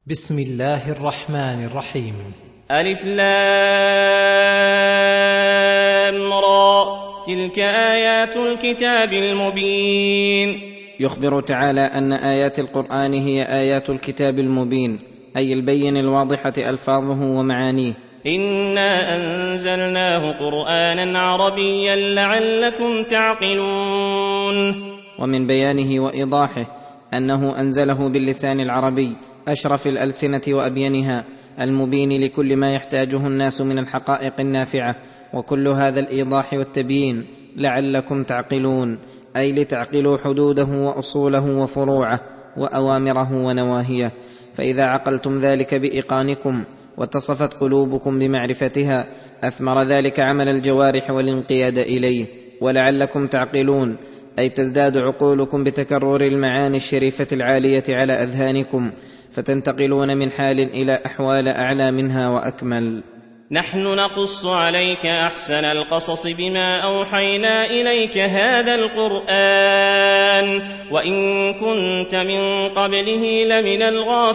بسم الله الرحمن الرحيم. ألف لام را، تلك آيات الكتاب المبين. يخبر تعالى أن آيات القرآن هي آيات الكتاب المبين، أي البين الواضحة ألفاظه ومعانيه. إنا أنزلناه قرآنا عربيا لعلكم تعقلون. ومن بيانه وإيضاحه أنه أنزله باللسان العربي أشرف الألسنة وأبينها، المبين لكل ما يحتاجه الناس من الحقائق النافعة. وكل هذا الإيضاح والتبيين لعلكم تعقلون، أي لتعقلوا حدوده وأصوله وفروعه وأوامره ونواهيه. فإذا عقلتم ذلك بإيقانكم واتصفت قلوبكم بمعرفتها، أثمر ذلك عمل الجوارح والانقياد إليه. ولعلكم تعقلون أي تزداد عقولكم بتكرر المعاني الشريفة العالية على أذهانكم، فتنتقلون من حال إلى أحوال أعلى منها وأكمل. نحن نقص عليك أحسن القصص بما أوحينا إليك هذا القرآن وإن كنت من قبله لمن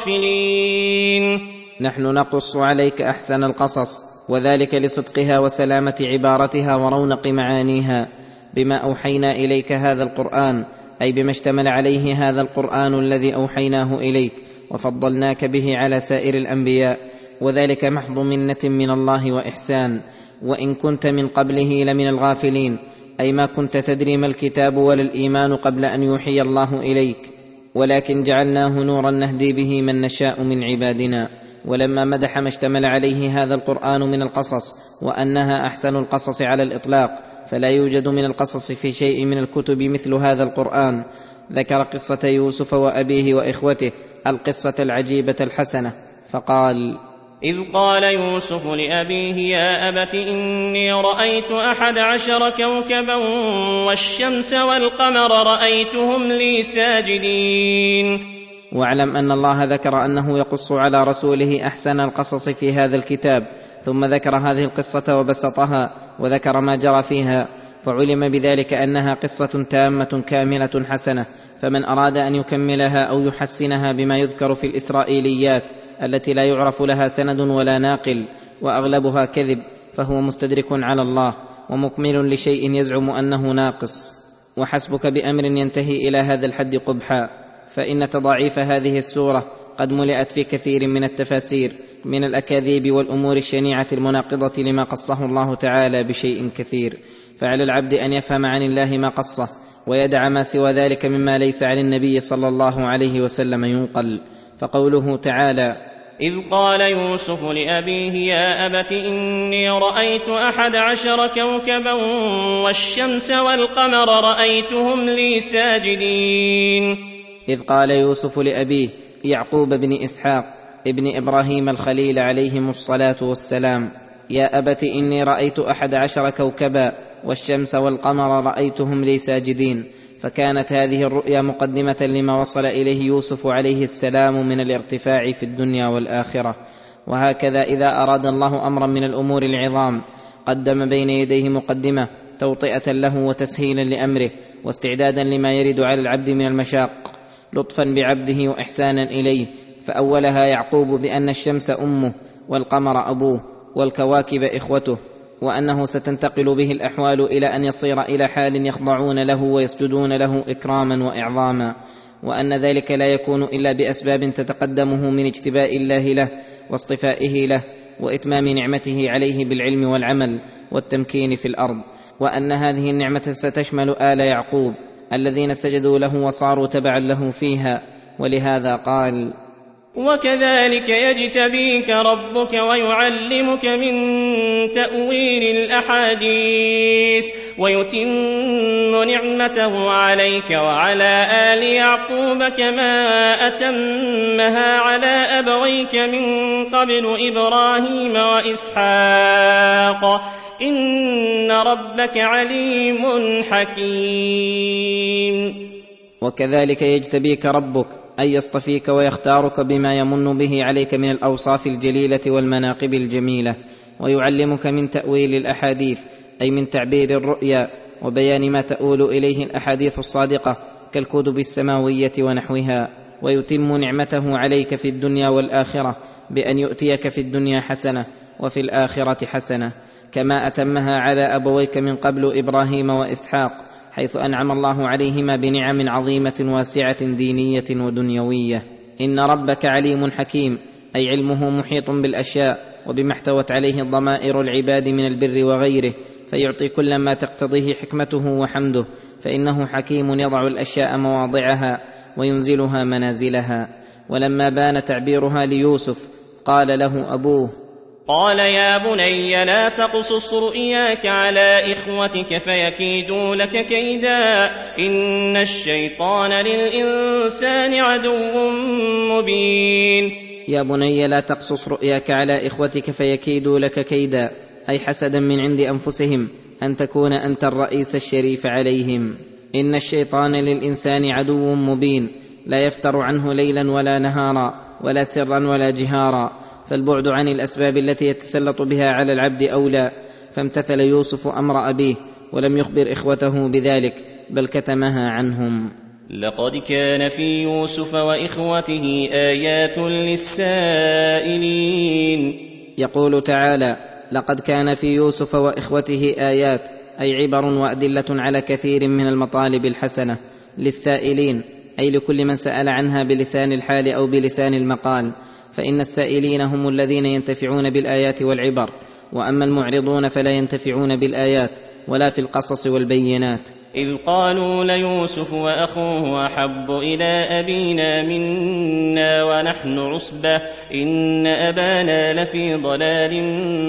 الغافلين. نحن نقص عليك أحسن القصص، وذلك لصدقها وسلامة عبارتها ورونق معانيها، بما أوحينا إليك هذا القرآن، أي بما اشتمل عليه هذا القرآن الذي أوحيناه إليك وفضلناك به على سائر الأنبياء، وذلك محض منة من الله وإحسان. وإن كنت من قبله لمن الغافلين، أي ما كنت تدري ما الكتاب ولا الإيمان قبل أن يوحي الله إليك، ولكن جعلناه نورا نهدي به من نشاء من عبادنا. ولما مدح ما اشتمل عليه هذا القرآن من القصص وأنها أحسن القصص على الإطلاق، فلا يوجد من القصص في شيء من الكتب مثل هذا القرآن، ذكر قصة يوسف وأبيه وإخوته، القصة العجيبة الحسنة، فقال: إذ قال يوسف لأبيه يا أبت إني رأيت 11 كوكبا والشمس والقمر رأيتهم لي ساجدين. واعلم أن الله ذكر أنه يقص على رسوله أحسن القصص في هذا الكتاب، ثم ذكر هذه القصة وبسطها وذكر ما جرى فيها، فعلم بذلك أنها قصة تامة كاملة حسنة. فمن أراد أن يكملها أو يحسنها بما يذكر في الإسرائيليات التي لا يعرف لها سند ولا ناقل وأغلبها كذب، فهو مستدرك على الله ومكمل لشيء يزعم أنه ناقص. وحسبك بأمر ينتهي إلى هذا الحد قبحا، فإن تضاعيف هذه السورة قد ملئت في كثير من التفاسير من الأكاذيب والأمور الشنيعة المناقضة لما قصه الله تعالى بشيء كثير. فعلى العبد أن يفهم عن الله ما قصه ويدع ما سوى ذلك مما ليس عن النبي صلى الله عليه وسلم ينقل. فقوله تعالى: إذ قال يوسف لأبيه يا أبت إني رأيت 11 كوكبا والشمس والقمر رأيتهم لي ساجدين. إذ قال يوسف لأبيه يعقوب بن إسحاق ابن إبراهيم الخليل عليهم الصلاة والسلام: يا أبت إني رأيت 11 كوكبا والشمس والقمر رأيتهم لي ساجدين. فكانت هذه الرؤيا مقدمة لما وصل إليه يوسف عليه السلام من الارتفاع في الدنيا والآخرة. وهكذا إذا أراد الله أمرا من الأمور العظام قدم بين يديه مقدمة توطئة له وتسهيلا لأمره واستعدادا لما يرد على العبد من المشاق، لطفا بعبده وإحسانا إليه. فأولها يعقوب بأن الشمس أمه والقمر أبوه والكواكب إخوته، وأنه ستنتقل به الأحوال إلى أن يصير إلى حال يخضعون له ويسجدون له إكراما وإعظاما، وأن ذلك لا يكون إلا بأسباب تتقدمه من اجتباء الله له واصطفائه له وإتمام نعمته عليه بالعلم والعمل والتمكين في الأرض، وأن هذه النعمة ستشمل آل يعقوب الذين سجدوا له وصاروا تبعا له فيها. ولهذا قال: وكذلك يجتبيك ربك ويعلمك من تأويل الأحاديث ويتم نعمته عليك وعلى آل يعقوب كما أتمها على أبويك من قبل إبراهيم وإسحاق إن ربك عليم حكيم. وكذلك يجتبيك ربك أي يصطفيك ويختارك بما يمن به عليك من الأوصاف الجليلة والمناقب الجميلة، ويعلمك من تأويل الأحاديث أي من تعبير الرؤيا وبيان ما تؤول إليه الأحاديث الصادقة كالكتب السماوية ونحوها، ويتم نعمته عليك في الدنيا والآخرة بأن يؤتيك في الدنيا حسنة وفي الآخرة حسنة، كما أتمها على أبويك من قبل إبراهيم وإسحاق، حيث أنعم الله عليهما بنعم عظيمة واسعة دينية ودنيوية. إن ربك عليم حكيم، أي علمه محيط بالأشياء وبما احتوت عليه ضمائر العباد من البر وغيره، فيعطي كل ما تقتضيه حكمته وحمده، فإنه حكيم يضع الأشياء مواضعها وينزلها منازلها. ولما بان تعبيرها ليوسف قال له أبوه: قال يا بني لا تقصص رؤياك على إخوتك فيكيدوا لك كيدا، إن الشيطان للإنسان عدو مبين. يا بني لا تقصص رؤياك على إخوتك فيكيدوا لك كيدا، أي حسدا من عند أنفسهم أن تكون أنت الرئيس الشريف عليهم. إن الشيطان للإنسان عدو مبين، لا يفتر عنه ليلا ولا نهارا ولا سرا ولا جهارا، فالبعد عن الأسباب التي يتسلط بها على العبد أولى. فامتثل يوسف أمر أبيه ولم يخبر إخوته بذلك، بل كتمها عنهم. لقد كان في يوسف وإخوته آيات للسائلين. يقول تعالى: لقد كان في يوسف وإخوته آيات، أي عبر وأدلة على كثير من المطالب الحسنة للسائلين، أي لكل من سأل عنها بلسان الحال أو بلسان المقال، فإن السائلين هم الذين ينتفعون بالآيات والعبر، وأما المعرضون فلا ينتفعون بالآيات ولا في القصص والبينات. إذ قالوا ليوسف وأخوه أحب إلى أبينا منا ونحن عصبة إن أبانا لفي ضلال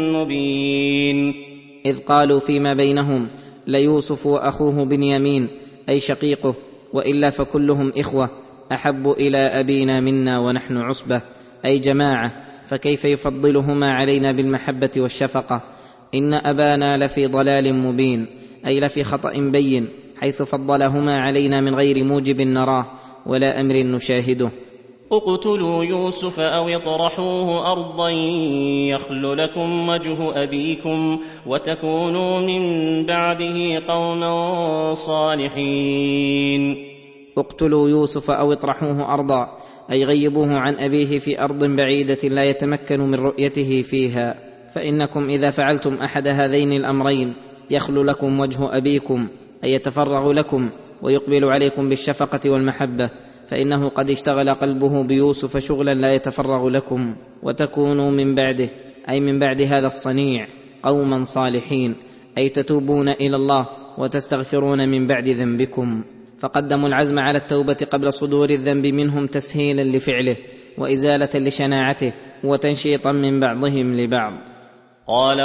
مبين. إذ قالوا فيما بينهم ليوسف وأخوه بنيامين، أي شقيقه، وإلا فكلهم إخوة، أحب إلى أبينا منا ونحن عصبة، أي جماعة، فكيف يفضلهما علينا بالمحبة والشفقة؟ إن أبانا لفي ضلال مبين، أي لفي خطأ بين، حيث فضلهما علينا من غير موجب نراه ولا أمر نشاهده. اقتلوا يوسف أو اطرحوه أرضا يخل لكم وجه أبيكم وتكونوا من بعده قوما صالحين. اقتلوا يوسف أو اطرحوه أرضا، أي غيبوه عن أبيه في أرض بعيدة لا يتمكن من رؤيته فيها، فإنكم إذا فعلتم أحد هذين الأمرين يخل لكم وجه أبيكم، أي يتفرغ لكم ويقبل عليكم بالشفقة والمحبة، فإنه قد اشتغل قلبه بيوسف شغلا لا يتفرغ لكم، وتكونوا من بعده، أي من بعد هذا الصنيع، قوما صالحين، أي تتوبون إلى الله وتستغفرون من بعد ذنبكم. فقدموا العزم على التوبة قبل صدور الذنب منهم تسهيلا لفعله وإزالة لشناعته وتنشيطا من بعضهم لبعض. قال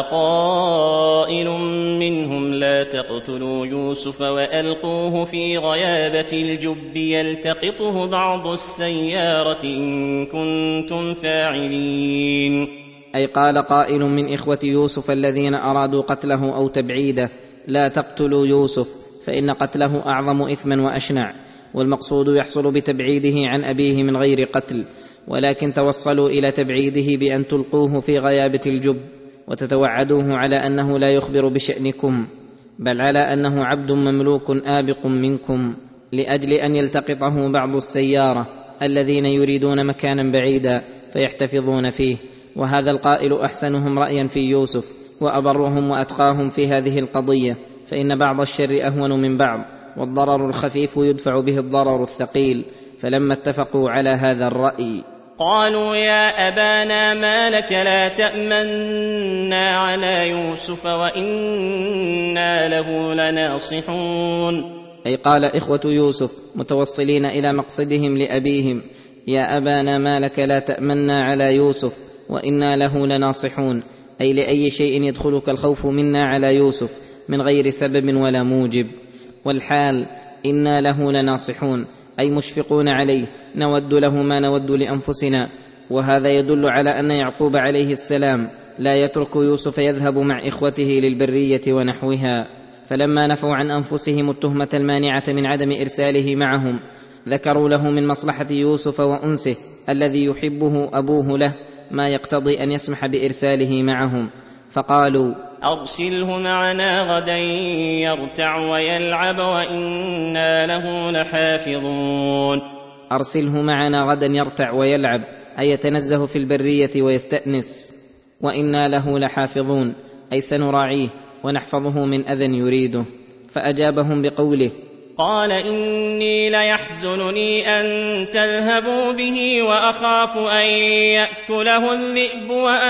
قائل منهم لا تقتلوا يوسف وألقوه في غيابة الجب يلتقطه بعض السيارة إن كنتم فاعلين. أي قال قائل من إخوة يوسف الذين أرادوا قتله أو تبعيده: لا تقتلوا يوسف، فإن قتله أعظم إثما وأشنع، والمقصود يحصل بتبعيده عن أبيه من غير قتل، ولكن توصلوا إلى تبعيده بأن تلقوه في غيابة الجب وتتوعدوه على أنه لا يخبر بشأنكم، بل على أنه عبد مملوك آبق منكم، لأجل أن يلتقطه بعض السيارة الذين يريدون مكانا بعيدا فيحتفظون فيه. وهذا القائل أحسنهم رأيا في يوسف وأبرهم وأتقاهم في هذه القضية، فإن بعض الشر أهون من بعض، والضرر الخفيف يدفع به الضرر الثقيل. فلما اتفقوا على هذا الرأي قالوا يا أبانا ما لك لا تأمنا على يوسف وإنا له لناصحون. أي قال إخوة يوسف متوصلين إلى مقصدهم لأبيهم: يا أبانا ما لك لا تأمنا على يوسف وإنا له لناصحون، أي لأي شيء يدخلك الخوف منا على يوسف من غير سبب ولا موجب. والحال إنا له لناصحون، أي مشفقون عليه، نود له ما نود لأنفسنا. وهذا يدل على أن يعقوب عليه السلام لا يترك يوسف يذهب مع إخوته للبرية ونحوها، فلما نفوا عن أنفسهم التهمة المانعة من عدم إرساله معهم ذكروا له من مصلحة يوسف وأنسه الذي يحبه أبوه له ما يقتضي أن يسمح بإرساله معهم، فقالوا أرسله معنا غدا يرتع ويلعب وإنا له لحافظون. أرسله معنا غدا يرتع ويلعب، أي يتنزه في البرية ويستأنس، وإنا له لحافظون، أي سنراعيه ونحفظه من أذى يريده. فأجابهم بقوله: قال إني ليحزنني أن تذهبوا به وأخاف أن يأكله الذئب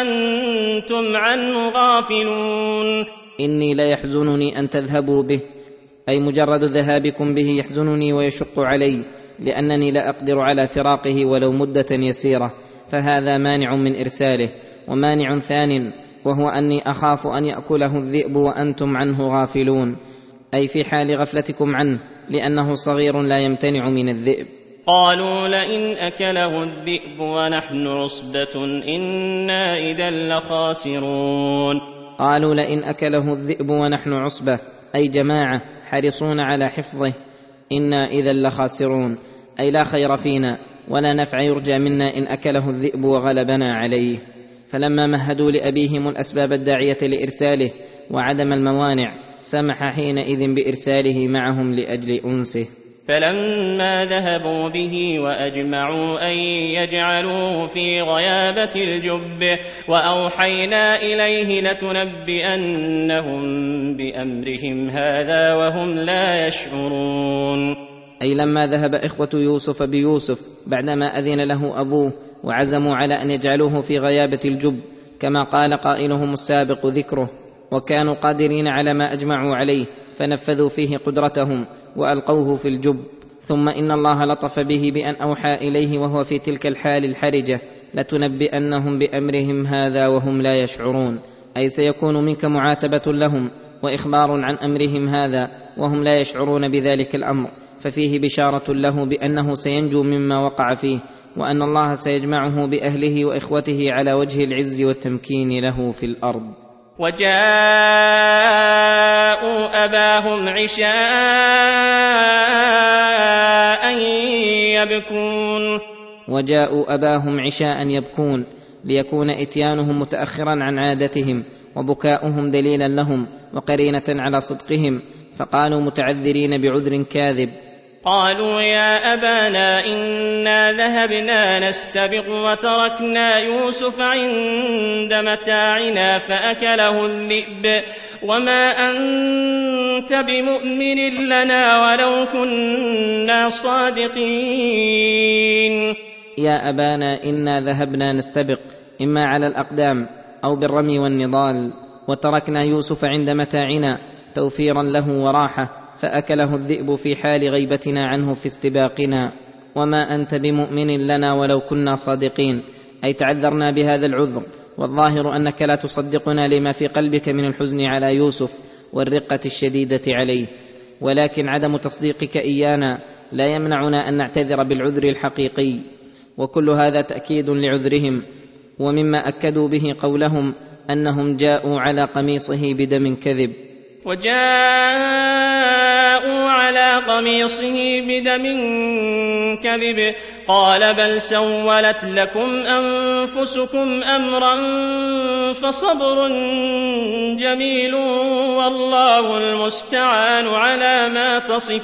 وأنتم عنه غافلون. إني ليحزنني أن تذهبوا به، أي مجرد ذهابكم به يحزنني ويشق علي، لأنني لا أقدر على فراقه ولو مدة يسيرة، فهذا مانع من إرساله. ومانع ثان وهو أني أخاف أن يأكله الذئب وأنتم عنه غافلون، أي في حال غفلتكم عنه، لأنه صغير لا يمتنع من الذئب. قالوا لئن أكله الذئب ونحن عصبة إنا إذا لخاسرون. قالوا لئن أكله الذئب ونحن عصبة، أي جماعة حريصون على حفظه، إنا إذا لخاسرون، أي لا خير فينا ولا نفع يرجى منا إن أكله الذئب وغلبنا عليه. فلما مهدوا لأبيهم الأسباب الداعية لإرساله وعدم الموانع، سمح حينئذ بإرساله معهم لأجل أنسه. فلما ذهبوا به وأجمعوا أن يجعلوه في غيابة الجب وأوحينا إليه لتنبئنهم بأمرهم هذا وهم لا يشعرون. أي لما ذهب إخوة يوسف بيوسف بعدما أذن له أبوه وعزموا على أن يجعلوه في غيابة الجب كما قال قائلهم السابق ذكره، وكانوا قادرين على ما أجمعوا عليه فنفذوا فيه قدرتهم وألقوه في الجب. ثم إن الله لطف به بأن أوحى إليه وهو في تلك الحال الحرجة: لتنبئنهم بأمرهم هذا وهم لا يشعرون، أي سيكون منك معاتبة لهم وإخبار عن أمرهم هذا وهم لا يشعرون بذلك الأمر، ففيه بشارة له بأنه سينجو مما وقع فيه، وأن الله سيجمعه بأهله وإخوته على وجه العز والتمكين له في الأرض. وجاءوا أباهم عشاء يبكون ليكون إتيانهم متأخرا عن عادتهم وبكاؤهم دليلا لهم وقرينة على صدقهم، فقالوا متعذرين بعذر كاذب: قالوا يا أبانا إنا ذهبنا نستبق وتركنا يوسف عند متاعنا فأكله الذئب وما أنت بمؤمن لنا ولو كنا صادقين. يا أبانا إنا ذهبنا نستبق، إما على الأقدام أو بالرمي والنضال، وتركنا يوسف عند متاعنا توفيرا له وراحة، فأكله الذئب في حال غيبتنا عنه في استباقنا. وما أنت بمؤمن لنا ولو كنا صادقين، أي تعذرنا بهذا العذر، والظاهر أنك لا تصدقنا لما في قلبك من الحزن على يوسف والرقة الشديدة عليه، ولكن عدم تصديقك إيانا لا يمنعنا أن نعتذر بالعذر الحقيقي. وكل هذا تأكيد لعذرهم، ومما أكدوا به قولهم أنهم جاءوا على قميصه بدم كذب. وجاءوا على قميصه بدم كذب قال بل سولت لكم أنفسكم أمرا فصبر جميل والله المستعان على ما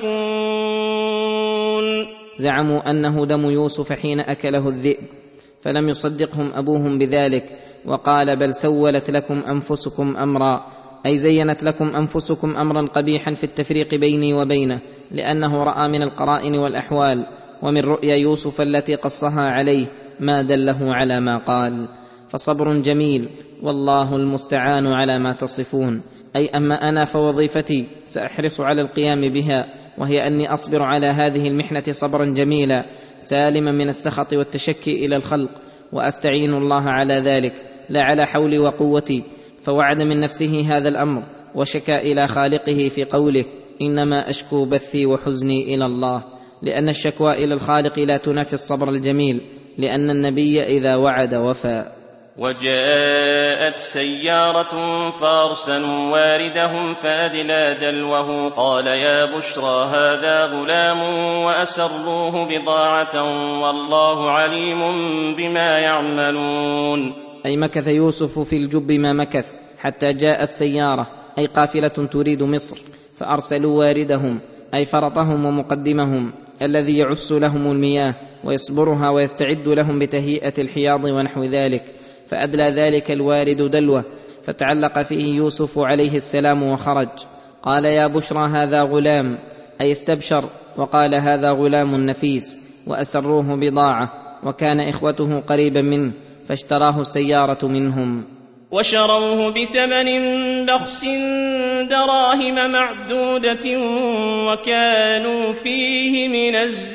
تصفون. زعموا أنه دم يوسف حين أكله الذئب، فلم يصدقهم أبوهم بذلك، وقال بل سولت لكم أنفسكم أمرا، أي زينت لكم أنفسكم أمرا قبيحا في التفريق بيني وبينه، لأنه رأى من القرائن والأحوال ومن رؤيا يوسف التي قصها عليه ما دله على ما قال. فصبر جميل والله المستعان على ما تصفون، أي أما أنا فوظيفتي سأحرص على القيام بها، وهي أني أصبر على هذه المحنة صبرا جميلا سالما من السخط والتشكي إلى الخلق، وأستعين الله على ذلك لا على حولي وقوتي. فوعد من نفسه هذا الأمر وشكى إلى خالقه في قوله إنما أشكو بثي وحزني إلى الله، لأن الشكوى إلى الخالق لا تنافي الصبر الجميل، لأن النبي إذا وعد وفى. وجاءت سيارة فأرسلوا واردهم فأدلى دلوه قال يا بشرى هذا غلام وأسروه بضاعة والله عليم بما يعملون. أي مكث يوسف في الجب ما مكث حتى جاءت سيارة، أي قافلة تريد مصر، فأرسلوا واردهم أي فرطهم ومقدمهم الذي يعس لهم المياه ويصبرها ويستعد لهم بتهيئة الحياض ونحو ذلك، فأدلى ذلك الوارد دلوة، فتعلق فيه يوسف عليه السلام وخرج. قال يا بشرى هذا غلام، أي استبشر، وقال هذا غلام نفيس، وأسروه بضاعة، وكان إخوته قريبا منه فاشتراه السيارة منهم. وشروه بثمن بخس دراهم معدودة وكانوا فيه من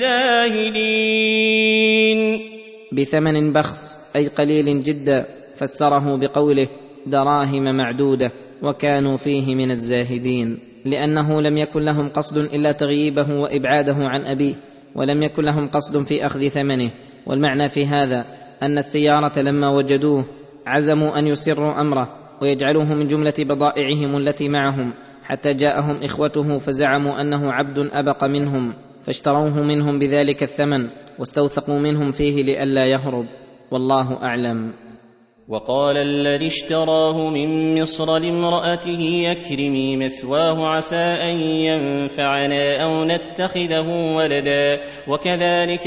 الزاهدين. بثمن بخس أي قليل جدا، فسره بقوله دراهم معدودة وكانوا فيه من الزاهدين، لأنه لم يكن لهم قصد إلا تغييبه وإبعاده عن أبيه، ولم يكن لهم قصد في أخذ ثمنه. والمعنى في هذا أن السيارة لما وجدوه عزموا أن يسروا أمره ويجعلوه من جملة بضائعهم التي معهم، حتى جاءهم إخوته فزعموا أنه عبد أبق منهم، فاشتروه منهم بذلك الثمن واستوثقوا منهم فيه لئلا يهرب، والله أعلم. وقال الذي اشتراه من مصر لامرأته أكرمي مثواه عسى أن ينفعنا أو نتخذه ولدا، وكذلك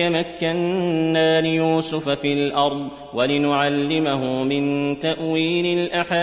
مكنا ليوسف في الأرض ولنعلمه من تأويل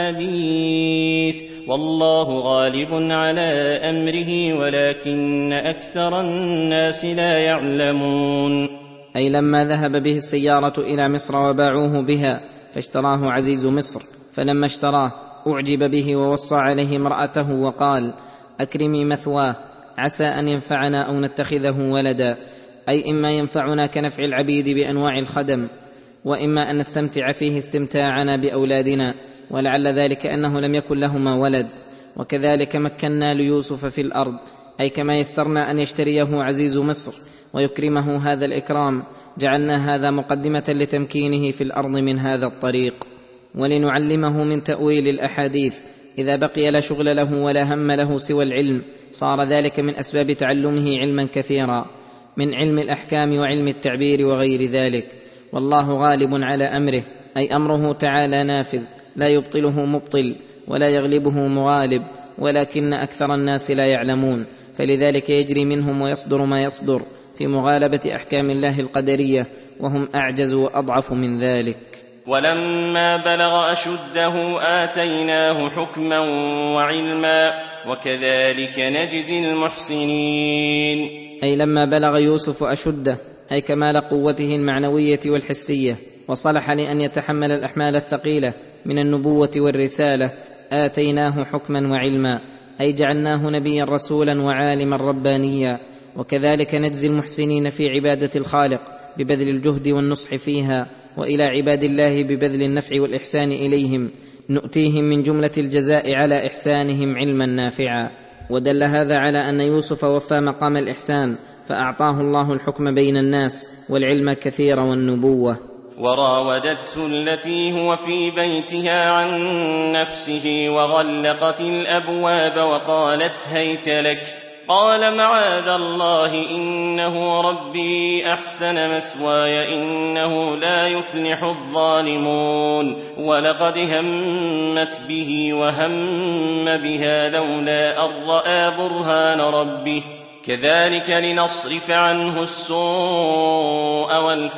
الأحاديث، والله غالب على أمره ولكن أكثر الناس لا يعلمون. أي لما ذهب به السيارة إلى مصر وباعوه بها فاشتراه عزيز مصر، فلما اشتراه أعجب به ووصى عليه امرأته وقال أكرمي مثواه عسى أن ينفعنا أو نتخذه ولدا، أي إما ينفعنا كنفع العبيد بأنواع الخدم، وإما أن نستمتع فيه استمتاعنا بأولادنا، ولعل ذلك أنه لم يكن لهما ولد. وكذلك مكنا ليوسف في الأرض، أي كما يسرنا أن يشتريه عزيز مصر ويكرمه هذا الإكرام، جعلنا هذا مقدمة لتمكينه في الأرض من هذا الطريق. ولنعلمه من تأويل الأحاديث، إذا بقي لا شغل له ولا هم له سوى العلم صار ذلك من أسباب تعلمه علما كثيرا، من علم الأحكام وعلم التعبير وغير ذلك. والله غالب على أمره، أي أمره تعالى نافذ لا يبطله مبطل ولا يغلبه مغالب، ولكن أكثر الناس لا يعلمون، فلذلك يجري منهم ويصدر ما يصدر في مغالبة أحكام الله القدرية، وهم أعجز وأضعف من ذلك. ولما بلغ أشده آتيناه حكما وعلما وكذلك نجزي المحسنين. أي لما بلغ يوسف أشده، أي كمال قوته المعنوية والحسية، وصلح لأن يتحمل الأحمال الثقيلة من النبوة والرسالة، آتيناه حكما وعلما، أي جعلناه نبيا رسولا وعالما ربانيا. وكذلك نجزي المحسنين في عبادة الخالق ببذل الجهد والنصح فيها، وإلى عباد الله ببذل النفع والإحسان إليهم، نؤتيهم من جملة الجزاء على إحسانهم علما نافعا. ودل هذا على أن يوسف وفى مقام الإحسان، فأعطاه الله الحكم بين الناس والعلم كثير والنبوة. وراودته التي هو في بيتها عن نفسه وغلقت الأبواب وقالت هيت لك، قال معاذ الله إنه ربي أحسن مثواي إنه لا يفلح الظالمون، ولقد همت به وهم بها لولا أن رأى برهان ربه، كذلك لنصرف عنه السوء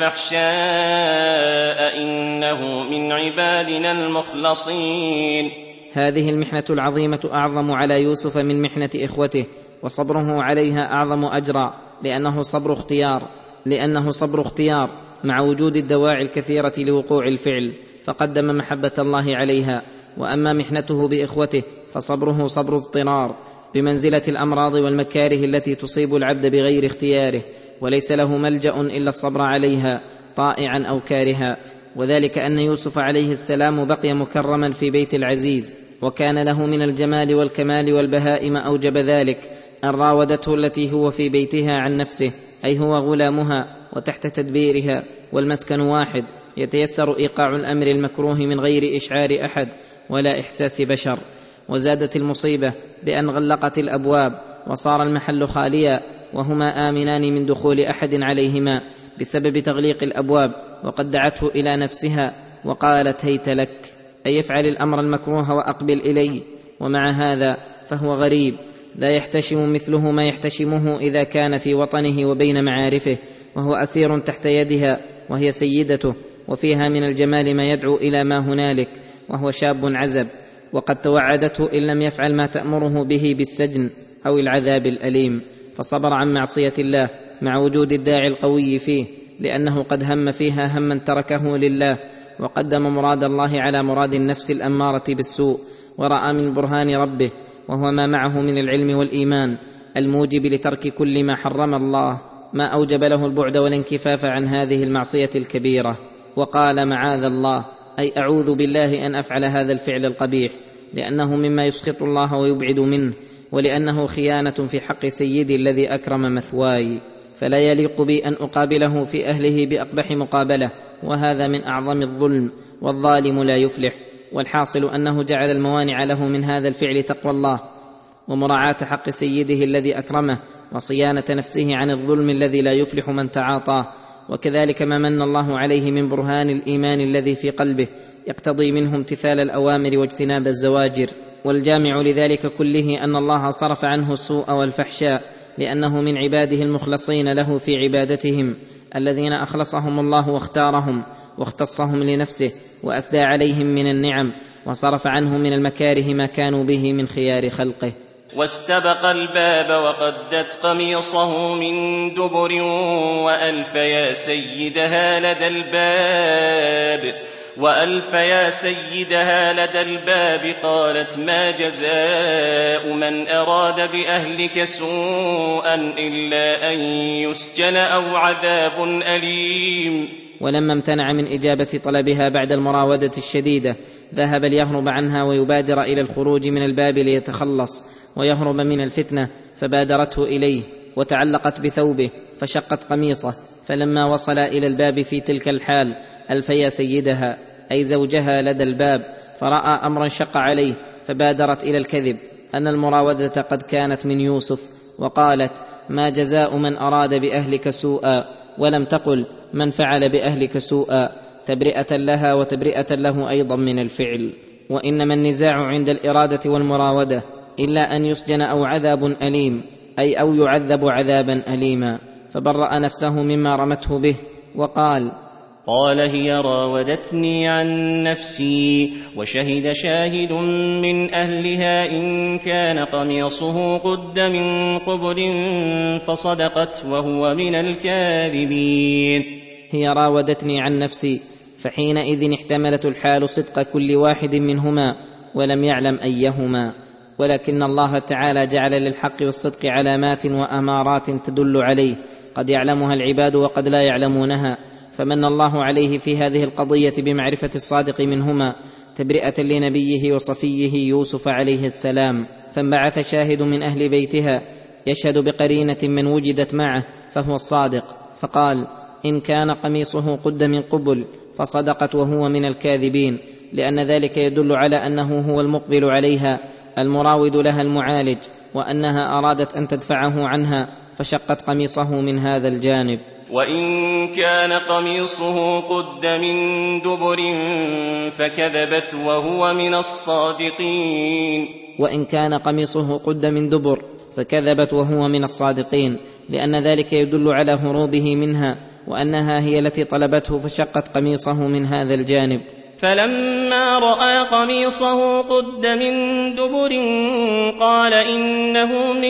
والفحشاء إنه من عبادنا المخلصين. هذه المحنة العظيمة أعظم على يوسف من محنة إخوته، وصبره عليها أعظم أجرا، لأنه صبر اختيار مع وجود الدواعي الكثيرة لوقوع الفعل، فقدم محبة الله عليها. وأما محنته بإخوته فصبره صبر اضطرار، بمنزلة الأمراض والمكاره التي تصيب العبد بغير اختياره، وليس له ملجأ إلا الصبر عليها طائعا أو كارها. وذلك أن يوسف عليه السلام بقي مكرما في بيت العزيز، وكان له من الجمال والكمال والبهاء ما أوجب ذلك أن راودته التي هو في بيتها عن نفسه، أي هو غلامها وتحت تدبيرها، والمسكن واحد، يتيسر إيقاع الأمر المكروه من غير إشعار أحد ولا إحساس بشر. وزادت المصيبة بأن غلقت الأبواب وصار المحل خاليا، وهما آمنان من دخول أحد عليهما بسبب تغليق الأبواب، وقد دعته إلى نفسها وقالت هيت لك، أي يفعل الأمر المكروه وأقبل إليه. ومع هذا فهو غريب لا يحتشم مثله ما يحتشمه إذا كان في وطنه وبين معارفه، وهو أسير تحت يدها وهي سيدته، وفيها من الجمال ما يدعو إلى ما هنالك، وهو شاب عزب، وقد توعدته إن لم يفعل ما تأمره به بالسجن أو العذاب الأليم، فصبر عن معصية الله مع وجود الداعي القوي فيه، لأنه قد هم فيها هما تركه لله، وقدم مراد الله على مراد النفس الأمارة بالسوء، ورأى من برهان ربه وهو ما معه من العلم والإيمان الموجب لترك كل ما حرم الله ما أوجب له البعد والانكفاف عن هذه المعصية الكبيرة، وقال معاذ الله، أي أعوذ بالله أن أفعل هذا الفعل القبيح، لأنه مما يسخط الله ويبعد منه، ولأنه خيانة في حق سيدي الذي أكرم مثواي، فلا يليق بي أن أقابله في أهله بأقبح مقابلة، وهذا من أعظم الظلم، والظالم لا يفلح. والحاصل أنه جعل الموانع له من هذا الفعل تقوى الله ومراعاة حق سيده الذي أكرمه، وصيانة نفسه عن الظلم الذي لا يفلح من تعاطاه، وكذلك ما من الله عليه من برهان الإيمان الذي في قلبه يقتضي منه امتثال الأوامر واجتناب الزواجر. والجامع لذلك كله أن الله صرف عنه السوء والفحشاء، لأنه من عباده المخلصين له في عبادتهم، الذين أخلصهم الله واختارهم واختصهم لنفسه وأسدى عليهم من النعم، وصرف عنهم من المكاره ما كانوا به من خيار خلقه. واستبق الباب وقدت قميصه من دبر وألف يا سيدها لدى الباب قالت ما جزاء من أراد بأهلك سوءا إلا أن يسجن أو عذاب أليم. ولما امتنع من إجابة طلبها بعد المراودة الشديدة ذهب ليهرب عنها ويبادر إلى الخروج من الباب ليتخلص ويهرب من الفتنة، فبادرته إليه وتعلقت بثوبه فشقت قميصه، فلما وصل إلى الباب في تلك الحال ألفيا سيدها أي زوجها لدى الباب، فرأى أمرا شق عليه فبادرت إلى الكذب أن المراودة قد كانت من يوسف، وقالت ما جزاء من أراد بأهلك سوءا، ولم تقل من فعل بأهلك سوءا، تبرئة لها وتبرئة له أيضا من الفعل. وإنما النزاع عند الإرادة والمراودة إلا أن يسجن أو عذاب أليم، أي أو يعذب عذابا أليما، فبرأ نفسه مما رمته به وقال هي راودتني عن نفسي، وشهد شاهد من أهلها إن كان قميصه قد من قبل فصدقت وهو من الكاذبين. هي راودتني عن نفسي، فحينئذ احتملت الحال صدق كل واحد منهما ولم يعلم أيهما، ولكن الله تعالى جعل للحق والصدق علامات وأمارات تدل عليه قد يعلمها العباد وقد لا يعلمونها، فمن الله عليه في هذه القضية بمعرفة الصادق منهما تبرئة لنبيه وصفيه يوسف عليه السلام، فانبعث شاهد من أهل بيتها يشهد بقرينة من وجدت معه فهو الصادق، فقال إن كان قميصه قد من قبل فصدقت وهو من الكاذبين، لأن ذلك يدل على أنه هو المقبل عليها المراود لها المعالج، وأنها أرادت أن تدفعه عنها فشقت قميصه من هذا الجانب. وإن كان قميصه قد من دبر فكذبت وهو من الصادقين. وإن كان قميصه قد من دبر فكذبت وهو من الصادقين، لأن ذلك يدل على هروبه منها وأنها هي التي طلبته فشقت قميصه من هذا الجانب. فلما رأى قميصه قد من دبر قال إنه من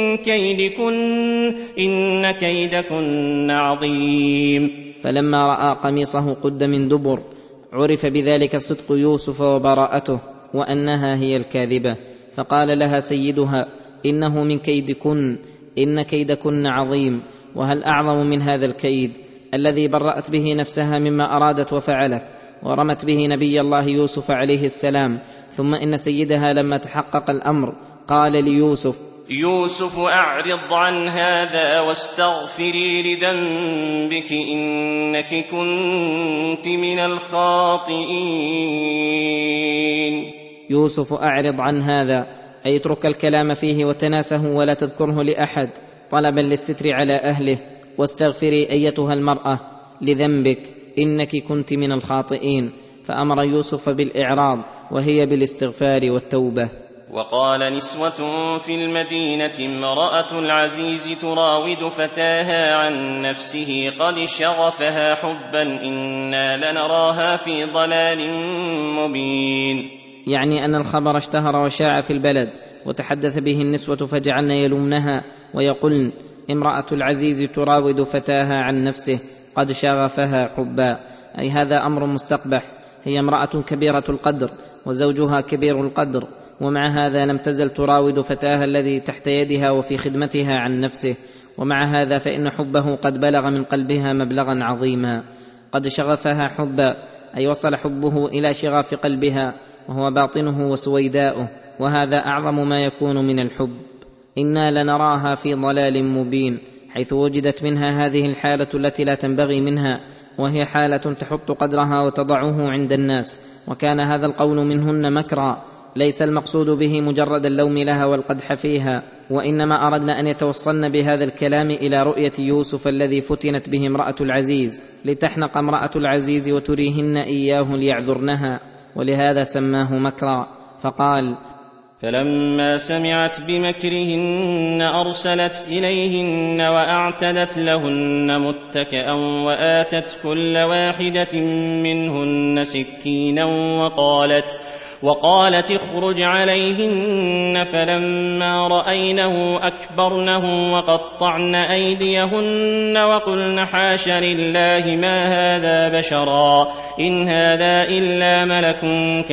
كيدكن إن كيدكن عظيم. فلما رأى قميصه قد من دبر عرف بذلك صدق يوسف وبراءته وأنها هي الكاذبة، فقال لها سيدها إنه من كيدكن إن كيدكن عظيم. وهل أعظم من هذا الكيد الذي برأت به نفسها مما أرادت وفعلت ورمت به نبي الله يوسف عليه السلام؟ ثم إن سيدها لما تحقق الأمر قال ليوسف أعرض عن هذا واستغفري لذنبك إنك كنت من الخاطئين. يوسف أعرض عن هذا أي اترك الكلام فيه وتناسه ولا تذكره لأحد طلبا للستر على أهله، واستغفري أيتها المرأة لذنبك إنك كنت من الخاطئين، فأمر يوسف بالإعراض وهي بالاستغفار والتوبة. وقال نسوة في المدينة امرأة العزيز تراود فتاها عن نفسه قد شغفها حبا إنا لنراها في ضلال مبين. يعني أن الخبر اشتهر وشاع في البلد وتحدث به النسوة فجعلن يلومنها ويقولن امرأة العزيز تراود فتاها عن نفسه قد شغفها حبا، أي هذا أمر مستقبح. هي امرأة كبيرة القدر وزوجها كبير القدر، ومع هذا لم تزل تراود فتاها الذي تحت يدها وفي خدمتها عن نفسه، ومع هذا فإن حبه قد بلغ من قلبها مبلغا عظيما. قد شغفها حبا أي وصل حبه إلى شغاف قلبها وهو باطنه وسويداؤه، وهذا أعظم ما يكون من الحب. إنا لنراها في ضلال مبين، حيث وجدت منها هذه الحالة التي لا تنبغي منها، وهي حالة تحط قدرها وتضعه عند الناس. وكان هذا القول منهن مكرا، ليس المقصود به مجرد اللوم لها والقدح فيها، وإنما أردنا أن يتوصلن بهذا الكلام إلى رؤية يوسف الذي فتنت به امرأة العزيز، لتحنق امرأة العزيز وتريهن إياه ليعذرنها، ولهذا سماه مكرا. فقال: فلما سمعت بمكرهن أرسلت إليهن وأعتدت لهن متكئا وآتت كل واحدة منهن سكينا وقالت اخرج عليهن. فلما رأينه أكبرنه وقطعن أيديهن وقلن حاش لله ما هذا بشرا إن هذا إلا ملك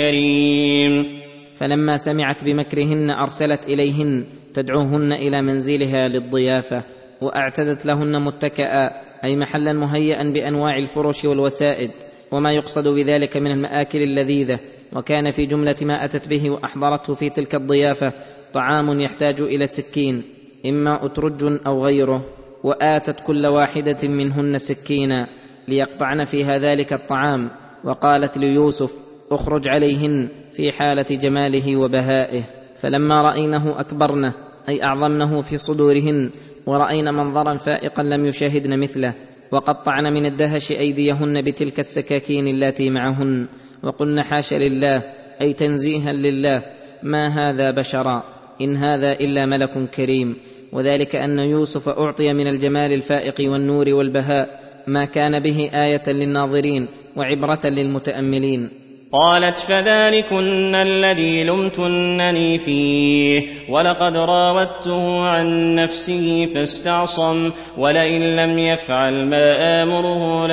كريم. فلما سمعت بمكرهن أرسلت إليهن تدعوهن إلى منزلها للضيافة، وأعتدت لهن متكئا أي محلا مهيئا بأنواع الفرش والوسائد وما يقصد بذلك من المآكل اللذيذة. وكان في جملة ما أتت به وأحضرته في تلك الضيافة طعام يحتاج إلى سكين، إما أترج أو غيره، وآتت كل واحدة منهن سكينا ليقطعن فيها ذلك الطعام. وقالت ليوسف: اخرج عليهن، في حالة جماله وبهائه. فلما رأينه أكبرنه أي أعظمنه في صدورهن، ورأين منظرا فائقا لم يشاهدن مثله، وقطعن من الدهش أيديهن بتلك السكاكين التي معهن، وقلن حاش لله أي تنزيها لله ما هذا بشرا إن هذا إلا ملك كريم. وذلك أن يوسف أعطي من الجمال الفائق والنور والبهاء ما كان به آية للناظرين وعبرة للمتأملين. قالت: فذلكن الذي لمتنني فيه ولقد راودته عن نفسه فاستعصم ولئن لم يفعل ما آمره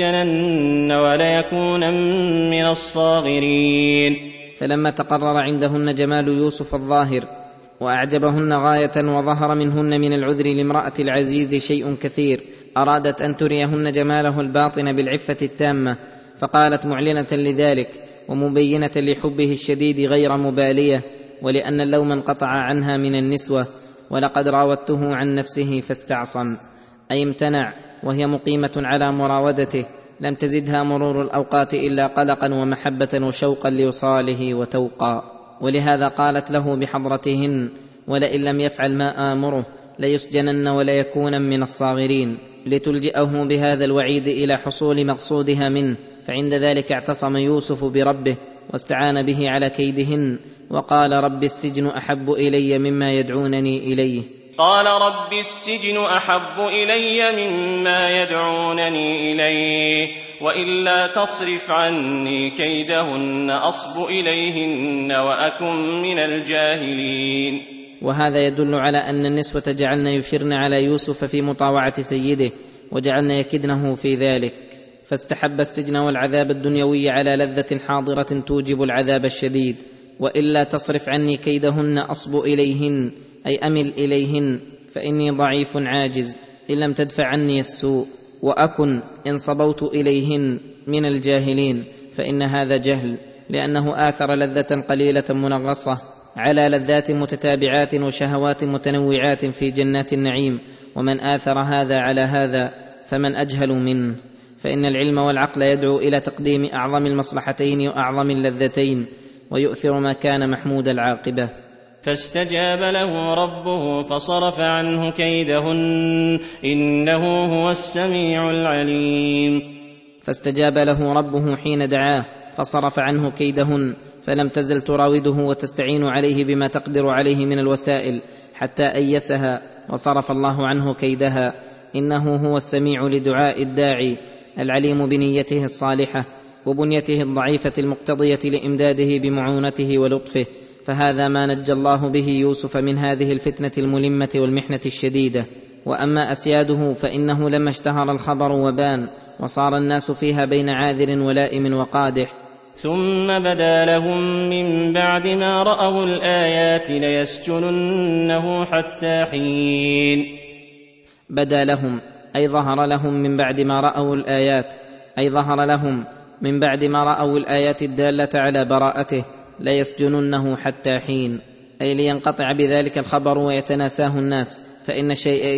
ليسجنن وليكونن من الصاغرين. فلما تقرر عندهن جمال يوسف الظاهر وأعجبهن غاية وظهر منهن من العذر لامرأة العزيز شيء كثير، أرادت أن تريهن جماله الباطن بالعفة التامة، فقالت معلنة لذلك ومبينة لحبه الشديد غير مبالية، ولأن اللوم انقطع عنها من النسوة: ولقد راودته عن نفسه فاستعصم، أي امتنع، وهي مقيمة على مراودته، لم تزدها مرور الأوقات إلا قلقا ومحبة وشوقا لوصاله وتوقا. ولهذا قالت له بحضرتهن: ولئن لم يفعل ما آمره ليسجنن وليكونن من الصاغرين، لتلجئه بهذا الوعيد إلى حصول مقصودها منه. فعند ذلك اعتصم يوسف بربه واستعان به على كيدهن، وقال: رب السجن أحب إلي مما يدعونني إليه. قال: رب السجن أحب إلي مما يدعونني إليه وإلا تصرف عني كيدهن أصب إليهن وأكن من الجاهلين. وهذا يدل على أن النسوة جعلن يشرن على يوسف في مطاوعة سيده، وجعلن يكدنه في ذلك، فاستحب السجن والعذاب الدنيوي على لذة حاضرة توجب العذاب الشديد. وإلا تصرف عني كيدهن أصب إليهن أي أمل إليهن، فإني ضعيف عاجز إن لم تدفع عني السوء، وأكن إن صبوت إليهن من الجاهلين، فإن هذا جهل، لأنه آثر لذة قليلة منغصة على لذات متتابعات وشهوات متنوعات في جنات النعيم. ومن آثر هذا على هذا فمن أجهل منه، فإن العلم والعقل يدعو إلى تقديم أعظم المصلحتين وأعظم اللذتين، ويؤثر ما كان محمود العاقبة. فاستجاب له ربه فصرف عنه كيدهن إنه هو السميع العليم. فاستجاب له ربه حين دعاه فصرف عنه كيدهن، فلم تزل تراوده وتستعين عليه بما تقدر عليه من الوسائل حتى أيسها وصرف الله عنه كيدها. إنه هو السميع لدعاء الداعي، العليم بنيته الصالحة وبنيته الضعيفة المقتضية لإمداده بمعونته ولطفه. فهذا ما نجى الله به يوسف من هذه الفتنة الملمة والمحنة الشديدة. وأما أسياده فإنه لما اشتهر الخبر وبان وصار الناس فيها بين عاذر ولائم وقادح، ثم بدا لهم من بعد ما رأوا الآيات ليسجننه حتى حين. بدا لهم أي ظهر لهم من بعد ما رأوا الآيات، أي ظهر لهم من بعد ما رأوا الآيات الدالة على براءته، ليسجننه حتى حين، أي لينقطع بذلك الخبر ويتناساه الناس. فإن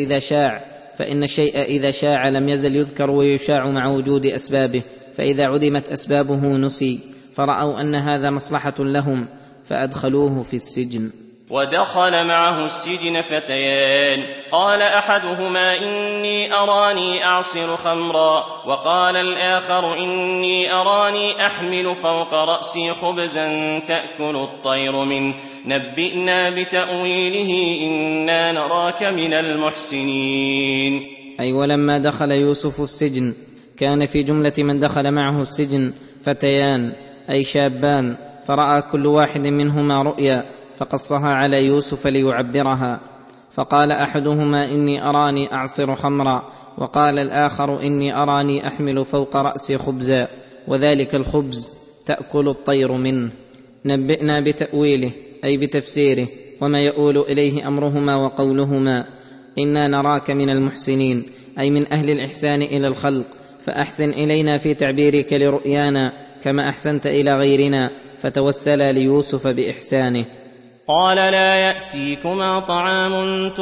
الشيء إذا شاع لم يزل يذكر ويشاع مع وجود أسبابه، فإذا عدمت أسبابه نسي، فرأوا أن هذا مصلحة لهم فأدخلوه في السجن. ودخل معه السجن فتيان، قال أحدهما إني أراني أعصر خمرا، وقال الآخر إني أراني أحمل فوق رأسي خبزا تأكل الطير منه، نبئنا بتأويله إنا نراك من المحسنين. أي ولما دخل يوسف السجن كان في جملة من دخل معه السجن فتيان أي شابان، فرأى كل واحد منهما رؤيا فقصها على يوسف ليعبرها، فقال أحدهما إني أراني أعصر خمرا، وقال الآخر إني أراني أحمل فوق رأسي خبزا، وذلك الخبز تأكل الطير منه. نبئنا بتأويله أي بتفسيره وما يؤول إليه أمرهما وقولهما، إنا نراك من المحسنين أي من أهل الإحسان إلى الخلق، فأحسن إلينا في تعبيرك لرؤيانا كما أحسنت إلى غيرنا، فتوسلا ليوسف بإحسانه. قال لا يأتيكما طعام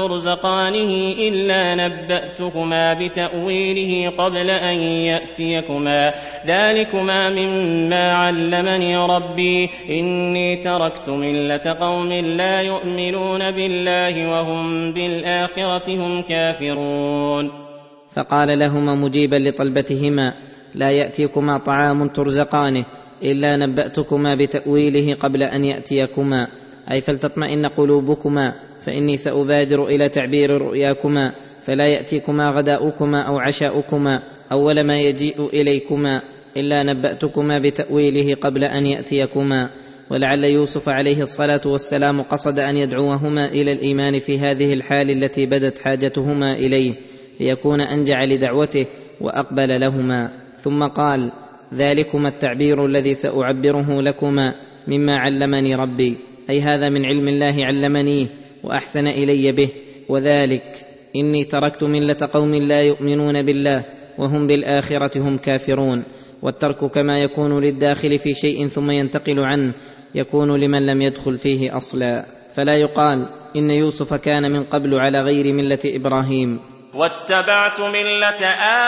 ترزقانه إلا نبأتكما بتأويله قبل أن يأتيكما، ذلكما مما علمني ربي، إني تركت ملة قوم لا يؤمنون بالله وهم بالآخرة هم كافرون. فقال لهما مجيبا لطلبتهما لا يأتيكما طعام ترزقانه إلا نبأتكما بتأويله قبل أن يأتيكما، أي فلتطمئن قلوبكما، فإني سأبادر إلى تعبير رؤياكما، فلا يأتيكما غداؤكما أو عشاؤكما أول ما يجيء إليكما إلا نبأتكما بتأويله قبل أن يأتيكما. ولعل يوسف عليه الصلاة والسلام قصد أن يدعوهما إلى الإيمان في هذه الحال التي بدت حاجتهما إليه، ليكون أنجع لدعوته وأقبل لهما. ثم قال ذلكما التعبير الذي سأعبره لكما مما علمني ربي، أي هذا من علم الله علمنيه وأحسن إلي به، وذلك إني تركت ملة قوم لا يؤمنون بالله وهم بالآخرة هم كافرون. والترك كما يكون للداخل في شيء ثم ينتقل عنه يكون لمن لم يدخل فيه أصلا، فلا يقال إن يوسف كان من قبل على غير ملة إبراهيم. واتبعت ملة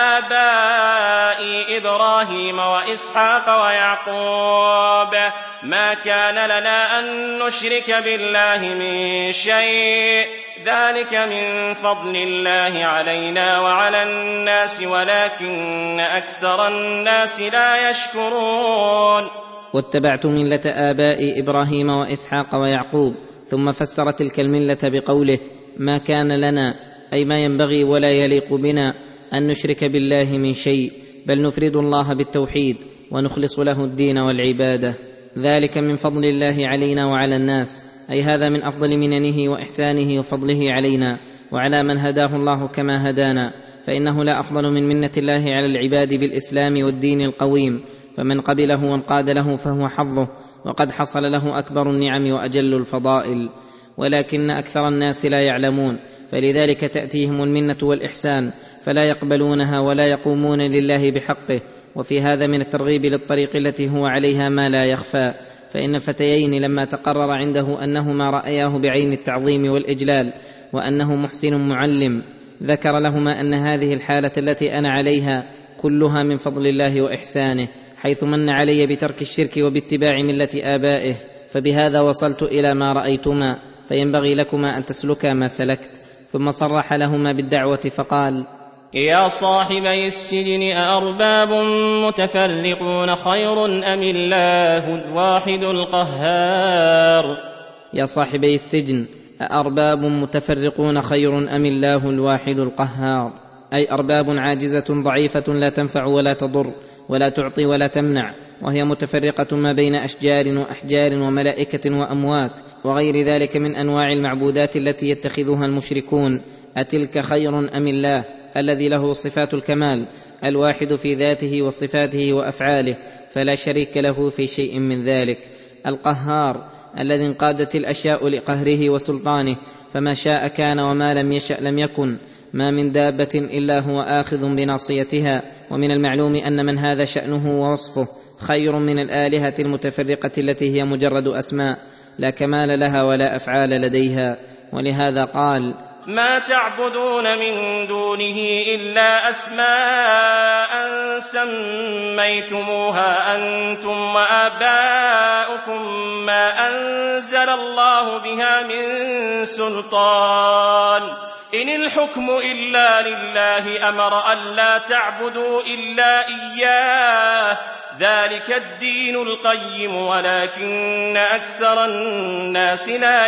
آبائي إبراهيم وإسحاق ويعقوب، ما كان لنا أن نشرك بالله من شيء، ذلك من فضل الله علينا وعلى الناس ولكن أكثر الناس لا يشكرون. واتبعت ملة آبائي إبراهيم وإسحاق ويعقوب، ثم فسر تلك الملة بقوله ما كان لنا، أي ما ينبغي ولا يليق بنا أن نشرك بالله من شيء، بل نفرد الله بالتوحيد ونخلص له الدين والعبادة، ذلك من فضل الله علينا وعلى الناس، أي هذا من أفضل مننه وإحسانه وفضله علينا وعلى من هداه الله كما هدانا، فإنه لا أفضل من منة الله على العباد بالإسلام والدين القويم، فمن قبله وانقاد له فهو حظه، وقد حصل له أكبر النعم وأجل الفضائل، ولكن أكثر الناس لا يعلمون، فلذلك تأتيهم المنة والإحسان فلا يقبلونها ولا يقومون لله بحقه. وفي هذا من الترغيب للطريق التي هو عليها ما لا يخفى، فإن الفتيين لما تقرر عنده أنهما رأياه بعين التعظيم والإجلال وأنه محسن معلم، ذكر لهما أن هذه الحالة التي أنا عليها كلها من فضل الله وإحسانه، حيث من علي بترك الشرك وباتباع ملة آبائه، فبهذا وصلت إلى ما رأيتما، فينبغي لكما أن تسلكا ما سلكت. ثم صرح لهما بالدعوة فقال يا صاحبي السجن أأرباب متفرقون خير أم الله الواحد القهار. يا صاحبي السجن أأرباب متفرقون خير أم الله الواحد القهار، أي أرباب عاجزة ضعيفة لا تنفع ولا تضر ولا تعطي ولا تمنع، وهي متفرقة ما بين أشجار وأحجار وملائكة وأموات وغير ذلك من أنواع المعبودات التي يتخذها المشركون. أتلك خير أم الله الذي له صفات الكمال الواحد في ذاته وصفاته وأفعاله، فلا شريك له في شيء من ذلك، القهار الذي انقادت الأشياء لقهره وسلطانه، فما شاء كان وما لم يشأ لم يكن، ما من دابة إلا هو آخذ بناصيتها. ومن المعلوم أن من هذا شأنه ووصفه خير من الآلهة المتفرقة التي هي مجرد أسماء لا كمال لها ولا أفعال لديها. ولهذا قال: ما تعبدون من دونه إلا أسماء سميتموها أنتم وآباؤكم ما أنزل الله بها من سلطان، إن الحكم إلا لله أمر ألا تعبدوا إلا إياه، ذلك الدين القيم ولكن أكثر الناس لا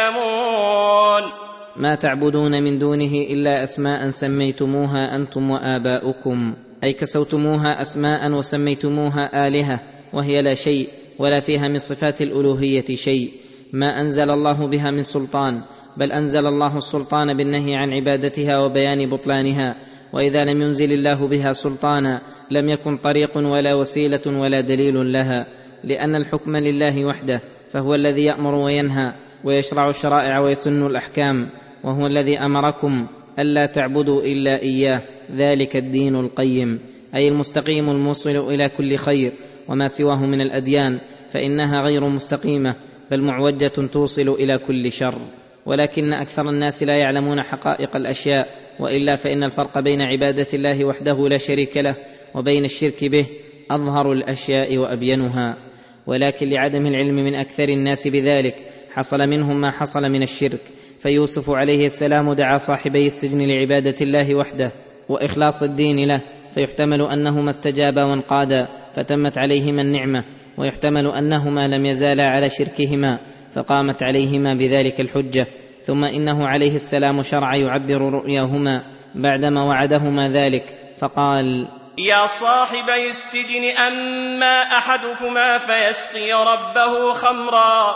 يعلمون. ما تعبدون من دونه إلا أسماء سميتموها أنتم وآباؤكم، أي كسوتموها أسماء وسميتموها آلهة، وهي لا شيء ولا فيها من صفات الألوهية شيء، ما أنزل الله بها من سلطان، بل أنزل الله السلطان بالنهي عن عبادتها وبيان بطلانها. وإذا لم ينزل الله بها سلطانا لم يكن طريق ولا وسيلة ولا دليل لها، لأن الحكم لله وحده، فهو الذي يأمر وينهى ويشرع الشرائع ويسن الأحكام، وهو الذي أمركم ألا تعبدوا إلا إياه، ذلك الدين القيم، أي المستقيم الموصل إلى كل خير. وما سواه من الأديان فإنها غير مستقيمة، بل معوجة توصل إلى كل شر. ولكن أكثر الناس لا يعلمون حقائق الأشياء، وإلا فإن الفرق بين عبادة الله وحده لا شريك له وبين الشرك به أظهر الأشياء وأبينها، ولكن لعدم العلم من أكثر الناس بذلك حصل منهم ما حصل من الشرك. فيوسف عليه السلام دعا صاحبي السجن لعبادة الله وحده وإخلاص الدين له، فيحتمل أنهما استجابا وانقادا فتمت عليهما النعمة، ويحتمل أنهما لم يزالا على شركهما فقامت عليهما بذلك الحجة. ثم إنه عليه السلام شرع يعبر رؤياهما بعدما وعدهما ذلك، فقال: يا صاحبي السجن أما أحدكما فيسقي ربه خمرا،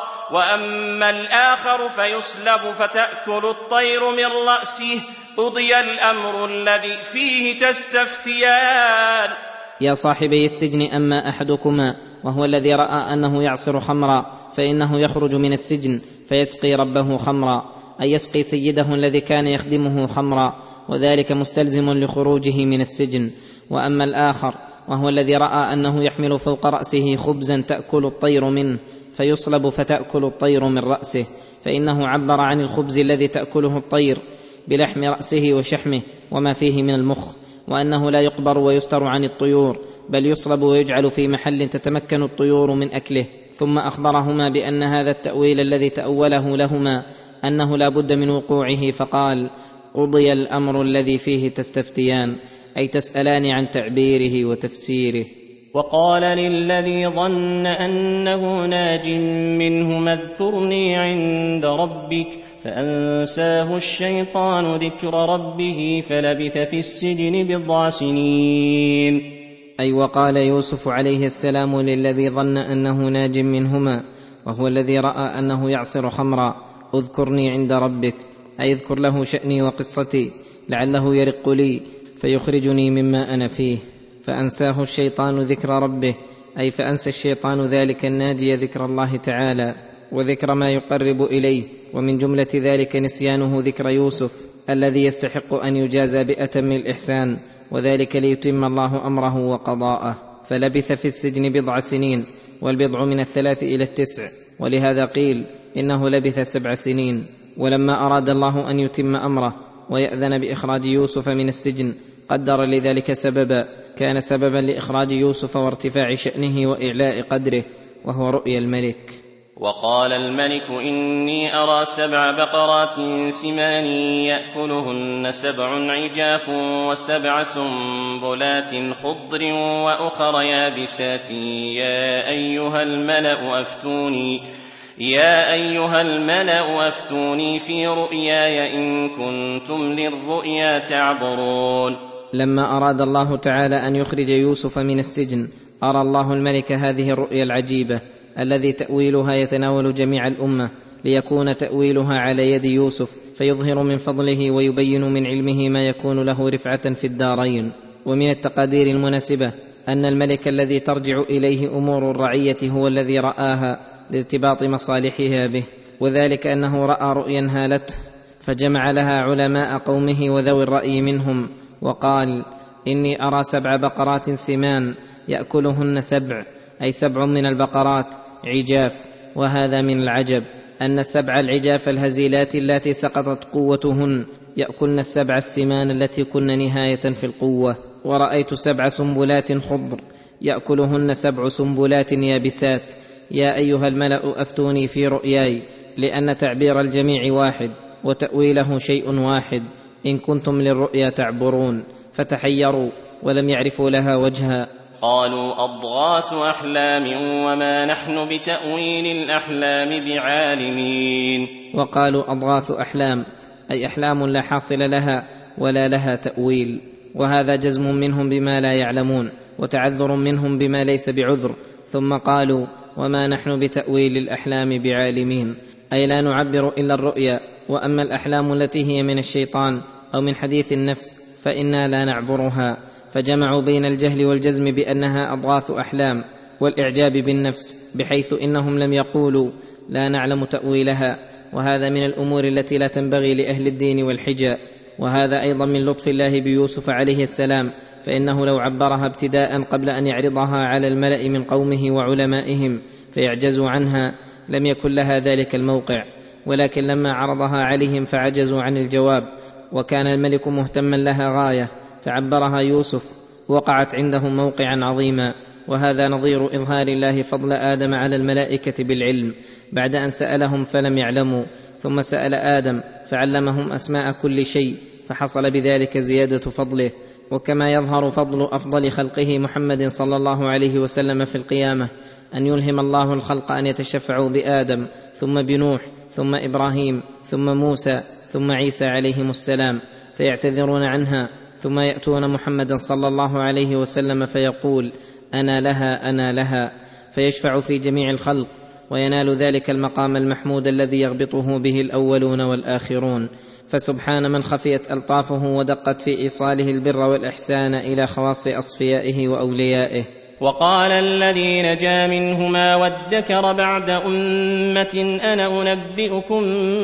وأما الآخر فيصلب فتأكل الطير من رأسه، قضي الأمر الذي فيه تستفتيان. يا صاحبي السجن أما أحدكما، وهو الذي رأى أنه يعصر خمرا، فإنه يخرج من السجن فيسقي ربه خمرا، أي يسقي سيده الذي كان يخدمه خمرا، وذلك مستلزم لخروجه من السجن. وأما الآخر، وهو الذي رأى أنه يحمل فوق رأسه خبزا تأكل الطير منه، فيصلب فتأكل الطير من رأسه، فإنه عبر عن الخبز الذي تأكله الطير بلحم رأسه وشحمه وما فيه من المخ، وأنه لا يقبر ويستر عن الطيور، بل يصلب ويجعل في محل تتمكن الطيور من أكله. ثم أخبرهما بأن هذا التأويل الذي تأوله لهما أنه لا بد من وقوعه، فقال: قضي الأمر الذي فيه تستفتيان، أي تسألان عن تعبيره وتفسيره. وقال للذي ظن أنه ناج منهما اذكرني عند ربك، فأنساه الشيطان ذكر ربه فلبث في السجن 10 سنين. أي وقال يوسف عليه السلام للذي ظن أنه ناج منهما، وهو الذي رأى أنه يعصر خمرا: اذكرني عند ربك، أي اذكر له شأني وقصتي لعله يرق لي فيخرجني مما أنا فيه. فأنساه الشيطان ذكر ربه، أي فأنسى الشيطان ذلك الناجي ذكر الله تعالى وذكر ما يقرب إليه، ومن جملة ذلك نسيانه ذكر يوسف الذي يستحق أن يجازى بأتم الإحسان، وذلك ليتم الله أمره وقضاءه. فلبث في السجن 10 سنين، والبضع من 3 إلى 9، ولهذا قيل إنه لبث 7 سنين. ولما أراد الله أن يتم أمره ويأذن بإخراج يوسف من السجن قدر لذلك سببا كان سببا لإخراج يوسف وارتفاع شأنه وإعلاء قدره، وهو رؤيا الملك. وقال الملك إني أرى 7 بقرات سمان يأكلهن 7 عجاف و7 سنبلات خضر وأخر يابسات يا أيها الملأ أفتوني في رؤياي إن كنتم للرؤيا تعبرون. لما أراد الله تعالى أن يخرج يوسف من السجن أرى الله الملك هذه الرؤيا العجيبة الذي تأويلها يتناول جميع الأمة، ليكون تأويلها على يد يوسف فيظهر من فضله ويبين من علمه ما يكون له رفعة في الدارين. ومن التقادير المناسبة أن الملك الذي ترجع إليه أمور الرعية هو الذي رآها لارتباط مصالحها به، وذلك أنه رأى رؤيا هالته فجمع لها علماء قومه وذوي الرأي منهم وقال إني أرى 7 بقرات سمان يأكلهن 7، أي 7 من البقرات عجاف. وهذا من العجب أن 7 العجاف الهزيلات التي سقطت قوتهن يأكلن 7 السمان التي كن نهاية في القوة. ورأيت 7 سنبلات خضر يأكلهن 7 سنبلات يابسات. يا أيها الملأ أفتوني في رؤياي، لأن تعبير الجميع واحد وتأويله شيء واحد، إن كنتم للرؤيا تعبرون. فتحيروا ولم يعرفوا لها وجها. قالوا أضغاث أحلام وما نحن بتأويل الأحلام بعالمين. وقالوا أضغاث أحلام، أي أحلام لا حاصل لها ولا لها تأويل. وهذا جزم منهم بما لا يعلمون وتعذر منهم بما ليس بعذر. ثم قالوا وما نحن بتأويل الأحلام بعالمين، أي لا نعبر إلا الرؤيا، وأما الأحلام التي هي من الشيطان أو من حديث النفس فإنا لا نعبرها. فجمعوا بين الجهل والجزم بأنها أضغاث أحلام والإعجاب بالنفس، بحيث إنهم لم يقولوا لا نعلم تأويلها، وهذا من الأمور التي لا تنبغي لأهل الدين والحجة. وهذا أيضا من لطف الله بيوسف عليه السلام، فإنه لو عبرها ابتداء قبل أن يعرضها على الملأ من قومه وعلمائهم فيعجزوا عنها لم يكن لها ذلك الموقع، ولكن لما عرضها عليهم فعجزوا عن الجواب، وكان الملك مهتما لها غاية فعبرها يوسف، وقعت عندهم موقعا عظيما. وهذا نظير إظهار الله فضل آدم على الملائكة بالعلم بعد أن سألهم فلم يعلموا، ثم سأل آدم فعلمهم أسماء كل شيء، فحصل بذلك زيادة فضله. وكما يظهر فضل أفضل خلقه محمد صلى الله عليه وسلم في القيامة أن يلهم الله الخلق أن يتشفعوا بآدم ثم بنوح ثم إبراهيم ثم موسى ثم عيسى عليهم السلام، فيعتذرون عنها، ثم يأتون محمدا صلى الله عليه وسلم فيقول أنا لها، فيشفع في جميع الخلق وينال ذلك المقام المحمود الذي يغبطه به الأولون والآخرون. فسبحان من خفيت ألطافه ودقت في إيصاله البر والإحسان إلى خواص أصفيائه وأوليائه. وقال الذي نجا منهما وادكر بعد أمة أنا أنبئكم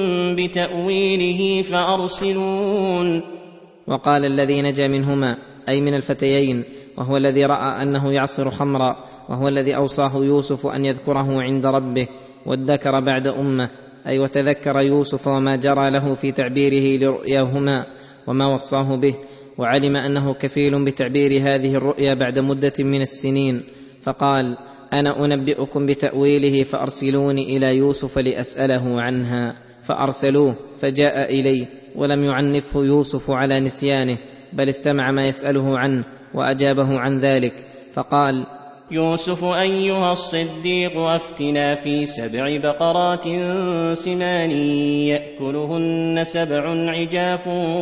بتأويله فأرسلون. وقال الذي نجا منهما أي من الفتيين، وهو الذي رأى أنه يعصر خمرا، وهو الذي أوصاه يوسف أن يذكره عند ربه. وادكر بعد أمة أي وتذكر يوسف وما جرى له في تعبيره لرؤياهما وما وصاه به، وعلم أنه كفيل بتعبير هذه الرؤيا بعد مدة من السنين، فقال أنا أنبئكم بتأويله فأرسلوني إلى يوسف لأسأله عنها. فأرسلوه فجاء إليه، ولم يعنفه يوسف على نسيانه، بل استمع ما يسأله عنه وأجابه عن ذلك. فقال يوسف أيها الصديق أفتنا في 7 بقرات سمان يأكلهن 7 عجاف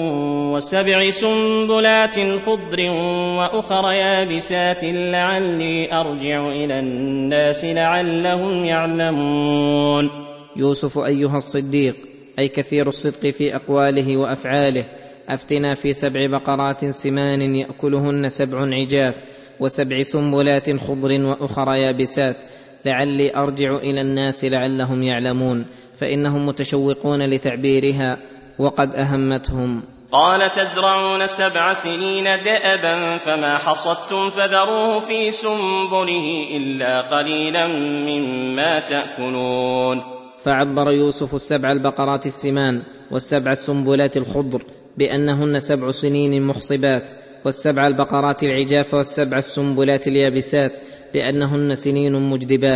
و7 سنبلات خضر وأخر يابسات لعلي أرجع إلى الناس لعلهم يعلمون. يوسف أيها الصديق أي كثير الصدق في أقواله وأفعاله، أفتنا في 7 بقرات سمان يأكلهن 7 عجاف و7 سنبلات خضر وأخر يابسات لعلي أرجع إلى الناس لعلهم يعلمون، فإنهم متشوقون لتعبيرها وقد أهمتهم. قال تزرعون 7 سنين دأبا فما حصدتم فذروه في سنبله إلا قليلا مما تأكلون. فعبر يوسف 7 البقرات السمان و7 السنبلات الخضر بأنهن 7 سنين مخصبات، و7 البقرات العجاف و7 السنبلات اليابسات بأنهن سنين مجدبات،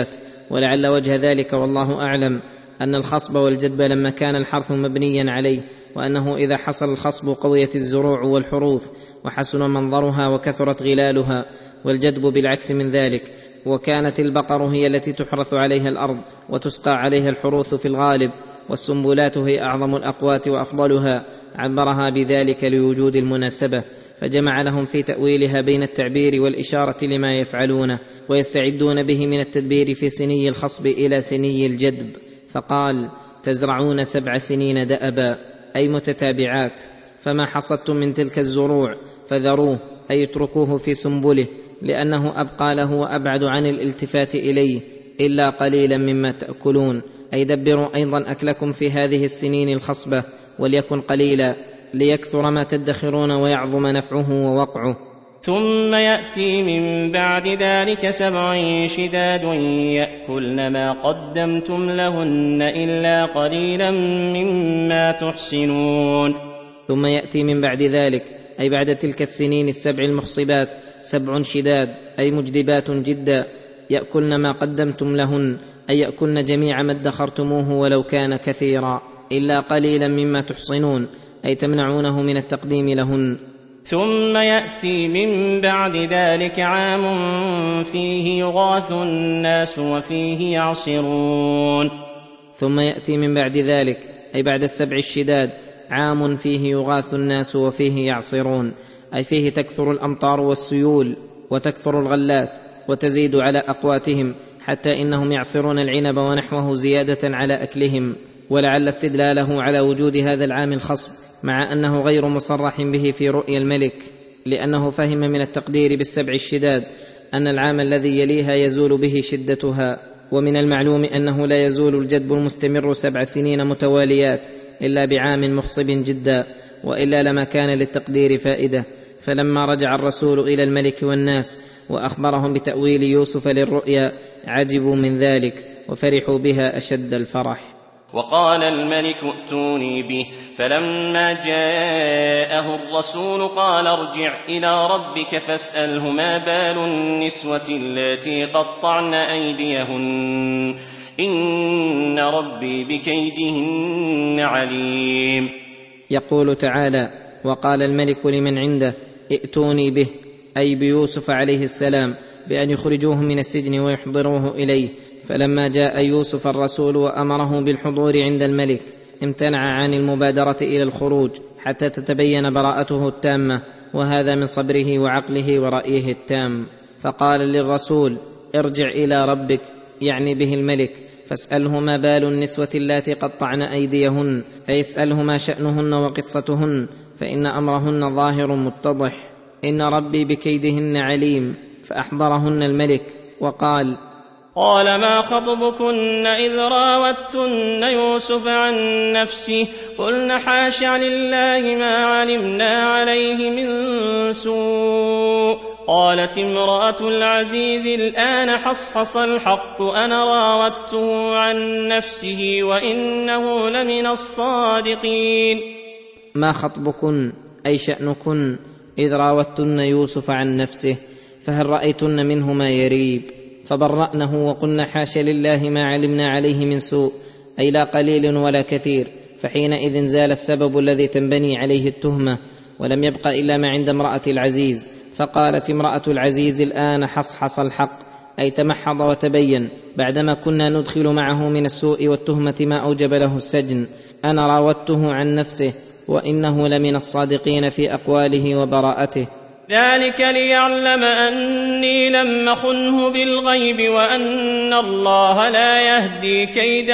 ولعل وجه ذلك والله أعلم أن الخصب والجدب لما كان الحرث مبنيا عليه، وأنه إذا حصل الخصب قويت الزروع والحروث وحسن منظرها وكثرت غلالها، والجدب بالعكس من ذلك، وكانت البقر هي التي تحرث عليها الأرض وتسقى عليها الحروث في الغالب، والسنبلات هي أعظم الأقوات وأفضلها، عبرها بذلك لوجود المناسبة، فجمع لهم في تأويلها بين التعبير والإشارة لما يفعلونه ويستعدون به من التدبير في سني الخصب إلى سني الجدب، فقال: تزرعون 7 سنين دأبا، أي متتابعات، فما حصدتم من تلك الزروع فذروه، أي اتركوه في سنبله، لأنه أبقى له وأبعد عن الالتفات إليه، إلا قليلا مما تأكلون، أي دبروا أيضا أكلكم في هذه السنين الخصبة، وليكن قليلا ليكثر ما تدخرون ويعظم نفعه ووقعه. ثم يأتي من بعد ذلك 7 شداد يأكلن ما قدمتم لهن إلا قليلا مما تحسنون. ثم يأتي من بعد ذلك، أي بعد تلك السنين 7 المخصبات 7 شداد، أي مجدبات جدا، يأكلن ما قدمتم لهن، أي يأكلن جميع ما ادخرتموه ولو كان كثيرا، إلا قليلا مما تحصنون، أي تمنعونه من التقديم لهن. ثم يأتي من بعد ذلك عام فيه يغاث الناس وفيه يعصرون. ثم يأتي من بعد ذلك، أي بعد 7 الشداد، عام فيه يغاث الناس وفيه يعصرون، أي فيه تكثر الأمطار والسيول وتكثر الغلات وتزيد على أقواتهم، حتى إنهم يعصرون العنب ونحوه زيادة على أكلهم. ولعل استدلاله على وجود هذا العام الخصب، مع أنه غير مصرح به في رؤيا الملك، لأنه فهم من التقدير بال7 الشداد أن العام الذي يليها يزول به شدتها، ومن المعلوم أنه لا يزول الجدب المستمر 7 سنين متواليات إلا بعام مخصب جدا، وإلا لما كان للتقدير فائدة. فلما رجع الرسول إلى الملك والناس وأخبرهم بتأويل يوسف للرؤيا عجبوا من ذلك وفرحوا بها أشد الفرح. وقال الملك ائتوني به، فلما جاءه الرسول قال ارجع إلى ربك فاسأله ما بال النسوة اللاتي قطعن أيديهن إن ربي بكيدهن عليم. يقول تعالى: وقال الملك لمن عنده ائتوني به، أي بيوسف عليه السلام، بأن يخرجوه من السجن ويحضروه إليه. فلما جاء يوسف الرسول وأمره بالحضور عند الملك امتنع عن المبادرة إلى الخروج حتى تتبين براءته التامة، وهذا من صبره وعقله ورأيه التام. فقال للرسول: ارجع إلى ربك، يعني به الملك، فاسأله ما بال النسوة اللاتي قطعن أيديهن، أي اسأله ما شأنهن وقصتهن، فإن أمرهن ظاهر متضح، إن ربي بكيدهن عليم. فأحضرهن الملك وقال: قال ما خطبكن إذ راوتن يوسف عن نفسه قلن حاشا لله ما علمنا عليه من سوء. قالت امرأة العزيز الآن حصحص الحق أنا راودته عن نفسه وإنه لمن الصادقين. ما خطبكن أي شأنكن إذ راوتن يوسف عن نفسه، فهل رأيتن منه ما يريب؟ فبرأنه وقلنا حاش لله ما علمنا عليه من سوء، أي لا قليل ولا كثير. فحينئذ زال السبب الذي تنبني عليه التهمة، ولم يبق إلا ما عند امرأة العزيز. فقالت امرأة العزيز الآن حصحص الحق، أي تمحض وتبين بعدما كنا ندخل معه من السوء والتهمة ما أوجب له السجن. أنا راودته عن نفسه وإنه لمن الصادقين في أقواله وبراءته. ذلك ليعلم أني لم أخنه بالغيب وأن الله لا يهدي كيد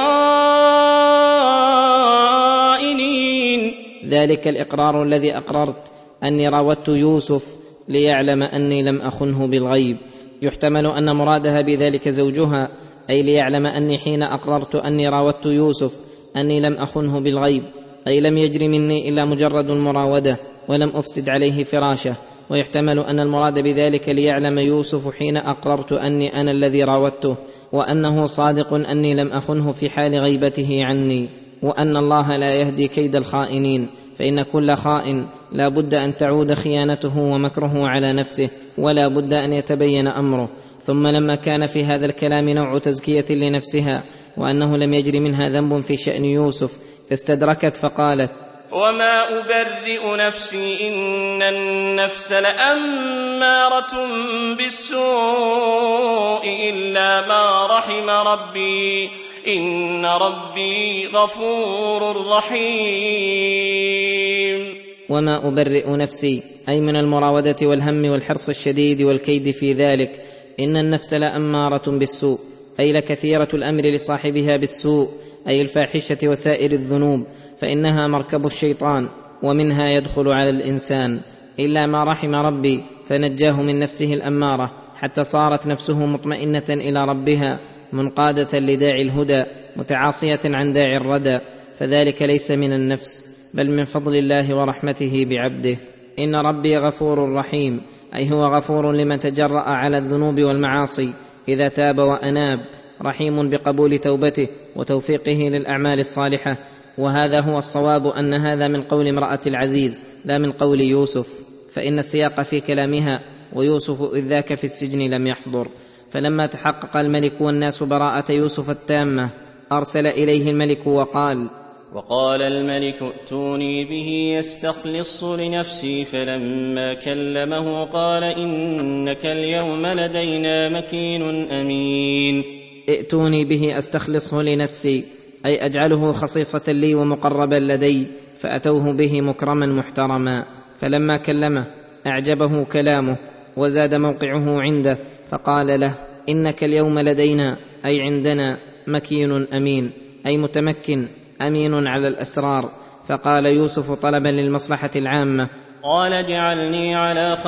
الخائنين. ذلك الإقرار الذي أقررت أني راودت يوسف ليعلم أني لم أخنه بالغيب. يحتمل أن مرادها بذلك زوجها، أي ليعلم أني حين أقررت أني راودت يوسف أني لم أخنه بالغيب، أي لم يجر مني إلا مجرد المراودة ولم أفسد عليه فراشه. ويحتمل أن المراد بذلك ليعلم يوسف حين أقررت أني أنا الذي راودته، وأنه صادق أني لم أخنه في حال غيبته عني، وأن الله لا يهدي كيد الخائنين، فإن كل خائن لا بد أن تعود خيانته ومكره على نفسه، ولا بد أن يتبين أمره. ثم لما كان في هذا الكلام نوع تزكية لنفسها وأنه لم يجر منها ذنب في شأن يوسف استدركت فقالت: وما أبرئ نفسي إن النفس لأمارة بالسوء إلا ما رحم ربي إن ربي غفور رحيم. وما أبرئ نفسي أي من المراودة والهم والحرص الشديد والكيد في ذلك. إن النفس لأمارة بالسوء أي لكثيرة الأمر لصاحبها بالسوء أي الفاحشة وسائر الذنوب، فإنها مركب الشيطان ومنها يدخل على الإنسان، إلا ما رحم ربي فنجاه من نفسه الأمارة حتى صارت نفسه مطمئنة إلى ربها منقادة لداعي الهدى متعاصية عن داعي الردى، فذلك ليس من النفس بل من فضل الله ورحمته بعبده. إن ربي غفور رحيم أي هو غفور لمن تجرأ على الذنوب والمعاصي إذا تاب وأناب، رحيم بقبول توبته وتوفيقه للأعمال الصالحة. وهذا هو الصواب أن هذا من قول امرأة العزيز لا من قول يوسف، فإن السياق في كلامها ويوسف إذ ذاك في السجن لم يحضر. فلما تحقق الملك والناس براءة يوسف التامة أرسل إليه الملك وقال الملك ائتوني به يستخلص لنفسي، فلما كلمه قال إنك اليوم لدينا مكين أمين. ائتوني به أستخلصه لنفسي أي أجعله خصيصة لي ومقربا لدي، فأتوه به مكرما محترما. فلما كلمه أعجبه كلامه وزاد موقعه عنده، فقال له: إنك اليوم لدينا أي عندنا مكين أمين أي متمكن أمين على الأسرار. فقال يوسف طلبا للمصلحة العامة: قال اجعلني على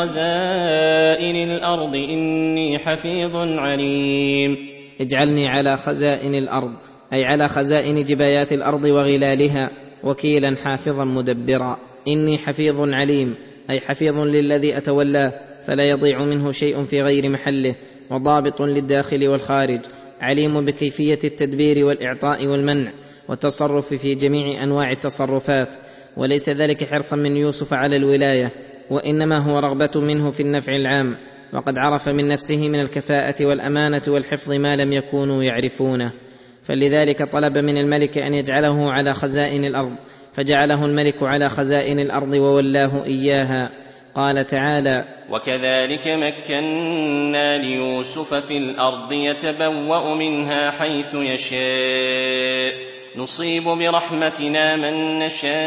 خزائن الأرض إني حفيظ عليم. اجعلني على خزائن الأرض أي على خزائن جبايات الأرض وغلالها وكيلا حافظا مدبرا. إني حفيظ عليم أي حفيظ للذي أتولاه فلا يضيع منه شيء في غير محله، وضابط للداخل والخارج، عليم بكيفية التدبير والإعطاء والمنع والتصرف في جميع أنواع التصرفات. وليس ذلك حرصا من يوسف على الولاية، وإنما هو رغبة منه في النفع العام، وقد عرف من نفسه من الكفاءة والأمانة والحفظ ما لم يكونوا يعرفونه. فلذلك طلب من الملك أن يجعله على خزائن الأرض، فجعله الملك على خزائن الأرض وولاه إياها. قال تعالى: وكذلك مكنا ليوسف في الأرض يتبوأ منها حيث يشاء نصيب برحمتنا من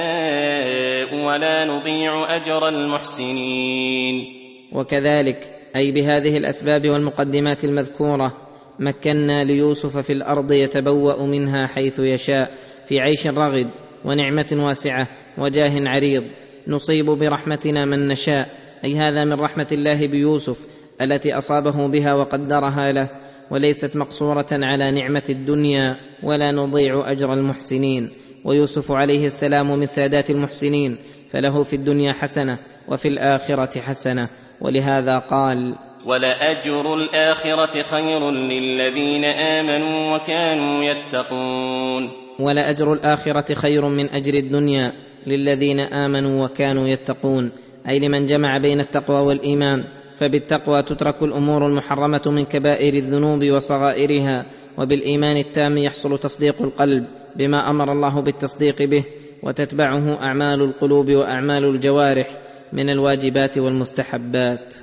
نشاء ولا نضيع أجر المحسنين. وكذلك أي بهذه الأسباب والمقدمات المذكورة مكنا ليوسف في الأرض يتبوأ منها حيث يشاء، في عيش رغد ونعمة واسعة وجاه عريض. نصيب برحمتنا من نشاء أي هذا من رحمة الله بيوسف التي أصابه بها وقدرها له، وليست مقصورة على نعمة الدنيا. ولا نضيع أجر المحسنين، ويوسف عليه السلام من سادات المحسنين، فله في الدنيا حسنة وفي الآخرة حسنة. ولهذا قال: ولأجر الآخرة خير للذين آمنوا وكانوا يتقون. ولأجر الآخرة خير من أجر الدنيا للذين آمنوا وكانوا يتقون، أي لمن جمع بين التقوى والإيمان. فبالتقوى تترك الأمور المحرمة من كبائر الذنوب وصغائرها، وبالإيمان التام يحصل تصديق القلب بما أمر الله بالتصديق به، وتتبعه أعمال القلوب وأعمال الجوارح من الواجبات والمستحبات.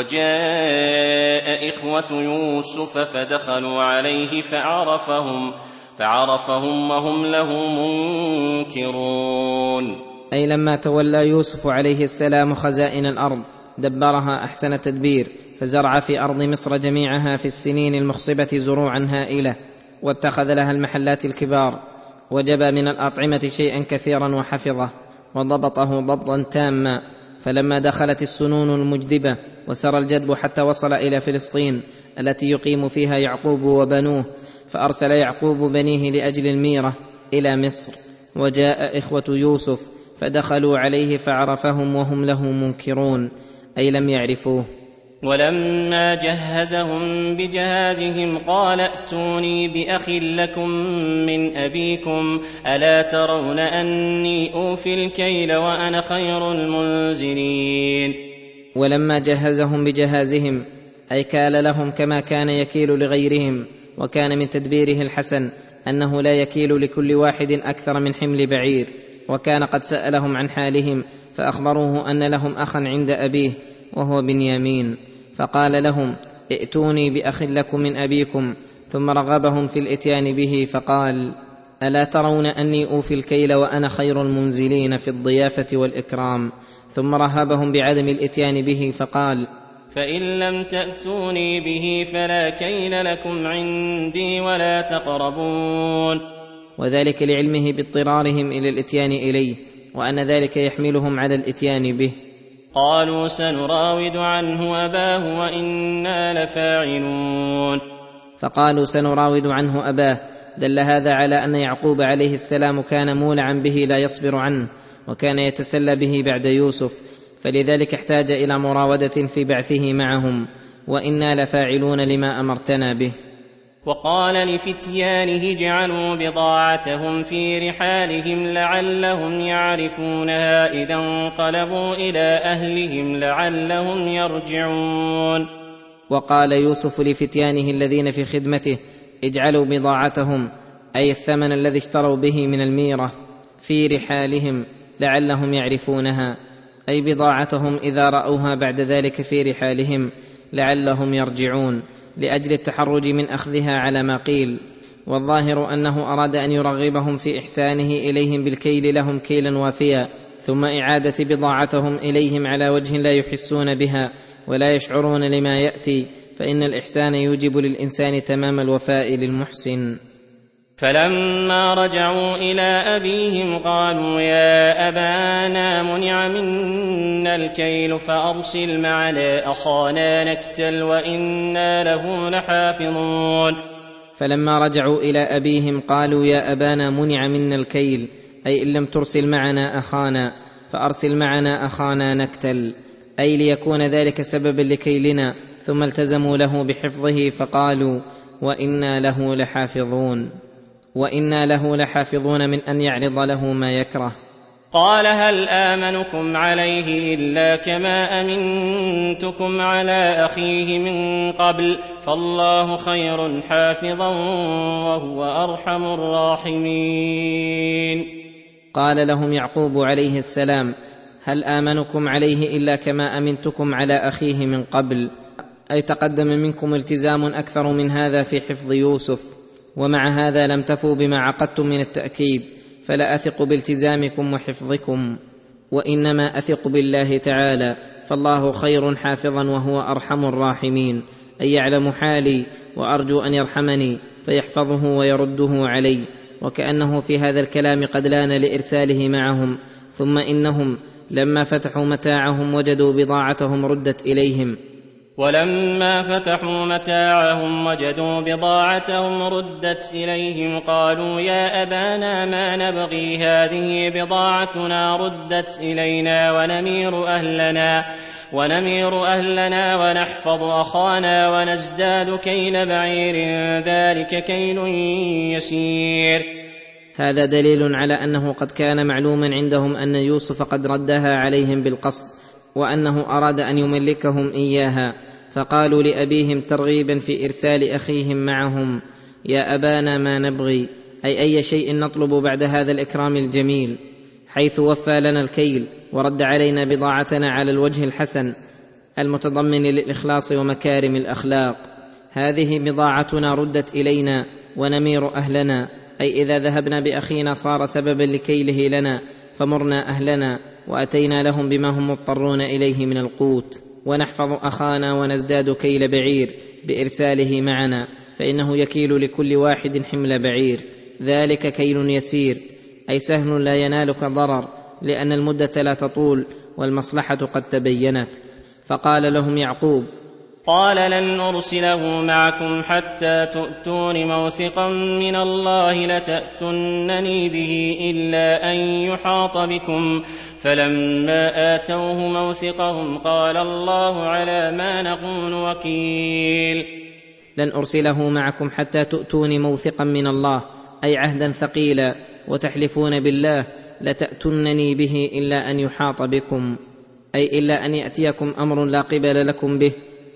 وجاء إخوة يوسف فدخلوا عليه فعرفهم وهم له منكرون. أي لما تولى يوسف عليه السلام خزائن الأرض دبرها أحسن تدبير، فزرع في أرض مصر جميعها في السنين المخصبة زروعا هائلة، واتخذ لها المحلات الكبار، وجبى من الأطعمة شيئا كثيرا وحفظه وضبطه ضبطا تاما. فلما دخلت السنون المجدبة وسرى الجدب حتى وصل إلى فلسطين التي يقيم فيها يعقوب وبنوه، فأرسل يعقوب بنيه لأجل الميرة إلى مصر. وجاء إخوة يوسف فدخلوا عليه فعرفهم وهم له منكرون، أي لم يعرفوه. ولما جهزهم بجهازهم قال ائتوني بأخ لكم من أبيكم ألا ترون أني أوفي الكيل وأنا خير المنزلين. ولما جهزهم بجهازهم أي كال لهم كما كان يكيل لغيرهم، وكان من تدبيره الحسن أنه لا يكيل لكل واحد أكثر من حمل بعير. وكان قد سألهم عن حالهم فأخبروه أن لهم أخا عند أبيه وهو بنيامين، فقال لهم: ائتوني بأخ لكم من أبيكم. ثم رغبهم في الإتيان به فقال: ألا ترون أني أوفي الكيل وأنا خير المنزلين في الضيافة والإكرام؟ ثم رهبهم بعدم الإتيان به فقال: فإن لم تأتوني به فلا كيل لكم عندي ولا تقربون. وذلك لعلمه باضطرارهم إلى الإتيان إليه، وأن ذلك يحملهم على الإتيان به. قالوا: سنراود عنه أباه وإنا لفاعلون. فقالوا: سنراود عنه أباه. دل هذا على أن يعقوب عليه السلام كان مولعا به لا يصبر عنه، وكان يتسلى به بعد يوسف، فلذلك احتاج إلى مراودة في بعثه معهم: وإنا لفاعلون لما أمرتنا به. وقال لفتيانه: اجعلوا بضاعتهم في رحالهم لعلهم يعرفونها إذا انقلبوا إلى أهلهم لعلهم يرجعون. وقال يوسف لفتيانه الذين في خدمته: اجعلوا بضاعتهم، أي الثمن الذي اشتروا به من الميرة، في رحالهم لعلهم يعرفونها، أي بضاعتهم إذا رأوها بعد ذلك في رحالهم لعلهم يرجعون، لأجل التحرج من أخذها على ما قيل. والظاهر أنه أراد أن يرغبهم في إحسانه إليهم بالكيل لهم كيلا وافيا، ثم إعادة بضاعتهم إليهم على وجه لا يحسون بها ولا يشعرون لما يأتي، فإن الإحسان يوجب للإنسان تمام الوفاء للمحسن. فلما رجعوا إلى أبيهم قالوا: يا أبانا منع منا الكيل فأرسل معنا أخانا نكتل وإنا له لحافظون. فلما رجعوا إلى أبيهم قالوا: يا أبانا منع منا الكيل، أي إن لم ترسل معنا أخانا فأرسل معنا أخانا نكتل، أي ليكون ذلك سببا لكيلنا. ثم التزموا له بحفظه فقالوا: وإنا له لحافظون. وإنا له لحافظون من أن يعرض له ما يكره. قال: هل آمنكم عليه إلا كما أمنتكم على أخيه من قبل، فالله خير حافظا وهو أرحم الراحمين. قال لهم يعقوب عليه السلام: هل آمنكم عليه إلا كما أمنتكم على أخيه من قبل، أي تقدم منكم التزام أكثر من هذا في حفظ يوسف، ومع هذا لم تفوا بما عقدتم من التأكيد، فلا أثق بالتزامكم وحفظكم، وإنما أثق بالله تعالى، فالله خير حافظا وهو أرحم الراحمين، أي يعلم حالي وأرجو أن يرحمني فيحفظه ويرده علي. وكأنه في هذا الكلام قد لان لإرساله معهم. ثم إنهم لما فتحوا متاعهم وجدوا بضاعتهم ردت إليهم. ولما فتحوا متاعهم وجدوا بضاعتهم ردت إليهم قالوا: يا أبانا ما نبغي، هذه بضاعتنا ردت إلينا ونمير أهلنا ونحفظ أخانا ونزداد كيل بعير، ذلك كيل يسير. هذا دليل على أنه قد كان معلوما عندهم أن يوسف قد ردها عليهم بالقصد، وأنه أراد أن يملكهم إياها، فقالوا لأبيهم ترغيبا في إرسال أخيهم معهم: يا أبانا ما نبغي، أي شيء نطلب بعد هذا الإكرام الجميل، حيث وفى لنا الكيل ورد علينا بضاعتنا على الوجه الحسن المتضمن للإخلاص ومكارم الأخلاق. هذه بضاعتنا ردت إلينا ونمير أهلنا، أي إذا ذهبنا بأخينا صار سببا لكيله لنا، فمرنا أهلنا وأتينا لهم بما هم مضطرون إليه من القوت، ونحفظ أخانا ونزداد كيل بعير بإرساله معنا، فإنه يكيل لكل واحد حمل بعير، ذلك كيل يسير، أي سهل لا ينالك ضرر، لأن المدة لا تطول والمصلحة قد تبينت. فقال لهم يعقوب: قال: لن أرسله معكم حتى تؤتون موثقا من الله لتأتونني به إلا أن يحاط بكم. فلما آتوه موثقهم قال: الله على ما نقول وكيل. لن أرسله معكم حتى تؤتون موثقا من الله، أي عهدا ثقيلا، وتحلفون بالله لتأتونني به إلا أن يحاط بكم، أي إلا أن يأتيكم أمر لا قبل لكم به،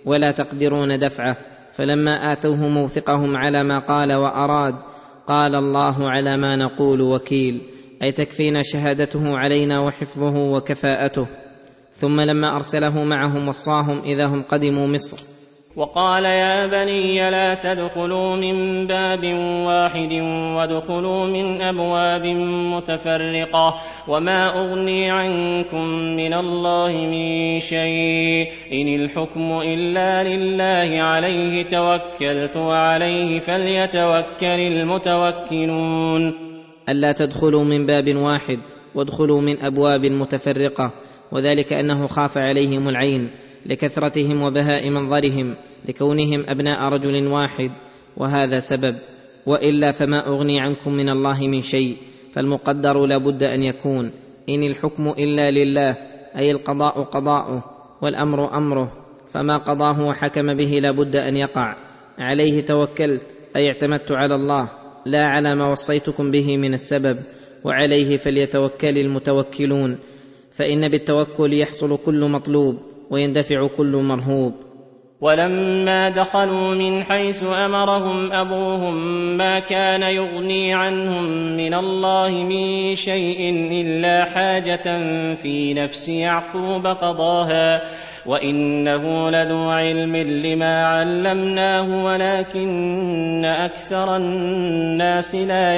ولا تقدرون دفعه. فلما آتوه موثقهم على ما قال وأراد، قال الله على ما نقول وكيل، أي تكفينا شهادته علينا وحفظه وكفاءته. ثم لما أرسله معهم وصاهم إذا هم قدموا مصر. وقال يا بني لا تدخلوا من باب واحد وادخلوا من أبواب متفرقة وما أغني عنكم من الله من شيء إن الحكم إلا لله عليه توكلت وعليه فليتوكل المتوكلون. ألا تدخلوا من باب واحد وادخلوا من أبواب متفرقة، وذلك أنه خاف عليهم العين لكثرتهم وبهاء منظرهم لكونهم أبناء رجل واحد، وهذا سبب. وإلا فما أغني عنكم من الله من شيء، فالمقدر لا بد أن يكون إن الحكم إلا لله، أي القضاء قضاؤه والأمر أمره، فما قضاه وحكم به لا بد أن يقع. عليه توكلت، أي اعتمدت على الله لا على ما وصيتكم به من السبب، وعليه فليتوكل المتوكلون، فإن بالتوكل يحصل كل مطلوب ويندفع كل مرهوب. ولما دخلوا من حيث أمرهم أبوهم ما كان يغني عنهم من الله من شيء إلا حاجة في نفس يعقوب قضاها، وإنه لذو علم لما علمناه ولكن أكثر الناس لا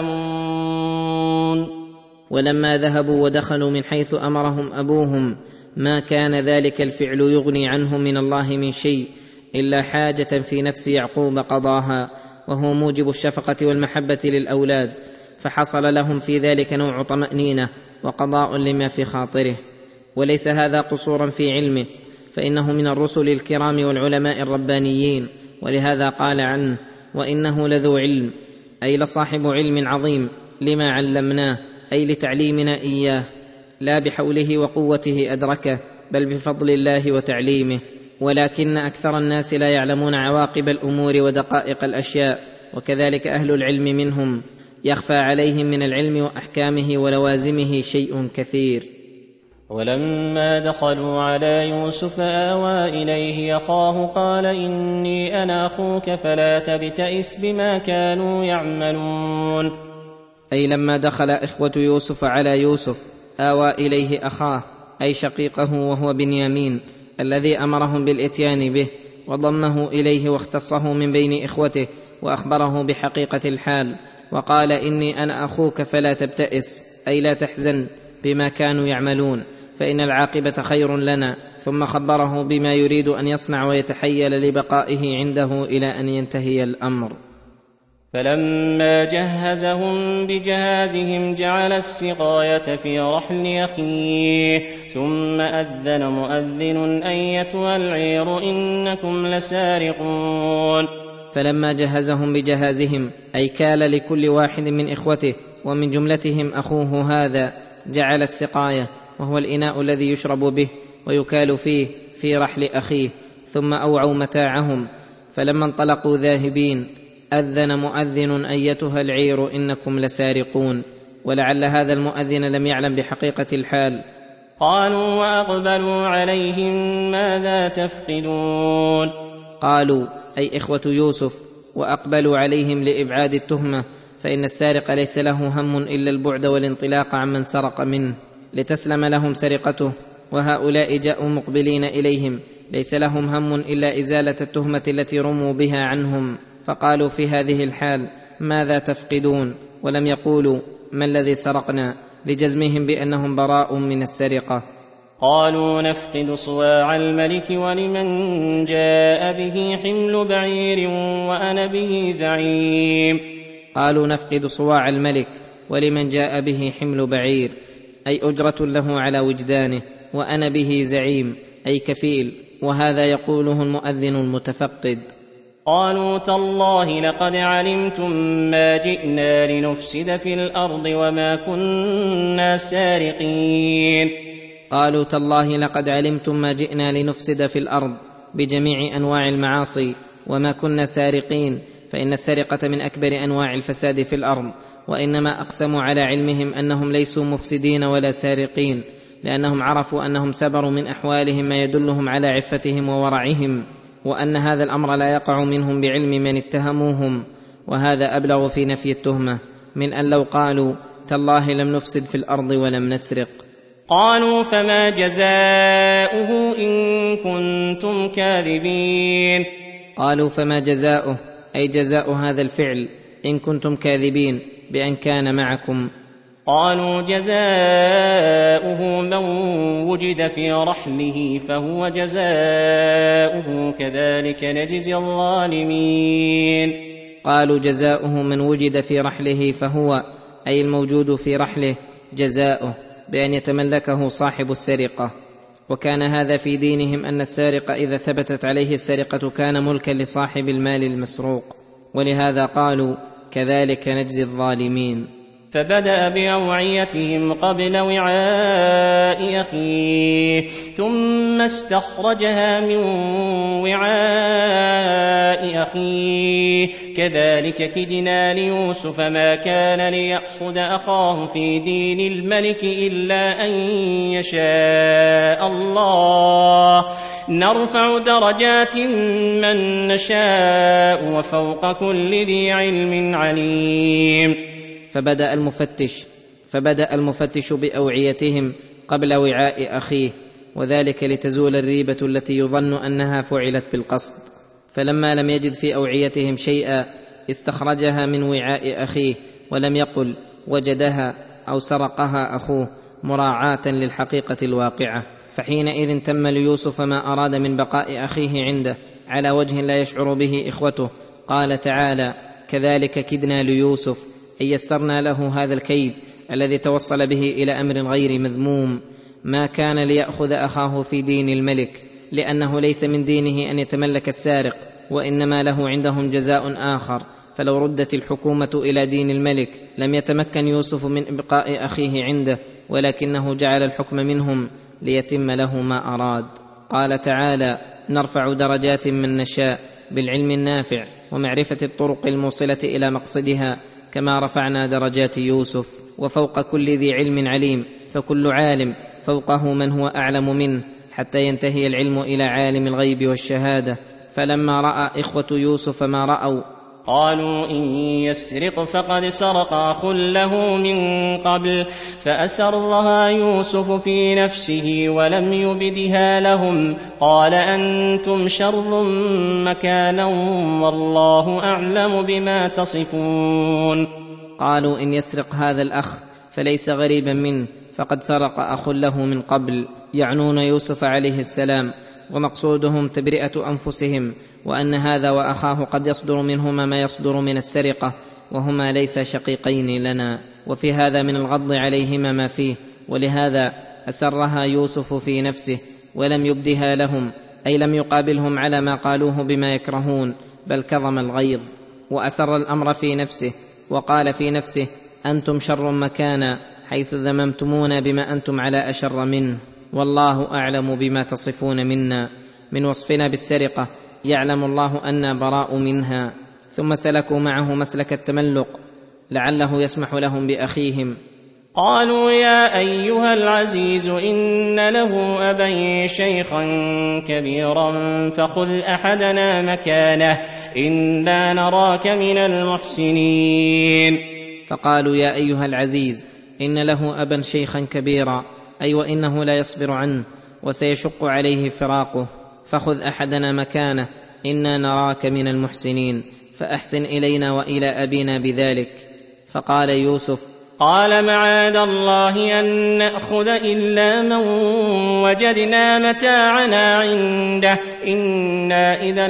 يعلمون. ولما ذهبوا ودخلوا من حيث أمرهم أبوهم ما كان ذلك الفعل يغني عنهم من الله من شيء إلا حاجة في نفس يعقوب قضاها، وهو موجب الشفقة والمحبة للأولاد، فحصل لهم في ذلك نوع طمأنينة وقضاء لما في خاطره. وليس هذا قصورا في علمه، فإنه من الرسل الكرام والعلماء الربانيين، ولهذا قال عنه وإنه لذو علم، أي لصاحب علم عظيم لما علمناه، أي لتعليمنا إياه، لا بحوله وقوته أدركه، بل بفضل الله وتعليمه. ولكن أكثر الناس لا يعلمون عواقب الأمور ودقائق الأشياء، وكذلك أهل العلم منهم يخفى عليهم من العلم وأحكامه ولوازمه شيء كثير. ولما دخلوا على يوسف آوى إليه أخاه قال إني أنا أخوك فلا تبتئس بما كانوا يعملون. أي لما دخل إخوة يوسف على يوسف آوى إليه أخاه، أي شقيقه وهو بنيامين الذي أمرهم بالإتيان به، وضمه إليه واختصه من بين إخوته وأخبره بحقيقة الحال، وقال إني أنا أخوك فلا تبتئس، أي لا تحزن بما كانوا يعملون فإن العاقبة خير لنا. ثم خبره بما يريد أن يصنع ويتحيل لبقائه عنده إلى أن ينتهي الأمر. فلما جهزهم بجهازهم جعل السقاية في رحل أخيه ثم أذن مؤذن أيتها العير إنكم لسارقون. فلما جهزهم بجهازهم، أي كال لكل واحد من إخوته ومن جملتهم أخوه هذا، جعل السقاية وهو الإناء الذي يشرب به ويكال فيه في رحل أخيه، ثم أوعوا متاعهم. فلما انطلقوا ذاهبين أذن مؤذن أيتها العير إنكم لسارقون، ولعل هذا المؤذن لم يعلم بحقيقة الحال. قالوا وأقبلوا عليهم ماذا تفقدون. قالوا أي إخوة يوسف، وأقبلوا عليهم لإبعاد التهمة، فإن السارق ليس له هم إلا البعد والانطلاق عمن سرق منه لتسلم لهم سرقته، وهؤلاء جاءوا مقبلين إليهم ليس لهم هم إلا إزالة التهمة التي رموا بها عنهم، فقالوا في هذه الحال ماذا تفقدون، ولم يقولوا ما الذي سرقنا، لجزمهم بأنهم براء من السرقة. قالوا نفقد صواع الملك ولمن جاء به حمل بعير وأنا به زعيم. قالوا نفقد صواع الملك ولمن جاء به حمل بعير، أي أجرة له على وجدانه، وأنا به زعيم أي كفيل، وهذا يقوله المؤذن المتفقد. قالوا تالله لقد علمتم ما جئنا لنفسد في الأرض وما كنا سارقين. قالوا تالله لقد علمتم ما جئنا لنفسد في الأرض بجميع أنواع المعاصي وما كنا سارقين، فإن السرقة من أكبر أنواع الفساد في الأرض، وإنما أقسموا على علمهم أنهم ليسوا مفسدين ولا سارقين، لأنهم عرفوا أنهم سبروا من أحوالهم ما يدلهم على عفتهم وورعهم، وأن هذا الأمر لا يقع منهم بعلم من اتهموهم، وهذا أبلغ في نفي التهمة من أن لو قالوا تالله لم نفسد في الأرض ولم نسرق. قالوا فما جزاؤه إن كنتم كاذبين. قالوا فما جزاؤه أي جزاء هذا الفعل إن كنتم كاذبين بأن كان معكم. قالوا جزاؤه من وجد في رحله فهو جزاؤه كذلك نجزي الظالمين. قالوا جزاؤه من وجد في رحله فهو أي الموجود في رحله جزاؤه بأن يتملكه صاحب السرقة. وكان هذا في دينهم أن السارق إذا ثبتت عليه السرقة كان ملكا لصاحب المال المسروق، ولهذا قالوا كذلك نجزي الظالمين. فبدأ بأوعيتهم قبل وعاء أخيه ثم استخرجها من وعاء أخيه كذلك كدنا ليوسف ما كان ليأخذ أخاه في دين الملك إلا أن يشاء الله نرفع درجات من نشاء وفوق كل ذي علم عليم. فبدأ المفتش بأوعيتهم قبل وعاء أخيه، وذلك لتزول الريبة التي يظن أنها فعلت بالقصد. فلما لم يجد في أوعيتهم شيئا استخرجها من وعاء أخيه، ولم يقل وجدها أو سرقها أخوه مراعاة للحقيقة الواقعة. فحينئذ تم ليوسف ما أراد من بقاء أخيه عنده على وجه لا يشعر به إخوته. قال تعالى كذلك كدنا ليوسف أي يسرنا له هذا الكيد الذي توصل به إلى أمر غير مذموم. ما كان ليأخذ أخاه في دين الملك، لأنه ليس من دينه أن يتملك السارق، وإنما له عندهم جزاء آخر. فلو ردت الحكومة إلى دين الملك لم يتمكن يوسف من إبقاء أخيه عنده، ولكنه جعل الحكم منهم ليتم له ما أراد. قال تعالى نرفع درجات من نشاء بالعلم النافع ومعرفة الطرق الموصلة إلى مقصدها، كما رفعنا درجات يوسف. وفوق كل ذي علم عليم، فكل عالم فوقه من هو أعلم منه حتى ينتهي العلم إلى عالم الغيب والشهادة. فلما رأى إخوة يوسف ما رأوا قالوا إن يسرق فقد سرق أخ له من قبل فأسرها يوسف في نفسه ولم يبدها لهم قال أنتم شر مكانا والله أعلم بما تصفون. قالوا إن يسرق هذا الأخ فليس غريبا منه، فقد سرق أخ له من قبل، يعنون يوسف عليه السلام، ومقصودهم تبرئة أنفسهم، وأن هذا وأخاه قد يصدر منهما ما يصدر من السرقة، وهما ليس شقيقين لنا. وفي هذا من الغض عليهما ما فيه، ولهذا أسرها يوسف في نفسه ولم يبدها لهم، أي لم يقابلهم على ما قالوه بما يكرهون، بل كظم الغيظ وأسر الأمر في نفسه، وقال في نفسه أنتم شر مكانا، حيث ذممتمونا بما أنتم على أشر منه، والله أعلم بما تصفون منا. من وصفنا بالسرقة يعلم الله أنا براء منها. ثم سلكوا معه مسلك التملق لعله يسمح لهم بأخيهم. قالوا يا أيها العزيز إن له أبا شيخا كبيرا فخذ أحدنا مكانه إنا نراك من المحسنين. فقالوا يا أيها العزيز إن له أبا شيخا كبيرا، أي وإنه لا يصبر عنه وسيشق عليه فراقه، فخذ أحدنا مكانه إنا نراك من المحسنين، فأحسن إلينا وإلى أبينا بذلك. فقال يوسف قال معاذ الله أن نأخذ إلا من وجدنا متاعنا عنده إنا إذا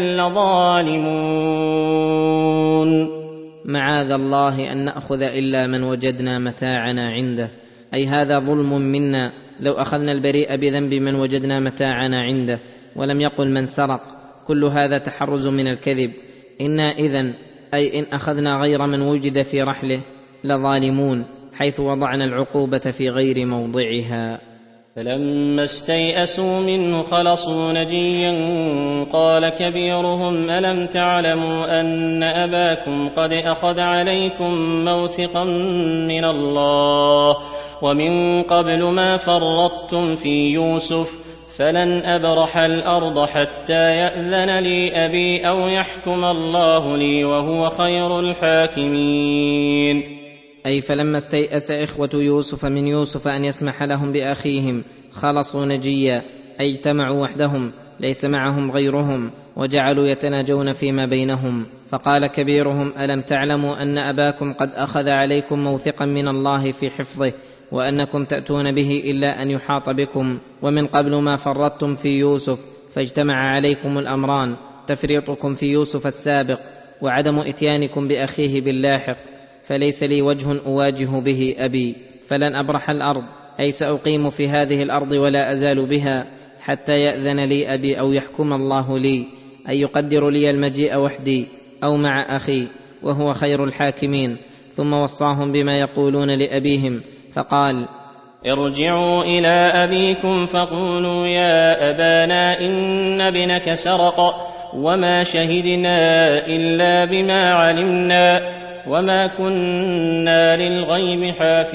لظالمون. معاذ الله أن نأخذ إلا من وجدنا متاعنا عنده، أي هذا ظلم منا لو أخذنا البريء بذنب من وجدنا متاعنا عنده، ولم يقل من سرق. كل هذا تحرز من الكذب. إنا إذن أي إن أخذنا غير من وجد في رحله لظالمون، حيث وضعنا العقوبة في غير موضعها. فلما استيئسوا منه خلصوا نجيا قال كبيرهم ألم تعلموا أن أباكم قد أخذ عليكم موثقا من الله ومن قبل ما فرطتم في يوسف فلن أبرح الأرض حتى يأذن لي أبي أو يحكم الله لي وهو خير الحاكمين. أي فلما استيأس إخوة يوسف من يوسف أن يسمح لهم بأخيهم خلصوا نجيا، أي اجتمعوا وحدهم ليس معهم غيرهم، وجعلوا يتناجون فيما بينهم. فقال كبيرهم ألم تعلموا أن أباكم قد أخذ عليكم موثقا من الله في حفظه وأنكم تأتون به إلا أن يحاط بكم، ومن قبل ما فرطتم في يوسف فاجتمع عليكم الأمران، تفريطكم في يوسف السابق وعدم إتيانكم بأخيه باللاحق، فليس لي وجه أواجه به أبي. فلن أبرح الأرض، أي سأقيم في هذه الأرض ولا أزال بها حتى يأذن لي أبي أو يحكم الله لي، أي يقدر لي المجيء وحدي أو مع أخي وهو خير الحاكمين. ثم وصاهم بما يقولون لأبيهم فقال ارجعوا إلى أبيكم فقولوا يا أبانا إن ابنك سرق وما شهدنا إلا بما علمنا وما كنا للغيب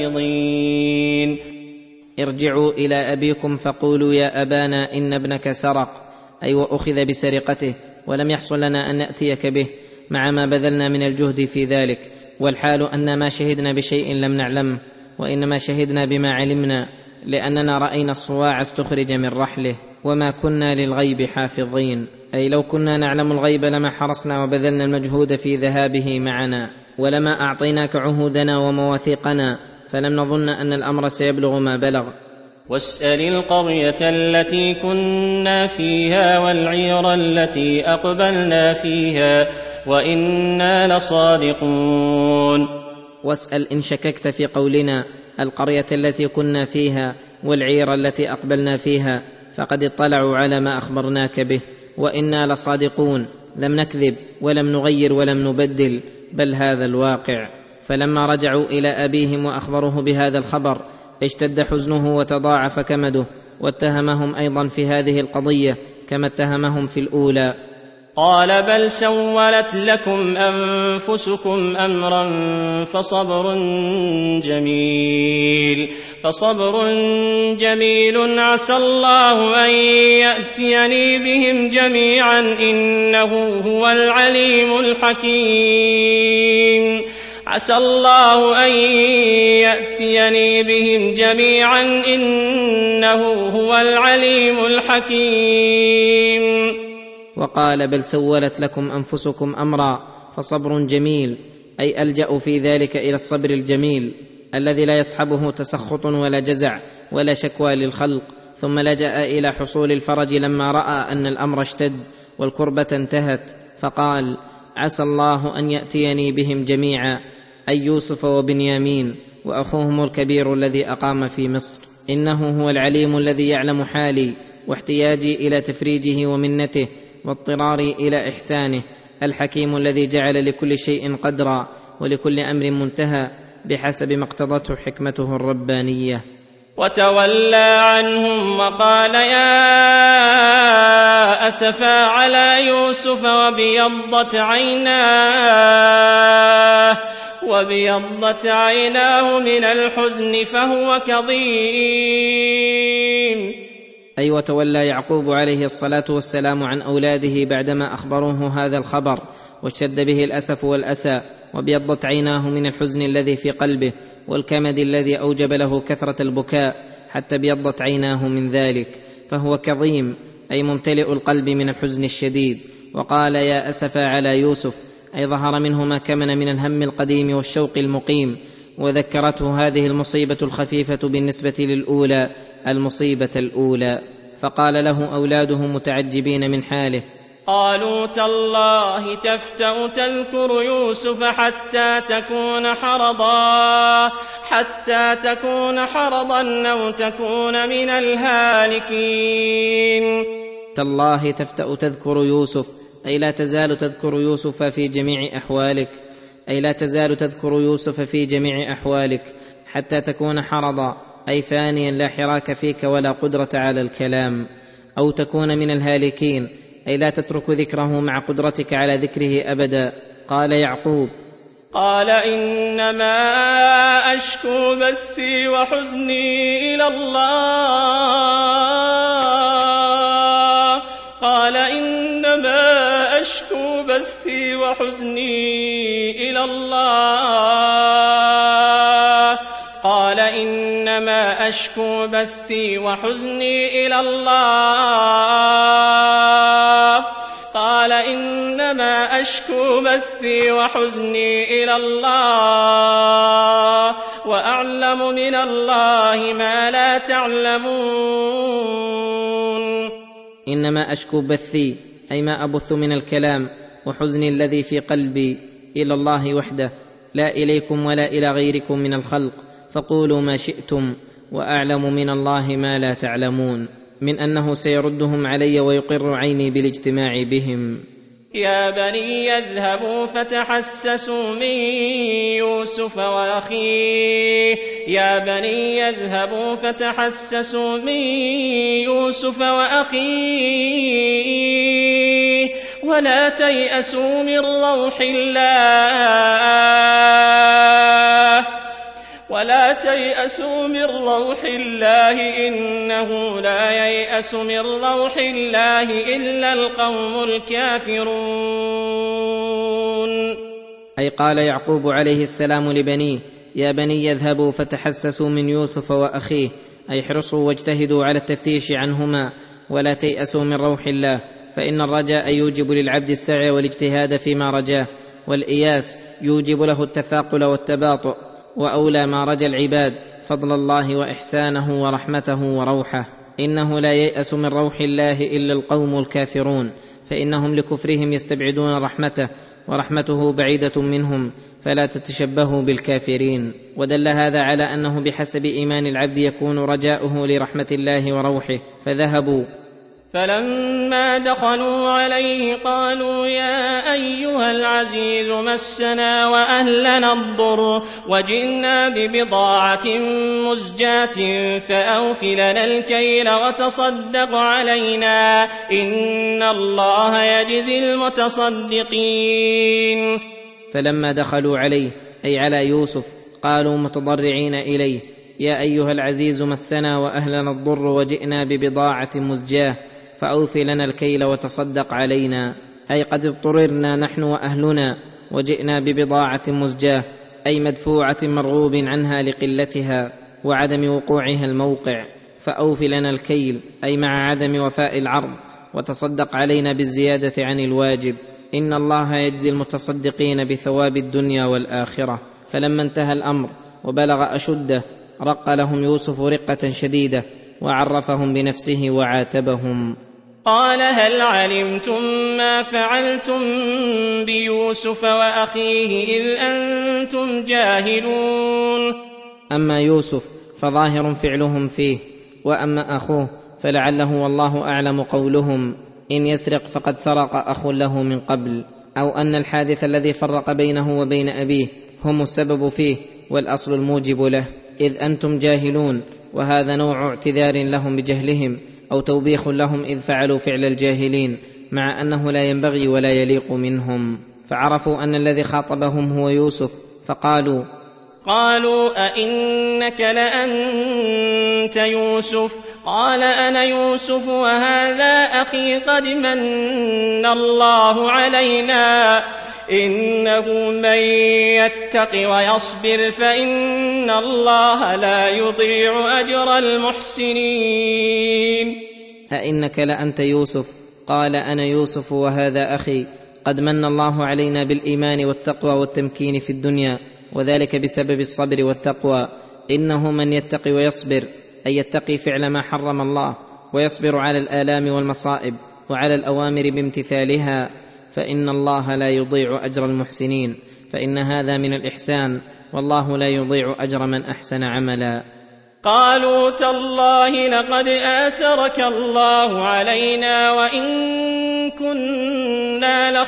حافظين. ارجعوا إلى أبيكم فقولوا يا أبانا إن ابنك سرق، أي وأخذ بسرقته ولم يحصل لنا أن نأتيك به مع ما بذلنا من الجهد في ذلك، والحال أن ما شهدنا بشيء لم نعلمه، وإنما شهدنا بما علمنا لأننا رأينا الصواع استخرج من رحله، وما كنا للغيب حافظين. أي لو كنا نعلم الغيب لما حرصنا وبذلنا المجهود في ذهابه معنا، ولما أعطيناك عهودنا ومواثيقنا، فلم نظن أن الأمر سيبلغ ما بلغ. واسأل القرية التي كنا فيها والعير التي أقبلنا فيها وإنا لصادقون. واسأل إن شككت في قولنا القرية التي كنا فيها والعير التي أقبلنا فيها، فقد اطلعوا على ما أخبرناك به، وإنا لصادقون، لم نكذب ولم نغير ولم نبدل، بل هذا الواقع. فلما رجعوا إلى أبيهم وأخبروه بهذا الخبر اشتد حزنه وتضاعف كمده، واتهمهم أيضا في هذه القضية كما اتهمهم في الأولى. قال بل سولت لكم أنفسكم أمرا فصبر جميل عسى الله أن يأتيني بهم جميعا إنه هو العليم الحكيم. عسى الله أن يأتيني بهم جميعا إنه هو العليم الحكيم. وقال بل سولت لكم أنفسكم أمرا فصبر جميل، أي ألجأوا في ذلك إلى الصبر الجميل الذي لا يصحبه تسخط ولا جزع ولا شكوى للخلق، ثم لجأ إلى حصول الفرج لما رأى أن الأمر اشتد والكربة انتهت، فقال عسى الله أن يأتيني بهم جميعا، أي يوسف وبنيامين وأخوهم الكبير الذي أقام في مصر، إنه هو العليم الذي يعلم حالي واحتياجي إلى تفريجه ومنته واضطراري إلى إحسانه، الحكيم الذي جعل لكل شيء قدرا ولكل أمر منتهى بحسب ما اقتضته حكمته الربانية. وتولى عنهم وقال يا أسفا على يوسف وابيضت عيناه من الحزن فهو كظيم. أي وتولى يعقوب عليه الصلاة والسلام عن أولاده بعدما أخبروه هذا الخبر، واشتد به الأسف والأسى، وابيضت عيناه من الحزن الذي في قلبه والكمد الذي أوجب له كثرة البكاء حتى ابيضت عيناه من ذلك، فهو كظيم أي ممتلئ القلب من الحزن الشديد. وقال يا أسفا على يوسف، أي ظهر منه ما كمن من الهم القديم والشوق المقيم، وذكرته هذه المصيبة الخفيفة بالنسبة للأولى المصيبة الأولى. فقال له أولاده متعجبين من حاله قالوا تالله تفتأ تذكر يوسف حتى تكون حرضا أو تكون من الهالكين. تالله تفتأ تذكر يوسف، أي لا تزال تذكر يوسف في جميع أحوالك، حتى تكون حرضا، أي فانيا لا حراك فيك ولا قدرة على الكلام، أو تكون من الهالكين أي لا تترك ذكره مع قدرتك على ذكره أبدا. قال يعقوب: قال إنما أشكو بثي وحزني إلى الله. قال إنما أشكو بثي وحزني إلى الله. قال إنما أشكو بثي وحزني إلى الله. قال إنما أشكو بثي وحزني إلى الله وأعلم من الله ما لا تعلمون. إنما أشكو بثي أي ما أبث من الكلام وحزني الذي في قلبي إلى الله وحده، لا إليكم ولا إلى غيركم من الخلق، فقولوا ما شئتم، وأعلم من الله ما لا تعلمون، من أنه سيردهم علي ويقر عيني بالاجتماع بهم. يا بني اذهبوا فتحسسوا من يوسف وأخيه. يا بني اذهبوا فتحسسوا من يوسف وأخيه ولا تيأسوا من روح الله. ولا تيأسوا من روح الله إنه لا ييأس من روح الله إلا القوم الكافرون. أي قال يعقوب عليه السلام لبنيه: يا بني يذهبوا فتحسسوا من يوسف وأخيه، أي احرصوا واجتهدوا على التفتيش عنهما، ولا تيأسوا من روح الله، فإن الرجاء يوجب للعبد السعي والاجتهاد فيما رجاه، والإياس يوجب له التثاقل والتباطؤ، وأولى ما رجا العباد فضل الله وإحسانه ورحمته وروحه. إنه لا ييأس من روح الله إلا القوم الكافرون، فإنهم لكفرهم يستبعدون رحمته، ورحمته بعيدة منهم، فلا تتشبهوا بالكافرين. ودل هذا على أنه بحسب إيمان العبد يكون رجاؤه لرحمة الله وروحه. فذهبوا فلما دخلوا عليه قالوا: يا أيها العزيز مسنا وأهلنا الضر وجئنا ببضاعة مزجاة فأوف لنا الكيل وتصدق علينا إن الله يجزي المتصدقين. فلما دخلوا عليه أي على يوسف قالوا متضرعين إليه: يا أيها العزيز مسنا وأهلنا الضر وجئنا ببضاعة مزجاة فأوف لنا الكيل وتصدق علينا، أي قد اضطررنا نحن وأهلنا وجئنا ببضاعة مزجاة، أي مدفوعة مرغوب عنها لقلتها وعدم وقوعها الموقع. فأوف لنا الكيل أي مع عدم وفاء العرض، وتصدق علينا بالزيادة عن الواجب، إن الله يجزي المتصدقين بثواب الدنيا والآخرة. فلما انتهى الأمر وبلغ أشده رق لهم يوسف رقة شديدة وعرفهم بنفسه وعاتبهم. قال: هل علمتم ما فعلتم بيوسف وأخيه إذ أنتم جاهلون؟ أما يوسف فظاهر فعلهم فيه، وأما أخوه فلعله والله أعلم قولهم: إن يسرق فقد سرق أخ له من قبل، أو أن الحادث الذي فرق بينه وبين أبيه هم السبب فيه والأصل الموجب له، إذ أنتم جاهلون، وهذا نوع اعتذار لهم بجهلهم أو توبيخ لهم إذ فعلوا فعل الجاهلين، مع أنه لا ينبغي ولا يليق منهم. فعرفوا أن الذي خاطبهم هو يوسف، فقالوا: أئنك لأنت يوسف؟ قال: أنا يوسف وهذا أخي قد من الله علينا، إنه من يتق ويصبر فإن الله لا يضيع أجر المحسنين. أئنك لأنت يوسف؟ قال: أنا يوسف وهذا أخي قد من الله علينا بالإيمان والتقوى والتمكين في الدنيا، وذلك بسبب الصبر والتقوى. إنه من يتقي ويصبر أي يتقي فعل ما حرم الله، ويصبر على الآلام والمصائب وعلى الأوامر بامتثالها، فإن الله لا يضيع أجر المحسنين، فإن هذا من الإحسان، والله لا يضيع أجر من أحسن عملا. قالوا: تالله لقد آثرك الله علينا وإن كنا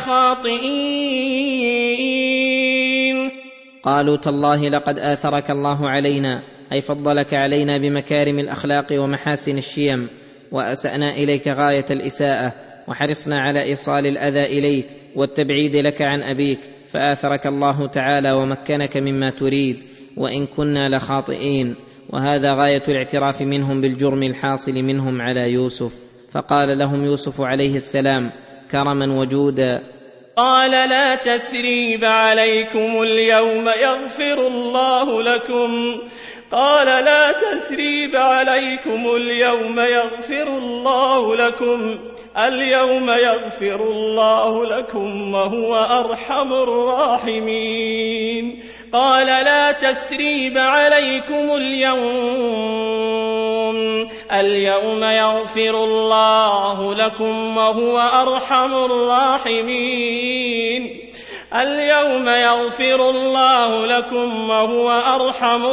لخاطئين. قالوا: تالله لقد آثرك الله علينا أي فضلك علينا بمكارم الأخلاق ومحاسن الشيم، وأسأنا إليك غاية الإساءة، وحرصنا على إيصال الأذى إليك والتبعيد لك عن أبيك، فآثرك الله تعالى ومكنك مما تريد، وإن كنا لخاطئين. وهذا غاية الاعتراف منهم بالجرم الحاصل منهم على يوسف. فقال لهم يوسف عليه السلام كرما وجودا: قال لا تثريب عليكم اليوم يغفر الله لكم. قال لا تثريب عليكم اليوم يغفر الله لكم. اليوم يغفر الله لكم وهو أرحم الراحمين. قال لا تثريب عليكم اليوم يغفر الله لكم وهو أرحم الراحمين. اليوم يغفر الله لكم وهو أرحم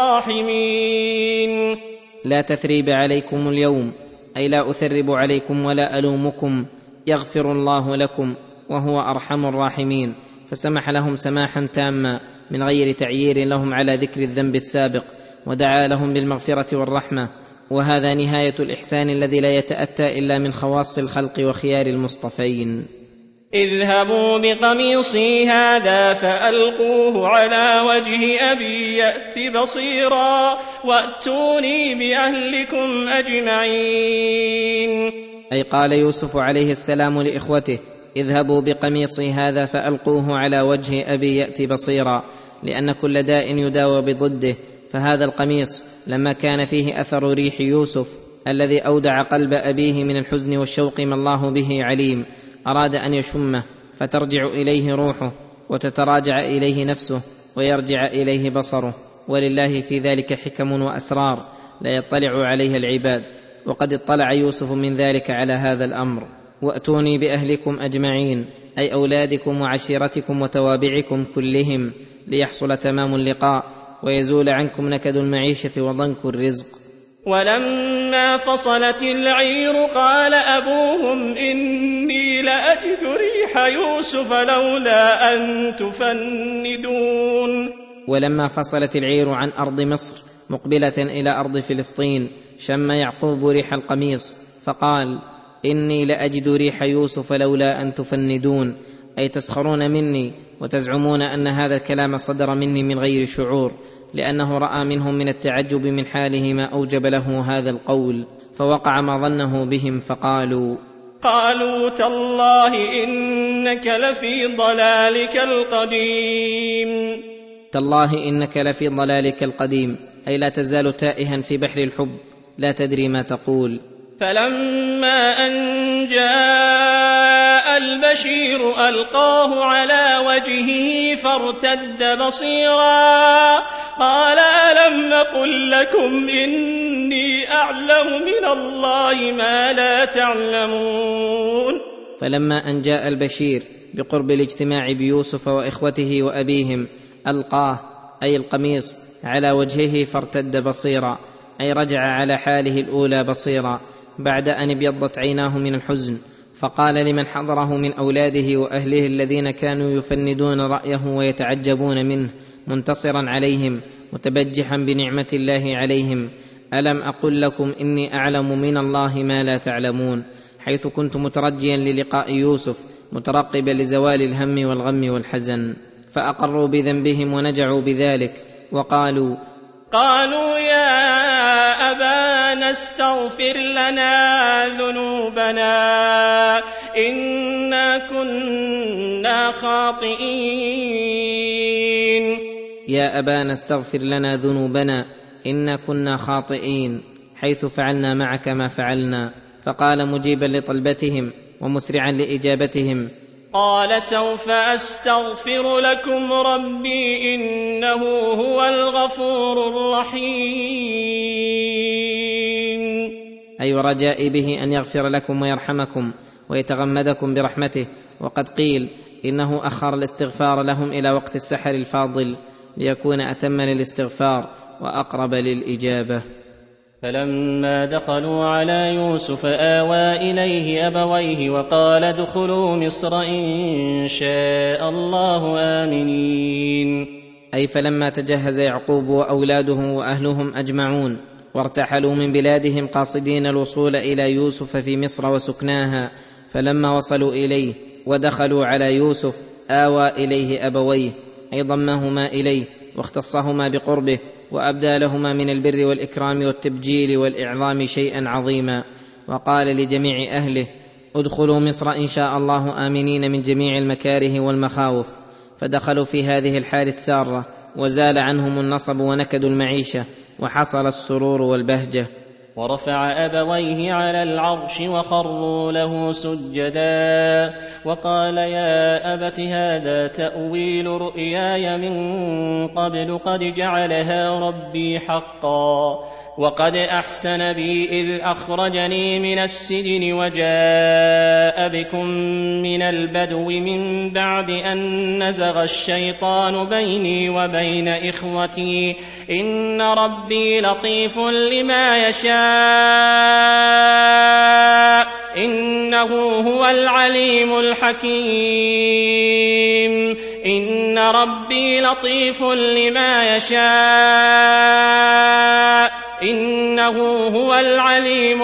الراحمين. لا تثريب عليكم اليوم، أي لا أثرب عليكم ولا ألومكم، يغفر الله لكم وهو أرحم الراحمين. فسمح لهم سماحا تاما من غير تعيير لهم على ذكر الذنب السابق، ودعا لهم بالمغفرة والرحمة، وهذا نهاية الإحسان الذي لا يتأتى إلا من خواص الخلق وخيار المصطفين. اذهبوا بقميصي هذا فألقوه على وجه أبي يأت بصيرا وأتوني بأهلكم أجمعين. أي قال يوسف عليه السلام لإخوته: اذهبوا بقميصي هذا فألقوه على وجه أبي يأت بصيرا، لأن كل داء يداوى بضده. فهذا القميص لما كان فيه أثر ريح يوسف الذي أودع قلب أبيه من الحزن والشوق ما الله به عليم، أراد أن يشمه فترجع إليه روحه وتتراجع إليه نفسه ويرجع إليه بصره، ولله في ذلك حكم وأسرار لا يطلع عليها العباد، وقد اطلع يوسف من ذلك على هذا الأمر. وأتوني بأهلكم أجمعين، أي أولادكم وعشيرتكم وتوابعكم كلهم، ليحصل تمام اللقاء ويزول عنكم نكد المعيشة وضنك الرزق. ولما فصلت العير قال أبوهم إني لأجد ريح يوسف لولا أن تفندون. ولما فصلت العير عن أرض مصر مقبلة إلى أرض فلسطين شم يعقوب ريح القميص فقال: إني لأجد ريح يوسف لولا أن تفندون، أي تسخرون مني وتزعمون أن هذا الكلام صدر مني من غير شعور، لأنه رأى منهم من التعجب من حاله ما أوجب له هذا القول، فوقع ما ظنه بهم فقالوا تالله إنك لفي ضلالك القديم. تالله إنك لفي ضلالك القديم، أي لا تزال تائها في بحر الحب لا تدري ما تقول. فلما أن جاء البشير ألقاه على وجهه فارتد بصيرا قال: ألم أقل لكم إني أعلم من الله ما لا تعلمون. فلما أن جاء البشير بقرب الاجتماع بيوسف وإخوته وأبيهم ألقاه، أي القميص، على وجهه فارتد بصيرا، أي رجع على حاله الأولى بصيرا بعد أن ابيضت عيناه من الحزن. فقال لمن حضره من أولاده وأهله الذين كانوا يفندون رأيه ويتعجبون منه منتصرا عليهم متبجحا بنعمة الله عليهم: ألم أقل لكم إني أعلم من الله ما لا تعلمون، حيث كنت مترجيا للقاء يوسف مترقبا لزوال الهم والغم والحزن. فأقروا بذنبهم ونجعوا بذلك وقالوا يا أبانا استغفر لنا ذنوبنا إنا كنا خاطئين. يا أبانا استغفر لنا ذنوبنا إنا كنا خاطئين، حيث فعلنا معك ما فعلنا. فقال مجيبا لطلبتهم ومسرعا لإجابتهم: قال سوف أستغفر لكم ربي إنه هو الغفور الرحيم. أي ورجاء به أن يغفر لكم ويرحمكم ويتغمدكم برحمته. وقد قيل إنه أخر الاستغفار لهم إلى وقت السحر الفاضل ليكون أتم للاستغفار وأقرب للإجابة. فلما دخلوا على يوسف آوى إليه أبويه وقال: ادخلوا مصر إن شاء الله آمنين. أي فلما تجهز يعقوب وأولاده وأهلهم أجمعون وارتحلوا من بلادهم قاصدين الوصول إلى يوسف في مصر وسكناها، فلما وصلوا إليه ودخلوا على يوسف آوى إليه أبويه، أي ضمهما إليه واختصهما بقربه، وأبدى لهما من البر والإكرام والتبجيل والإعظام شيئا عظيما، وقال لجميع أهله: ادخلوا مصر إن شاء الله آمنين من جميع المكاره والمخاوف. فدخلوا في هذه الحال السارة، وزال عنهم النصب ونكد المعيشة، وحصل السرور والبهجة. ورفع أبويه على العرش وخروا له سجدا، وقال: يا أبت هذا تأويل رؤياي من قبل قد جعلها ربي حقا، وقد أحسن بي إذ أخرجني من السجن وجاء بكم من البدو من بعد أن نزغ الشيطان بيني وبين إخوتي، إن ربي لطيف لما يشاء، إنه هو العليم الحكيم. إن ربي لطيف لما يشاء، إنه هو العليم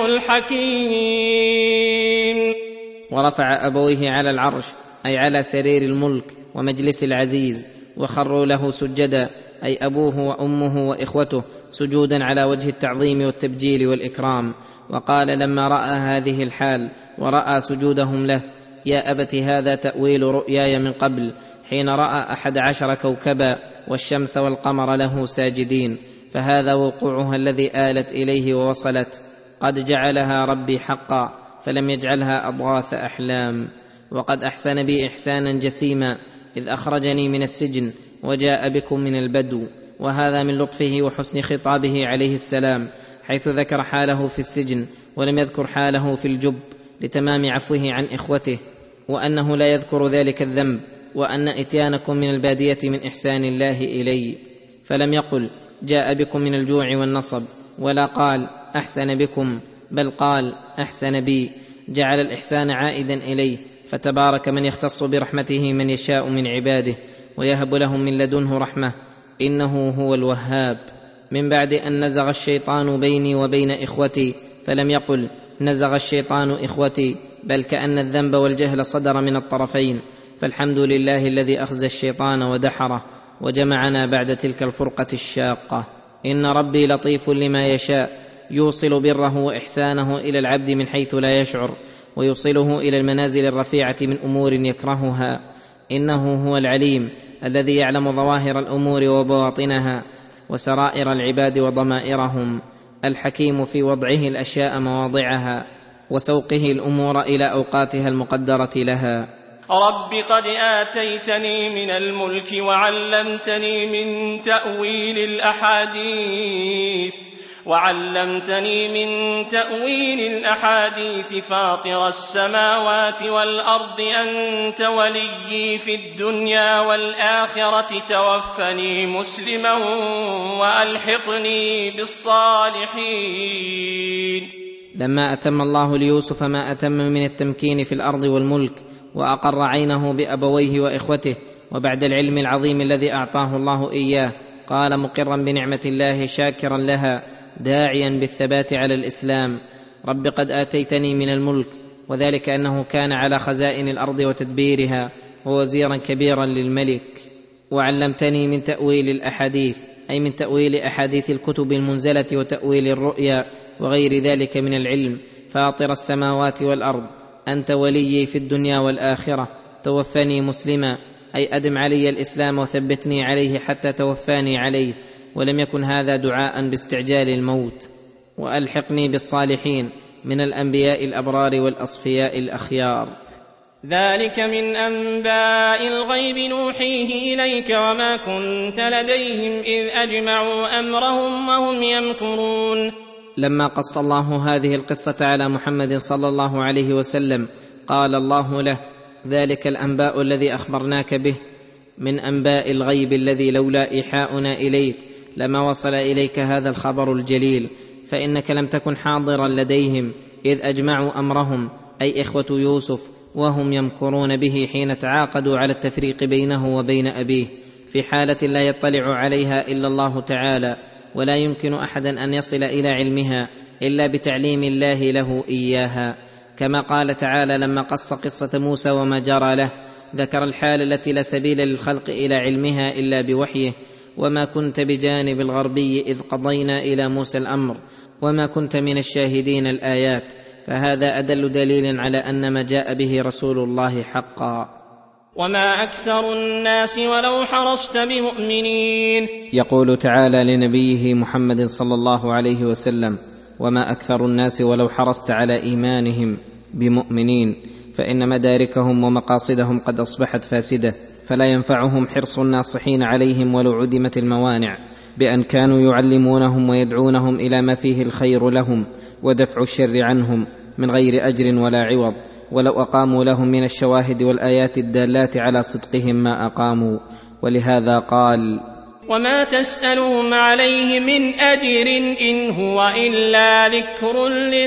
الحكيم. ورفع أبويه على العرش، أي على سرير الملك ومجلس العزيز، وخروا له سجدا، أي أبوه وأمه وإخوته سجودا على وجه التعظيم والتبجيل والإكرام. وقال لما رأى هذه الحال ورأى سجودهم له: يا أبت هذا تأويل رؤياي من قبل، حين رأى 11 كوكبا والشمس والقمر له ساجدين، فهذا وقوعها الذي آلت إليه ووصلت، قد جعلها ربي حقا، فلم يجعلها أضغاث أحلام. وقد أحسن بي إحسانا جسيما إذ أخرجني من السجن وجاء بكم من البدو. وهذا من لطفه وحسن خطابه عليه السلام، حيث ذكر حاله في السجن ولم يذكر حاله في الجب، لتمام عفوه عن إخوته، وأنه لا يذكر ذلك الذنب، وأن إتيانكم من البادية من إحسان الله إلي. فلم يقل جاء بكم من الجوع والنصب، ولا قال أحسن بكم، بل قال أحسن بي، جعل الإحسان عائدا إليه. فتبارك من يختص برحمته من يشاء من عباده، ويهب لهم من لدنه رحمة، إنه هو الوهاب. من بعد أن نزغ الشيطان بيني وبين إخوتي، فلم يقل نزغ الشيطان إخوتي، بل كأن الذنب والجهل صدر من الطرفين. فالحمد لله الذي أخزى الشيطان ودحره، وجمعنا بعد تلك الفرقة الشاقة. إن ربي لطيف لما يشاء، يوصل بره وإحسانه إلى العبد من حيث لا يشعر، ويوصله إلى المنازل الرفيعة من أمور يكرهها. إنه هو العليم الذي يعلم ظواهر الأمور وبواطنها، وسرائر العباد وضمائرهم، الحكيم في وضعه الأشياء مواضعها، وسوقه الأمور إلى أوقاتها المقدرة لها. رب قد آتيتني من الملك وعلمتني من تأويل الأحاديث فاطر السماوات والأرض، أنت وليي في الدنيا والآخرة، توفني مسلما وألحقني بالصالحين. لما أتم الله ليوسف ما أتم من التمكين في الأرض والملك، وأقر عينه بأبويه وإخوته، وبعد العلم العظيم الذي أعطاه الله إياه، قال مقرا بنعمة الله شاكرا لها، داعيا بالثبات على الإسلام: رب قد آتيتني من الملك، وذلك أنه كان على خزائن الأرض وتدبيرها، ووزيرا كبيرا للملك. وعلمتني من تأويل الأحاديث، أي من تأويل أحاديث الكتب المنزلة وتأويل الرؤيا وغير ذلك من العلم، فاطر السماوات والأرض، أنت وليي في الدنيا والآخرة، توفني مسلما، أي أدم علي الإسلام وثبتني عليه حتى توفاني عليه، ولم يكن هذا دعاء باستعجال الموت. وألحقني بالصالحين من الأنبياء الأبرار والأصفياء الأخيار. ذلك من أنباء الغيب نوحيه إليك، وما كنت لديهم إذ أجمعوا أمرهم وهم يمكرون. لما قص الله هذه القصة على محمد صلى الله عليه وسلم، قال الله له: ذلك الأنباء الذي أخبرناك به من أنباء الغيب، الذي لولا إيحاؤنا إليك لما وصل إليك هذا الخبر الجليل، فإنك لم تكن حاضرا لديهم إذ أجمعوا أمرهم، أي إخوة يوسف، وهم يمكرون به حين تعاقدوا على التفريق بينه وبين أبيه. في حاله لا يطلع عليها الا الله تعالى، ولا يمكن احدا ان يصل الى علمها الا بتعليم الله له اياها، كما قال تعالى لما قص قصه موسى وما جرى له، ذكر الحال التي لا سبيل للخلق الى علمها الا بوحيه: وما كنت بجانب الغربي اذ قضينا الى موسى الامر وما كنت من الشاهدين الآيات. فهذا أدل دليل على أن ما جاء به رسول الله حقا. وما أكثر الناس ولو حرصت بمؤمنين. يقول تعالى لنبيه محمد صلى الله عليه وسلم: وما أكثر الناس ولو حرصت على إيمانهم بمؤمنين، فإن مداركهم ومقاصدهم قد أصبحت فاسدة، فلا ينفعهم حرص الناصحين عليهم ولو عدمت الموانع، بأن كانوا يعلمونهم ويدعونهم إلى ما فيه الخير لهم ودفع الشر عنهم من غير أجر ولا عوض، ولو أقاموا لهم من الشواهد والآيات الدالات على صدقهم ما أقاموا. ولهذا قال: وما تسألهم عليه من أجر إن هو إلا ذكر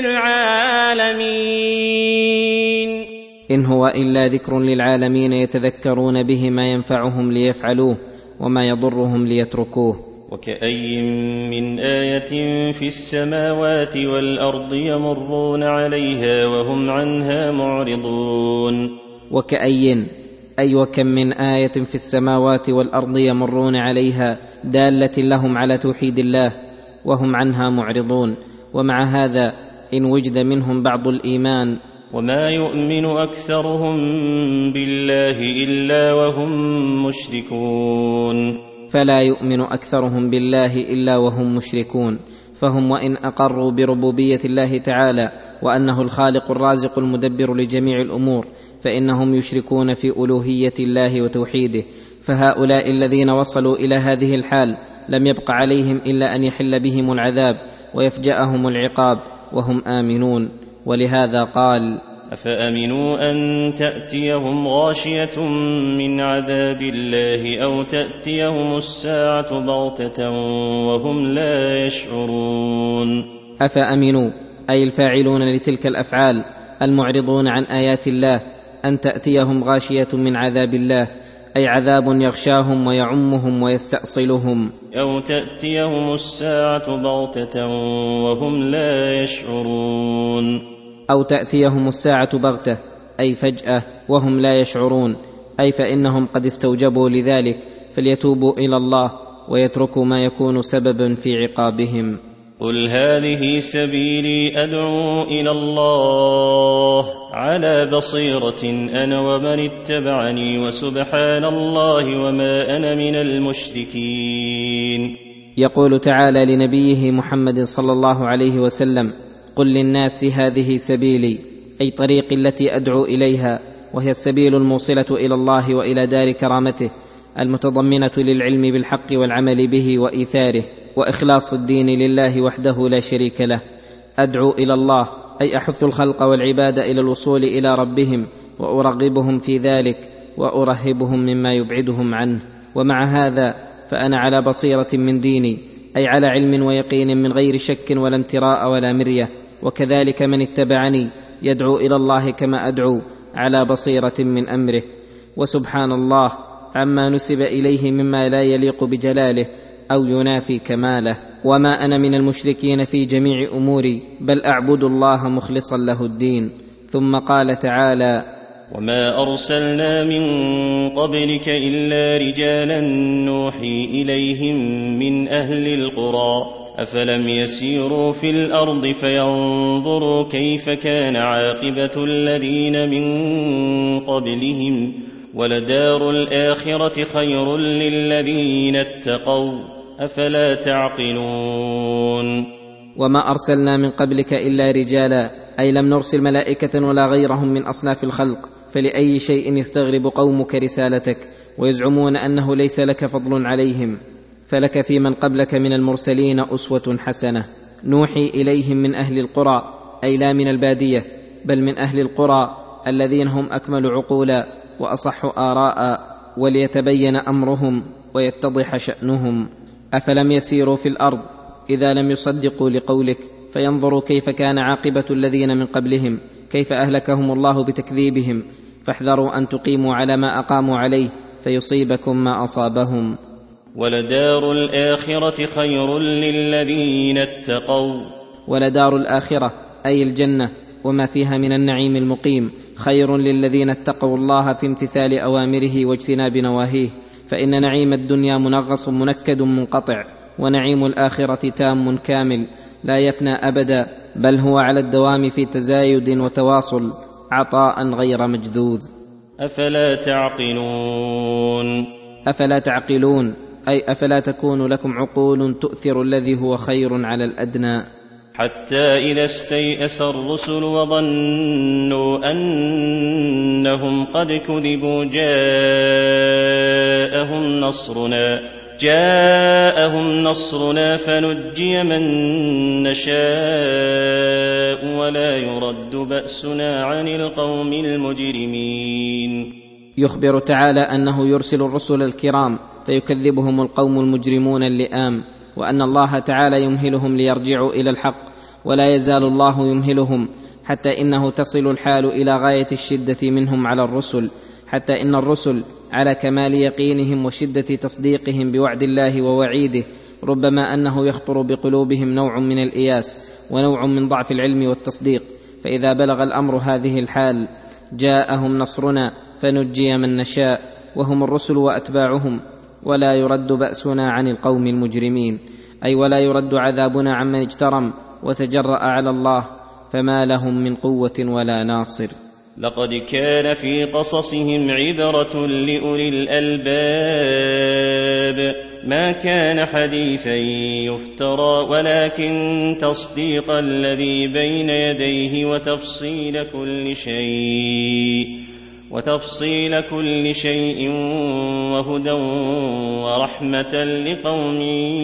للعالمين. إن هو إلا ذكر للعالمين يتذكرون به ما ينفعهم ليفعلوه وما يضرهم ليتركوه. وكأي من آية في السماوات والأرض يمرون عليها وهم عنها معرضون. وكأي أي وكم من آية في السماوات والأرض يمرون عليها دالة لهم على توحيد الله وهم عنها معرضون. ومع هذا إن وجد منهم بعض الإيمان: وما يؤمن أكثرهم بالله إلا وهم مشركون. فلا يؤمن أكثرهم بالله إلا وهم مشركون، فهم وإن أقروا بربوبية الله تعالى وأنه الخالق الرازق المدبر لجميع الأمور، فإنهم يشركون في ألوهية الله وتوحيده. فهؤلاء الذين وصلوا إلى هذه الحال لم يبق عليهم إلا أن يحل بهم العذاب ويفجأهم العقاب وهم آمنون. ولهذا قال: أفأمنوا أن تأتيهم غاشية من عذاب الله أو تأتيهم الساعة بغتة وهم لا يشعرون. أفأمنوا أي الفاعلون لتلك الأفعال المعرضون عن آيات الله أن تأتيهم غاشية من عذاب الله، أي عذاب يغشاهم ويعمهم ويستأصلهم. أو تأتيهم الساعة بغتة وهم لا يشعرون. أو تأتيهم الساعة بغتة أي فجأة وهم لا يشعرون، أي فإنهم قد استوجبوا لذلك، فليتوبوا إلى الله ويتركوا ما يكون سببا في عقابهم. قل هذه سبيلي أدعو إلى الله على بصيرة أنا ومن اتبعني وسبحان الله وما أنا من المشركين. يقول تعالى لنبيه محمد صلى الله عليه وسلم: قل للناس هذه سبيلي، أي طريقي التي أدعو إليها، وهي السبيل الموصلة إلى الله وإلى دار كرامته، المتضمنة للعلم بالحق والعمل به وإيثاره وإخلاص الدين لله وحده لا شريك له. أدعو إلى الله أي أحث الخلق والعباد إلى الوصول إلى ربهم، وأرغبهم في ذلك وأرهبهم مما يبعدهم عنه. ومع هذا فأنا على بصيرة من ديني، أي على علم ويقين من غير شك ولا امتراء ولا مرية. وكذلك من اتبعني يدعو إلى الله كما أدعو على بصيرة من أمره. وسبحان الله عما نسب إليه مما لا يليق بجلاله أو ينافي كماله. وما أنا من المشركين في جميع أموري، بل أعبد الله مخلصا له الدين. ثم قال تعالى: وما أرسلنا من قبلك إلا رجالا نوحي إليهم من أهل القرى أفلم يسيروا في الأرض فينظروا كيف كان عاقبة الذين من قبلهم ولدار الآخرة خير للذين اتقوا أفلا تعقلون. وما أرسلنا من قبلك إلا رجالا، أي لم نرسل ملائكة ولا غيرهم من أصناف الخلق، فلأي شيء يستغرب قومك رسالتك ويزعمون أنه ليس لك فضل عليهم؟ فلك في من قبلك من المرسلين أسوة حسنة. نوحي إليهم من أهل القرى، أي لا من البادية بل من أهل القرى الذين هم أكمل عقولا وأصح آراء، وليتبين أمرهم ويتضح شأنهم. أفلم يسيروا في الأرض إذا لم يصدقوا لقولك فينظروا كيف كان عاقبة الذين من قبلهم، كيف أهلكهم الله بتكذيبهم، فاحذروا أن تقيموا على ما أقاموا عليه فيصيبكم ما أصابهم. ولدار الآخرة خير للذين اتقوا. ولدار الآخرة أي الجنة وما فيها من النعيم المقيم خير للذين اتقوا الله في امتثال أوامره واجتناب نواهيه، فإن نعيم الدنيا منغص منكد منقطع، ونعيم الآخرة تام كامل لا يفنى أبدا، بل هو على الدوام في تزايد وتواصل عطاء غير مجذوذ. أفلا تعقلون. أفلا تعقلون أي أفلا تكون لكم عقول تؤثر الذي هو خير على الأدنى. حتى إذا استيأس الرسل وظنوا أنهم قد كذبوا جاءهم نصرنا فنجي من نشاء ولا يرد بأسنا عن القوم المجرمين. يخبر تعالى أنه يرسل الرسل الكرام فيكذبهم القوم المجرمون اللئام، وأن الله تعالى يمهلهم ليرجعوا إلى الحق، ولا يزال الله يمهلهم حتى إنه تصل الحال إلى غاية الشدة منهم على الرسل، حتى إن الرسل على كمال يقينهم وشدة تصديقهم بوعد الله ووعيده ربما أنه يخطر بقلوبهم نوع من الإياس ونوع من ضعف العلم والتصديق، فإذا بلغ الأمر هذه الحال جاءهم نصرنا فنجي من نشاء، وهم الرسل وأتباعهم، ولا يرد بأسنا عن القوم المجرمين، أي ولا يرد عذابنا عمن اجترم وتجرأ على الله فما لهم من قوة ولا ناصر. لقد كان في قصصهم عبرة لأولي الألباب، ما كان حديثا يفترى ولكن تصديق الذي بين يديه وتفصيل كل شيء وهدى ورحمة لقوم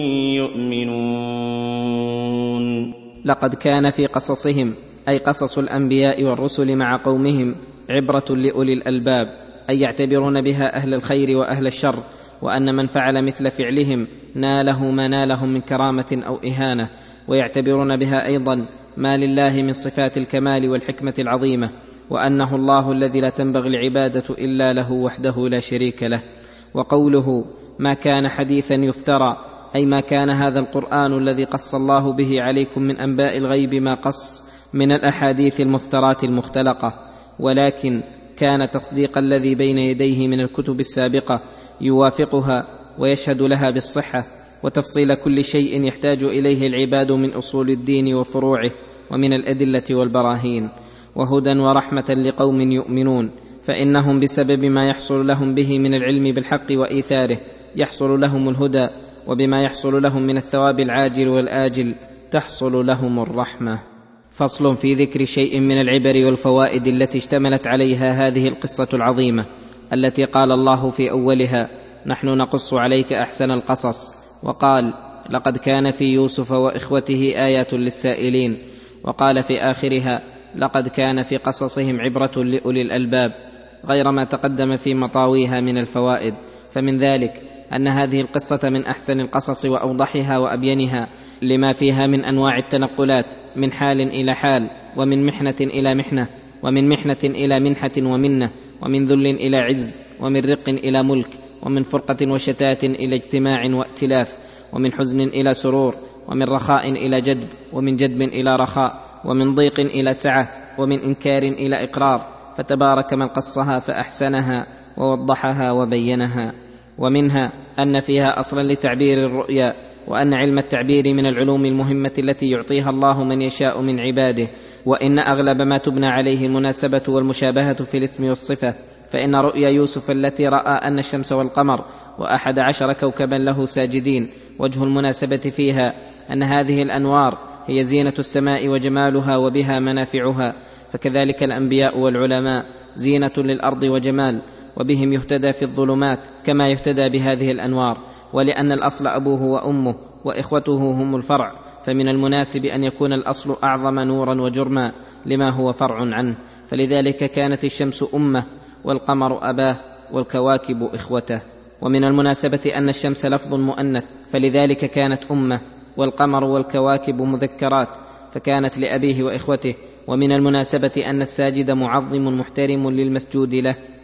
يؤمنون. لقد كان في قصصهم أي قصص الأنبياء والرسل مع قومهم عبرة لأولي الألباب، أي يعتبرون بها أهل الخير وأهل الشر، وأن من فعل مثل فعلهم ناله ما نالهم من كرامة أو إهانة، ويعتبرون بها أيضا ما لله من صفات الكمال والحكمة العظيمة، وأنه الله الذي لا تنبغي العبادة إلا له وحده لا شريك له. وقوله ما كان حديثا يفترى أي ما كان هذا القرآن الذي قص الله به عليكم من أنباء الغيب ما قص من الأحاديث المفترات المختلقة، ولكن كان تصديق الذي بين يديه من الكتب السابقة يوافقها ويشهد لها بالصحة، وتفصيل كل شيء يحتاج إليه العباد من أصول الدين وفروعه ومن الأدلة والبراهين، وهدى ورحمة لقوم يؤمنون، فإنهم بسبب ما يحصل لهم به من العلم بالحق وإيثاره يحصل لهم الهدى، وبما يحصل لهم من الثواب العاجل والآجل تحصل لهم الرحمة. فصل في ذكر شيء من العبر والفوائد التي اشتملت عليها هذه القصة العظيمة، التي قال الله في أولها نحن نقص عليك أحسن القصص، وقال لقد كان في يوسف وإخوته آيات للسائلين، وقال في آخرها لقد كان في قصصهم عبرة لأولي الألباب، غير ما تقدم في مطاويها من الفوائد. فمن ذلك أن هذه القصة من أحسن القصص وأوضحها وأبينها، لما فيها من أنواع التنقلات من حال إلى حال، ومن محنة إلى محنة، ومن محنة إلى منحة ومنة، ومن ذل إلى عز، ومن رق إلى ملك، ومن فرقة وشتات إلى اجتماع وائتلاف، ومن حزن إلى سرور، ومن رخاء إلى جدب، ومن جدب إلى رخاء، ومن ضيق إلى سعة، ومن إنكار إلى إقرار، فتبارك من قصها فأحسنها ووضحها وبينها. ومنها أن فيها أصلا لتعبير الرؤيا، وأن علم التعبير من العلوم المهمة التي يعطيها الله من يشاء من عباده، وإن أغلب ما تبنى عليه المناسبة والمشابهة في الاسم والصفة. فإن رؤيا يوسف التي رأى أن الشمس والقمر و11 كوكبا له ساجدين وجه المناسبة فيها أن هذه الأنوار هي زينة السماء وجمالها وبها منافعها، فكذلك الأنبياء والعلماء زينة للأرض وجمال، وبهم يهتدى في الظلمات كما يهتدى بهذه الأنوار. ولأن الأصل أبوه وأمه وإخوته هم الفرع، فمن المناسب أن يكون الأصل أعظم نورا وجرما لما هو فرع عنه، فلذلك كانت الشمس أمه والقمر أباه والكواكب إخوته. ومن المناسبة أن الشمس لفظ مؤنث، فلذلك كانت أمه، والقمر والكواكب مذكرات فكانت لأبيه وإخوته. ومن المناسبة أن الساجد معظم محترم للمسجود له،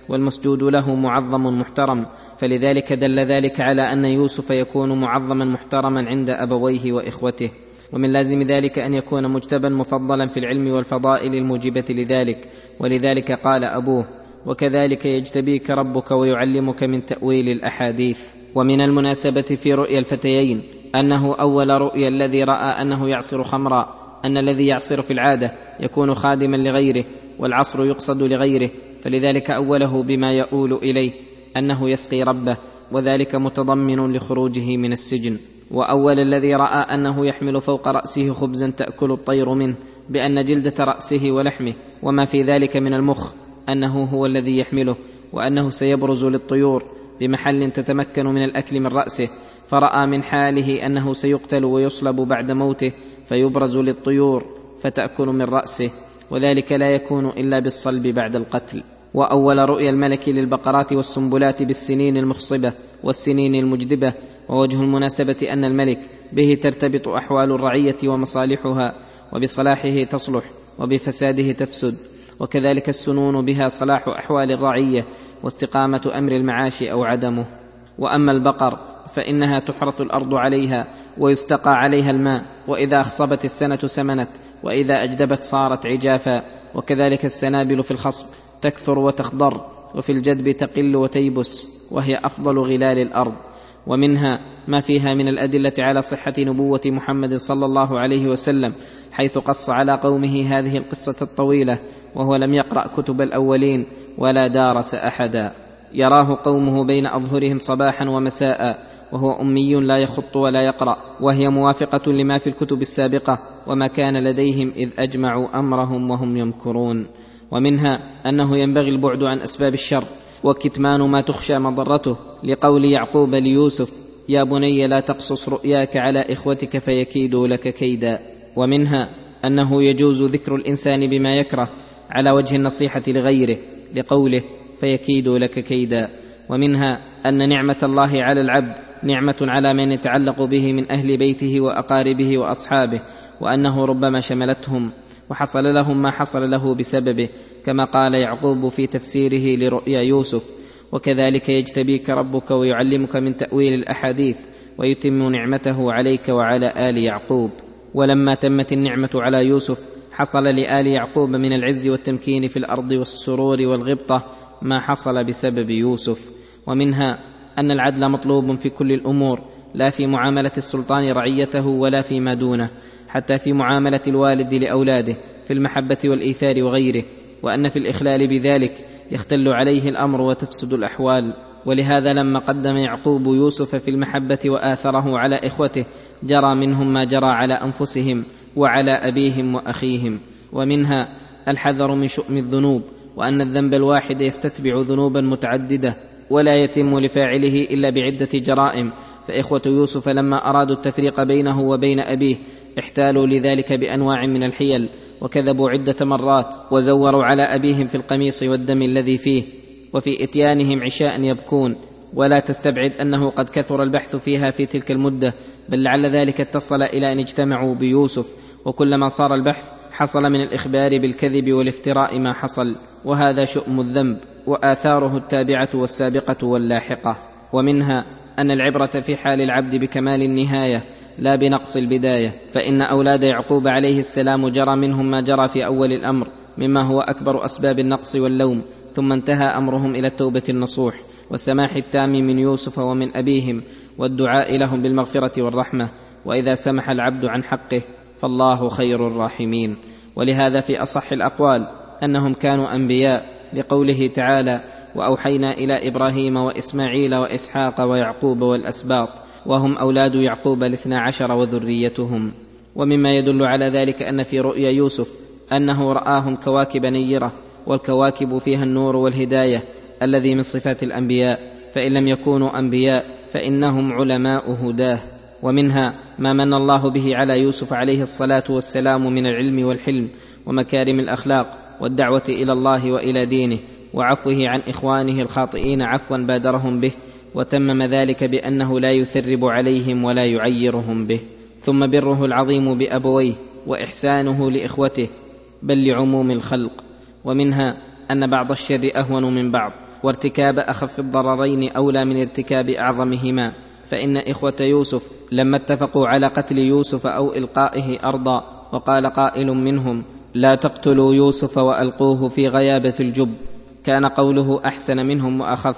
والمسجود له معظم محترم، فلذلك دل ذلك على أن يوسف يكون معظما محترما عند أبويه وإخوته. ومن لازم ذلك أن يكون مجتبا مفضلا في العلم والفضائل الموجبة لذلك، ولذلك قال أبوه: وكذلك يجتبيك ربك ويعلمك من تأويل الأحاديث. ومن المناسبة في رؤيا الفتيين أنه أول رؤيا الذي رأى أنه يعصر خمرا، أن الذي يعصر في العادة يكون خادما لغيره، والعصر يقصد لغيره، فلذلك أوله بما يؤول إليه أنه يسقي ربه، وذلك متضمن لخروجه من السجن. وأول الذي رأى أنه يحمل فوق رأسه خبزا تأكل الطير منه، بأن جلدة رأسه ولحمه وما في ذلك من المخ أنه هو الذي يحمله، وأنه سيبرز للطيور بمحل تتمكن من الأكل من رأسه، فرأى من حاله أنه سيقتل ويصلب بعد موته فيبرز للطيور فتأكل من رأسه، وذلك لا يكون إلا بالصلب بعد القتل. وأول رؤيا الملك للبقرات والسنبلات بالسنين المخصبة والسنين المجدبة. ووجه المناسبة أن الملك به ترتبط أحوال الرعية ومصالحها، وبصلاحه تصلح وبفساده تفسد، وكذلك السنون بها صلاح أحوال الرعية واستقامة أمر المعاش أو عدمه. وأما البقر فإنها تحرث الأرض عليها ويستقى عليها الماء، وإذا أخصبت السنة سمنت، وإذا أجدبت صارت عجافا، وكذلك السنابل في الخصب تكثر وتخضر، وفي الجدب تقل وتيبس، وهي أفضل غلال الأرض. ومنها ما فيها من الأدلة على صحة نبوة محمد صلى الله عليه وسلم، حيث قص على قومه هذه القصة الطويلة وهو لم يقرأ كتب الأولين ولا دارس أحدا. يراه قومه بين أظهرهم صباحا ومساء، وهو أمي لا يخط ولا يقرأ، وهي موافقة لما في الكتب السابقة وما كان لديهم إذ أجمعوا أمرهم وهم يمكرون. ومنها أنه ينبغي البعد عن أسباب الشر وكتمان ما تخشى مضرته، لقول يعقوب ليوسف: يا بني لا تقصص رؤياك على إخوتك فيكيدوا لك كيدا. ومنها أنه يجوز ذكر الإنسان بما يكره على وجه النصيحة لغيره، لقوله: فيكيدوا لك كيدا. ومنها أن نعمة الله على العبد نعمة على من يتعلق به من أهل بيته وأقاربه وأصحابه، وأنه ربما شملتهم وحصل لهم ما حصل له بسببه، كما قال يعقوب في تفسيره لرؤيا يوسف: وكذلك يجتبيك ربك ويعلمك من تأويل الأحاديث ويتم نعمته عليك وعلى آل يعقوب. ولما تمت النعمة على يوسف حصل لآل يعقوب من العز والتمكين في الأرض والسرور والغبطة ما حصل بسبب يوسف. ومنها أن العدل مطلوب في كل الأمور، لا في معاملة السلطان رعيته ولا فيما دونه، حتى في معاملة الوالد لأولاده في المحبة والإيثار وغيره، وأن في الإخلال بذلك يختل عليه الأمر وتفسد الأحوال. ولهذا لما قدم يعقوب يوسف في المحبة وآثره على إخوته جرى منهم ما جرى على أنفسهم وعلى أبيهم وأخيهم. ومنها الحذر من شؤم الذنوب، وأن الذنب الواحد يستتبع ذنوبا متعددة ولا يتم لفاعله إلا بعدة جرائم، فإخوة يوسف لما أرادوا التفريق بينه وبين أبيه احتالوا لذلك بأنواع من الحيل، وكذبوا عدة مرات، وزوروا على أبيهم في القميص والدم الذي فيه، وفي إتيانهم عشاء يبكون. ولا تستبعد أنه قد كثر البحث فيها في تلك المدة، بل لعل ذلك اتصل إلى أن اجتمعوا بيوسف، وكلما صار البحث حصل من الإخبار بالكذب والافتراء ما حصل، وهذا شؤم الذنب وآثاره التابعة والسابقة واللاحقة. ومنها أن العبرة في حال العبد بكمال النهاية لا بنقص البداية، فإن أولاد يعقوب عليه السلام جرى منهم ما جرى في أول الأمر مما هو أكبر أسباب النقص واللوم، ثم انتهى أمرهم إلى التوبة النصوح والسماح التام من يوسف ومن أبيهم، والدعاء لهم بالمغفرة والرحمة. وإذا سمح العبد عن حقه فالله خير الراحمين. ولهذا في أصح الأقوال أنهم كانوا أنبياء، لقوله تعالى: وأوحينا إلى إبراهيم وإسماعيل وإسحاق ويعقوب والأسباط، وهم أولاد يعقوب 12 وذريتهم. ومما يدل على ذلك أن في رؤيا يوسف أنه رآهم كواكب نيرة، والكواكب فيها النور والهداية الذي من صفات الأنبياء، فإن لم يكونوا أنبياء فإنهم علماء هداه. ومنها ما من الله به على يوسف عليه الصلاة والسلام من العلم والحلم ومكارم الأخلاق والدعوة إلى الله وإلى دينه، وعفوه عن إخوانه الخاطئين عفوا بادرهم به، وتمم ذلك بأنه لا يثرب عليهم ولا يعيرهم به. ثم بره العظيم بأبويه وإحسانه لإخوته بل لعموم الخلق. ومنها أن بعض الشر أهون من بعض، وارتكاب أخف الضررين أولى من ارتكاب أعظمهما، فإن إخوة يوسف لما اتفقوا على قتل يوسف أو إلقائه أرضا، وقال قائل منهم: لا تقتلوا يوسف وألقوه في غيابة الجب، كان قوله أحسن منهم وأخف،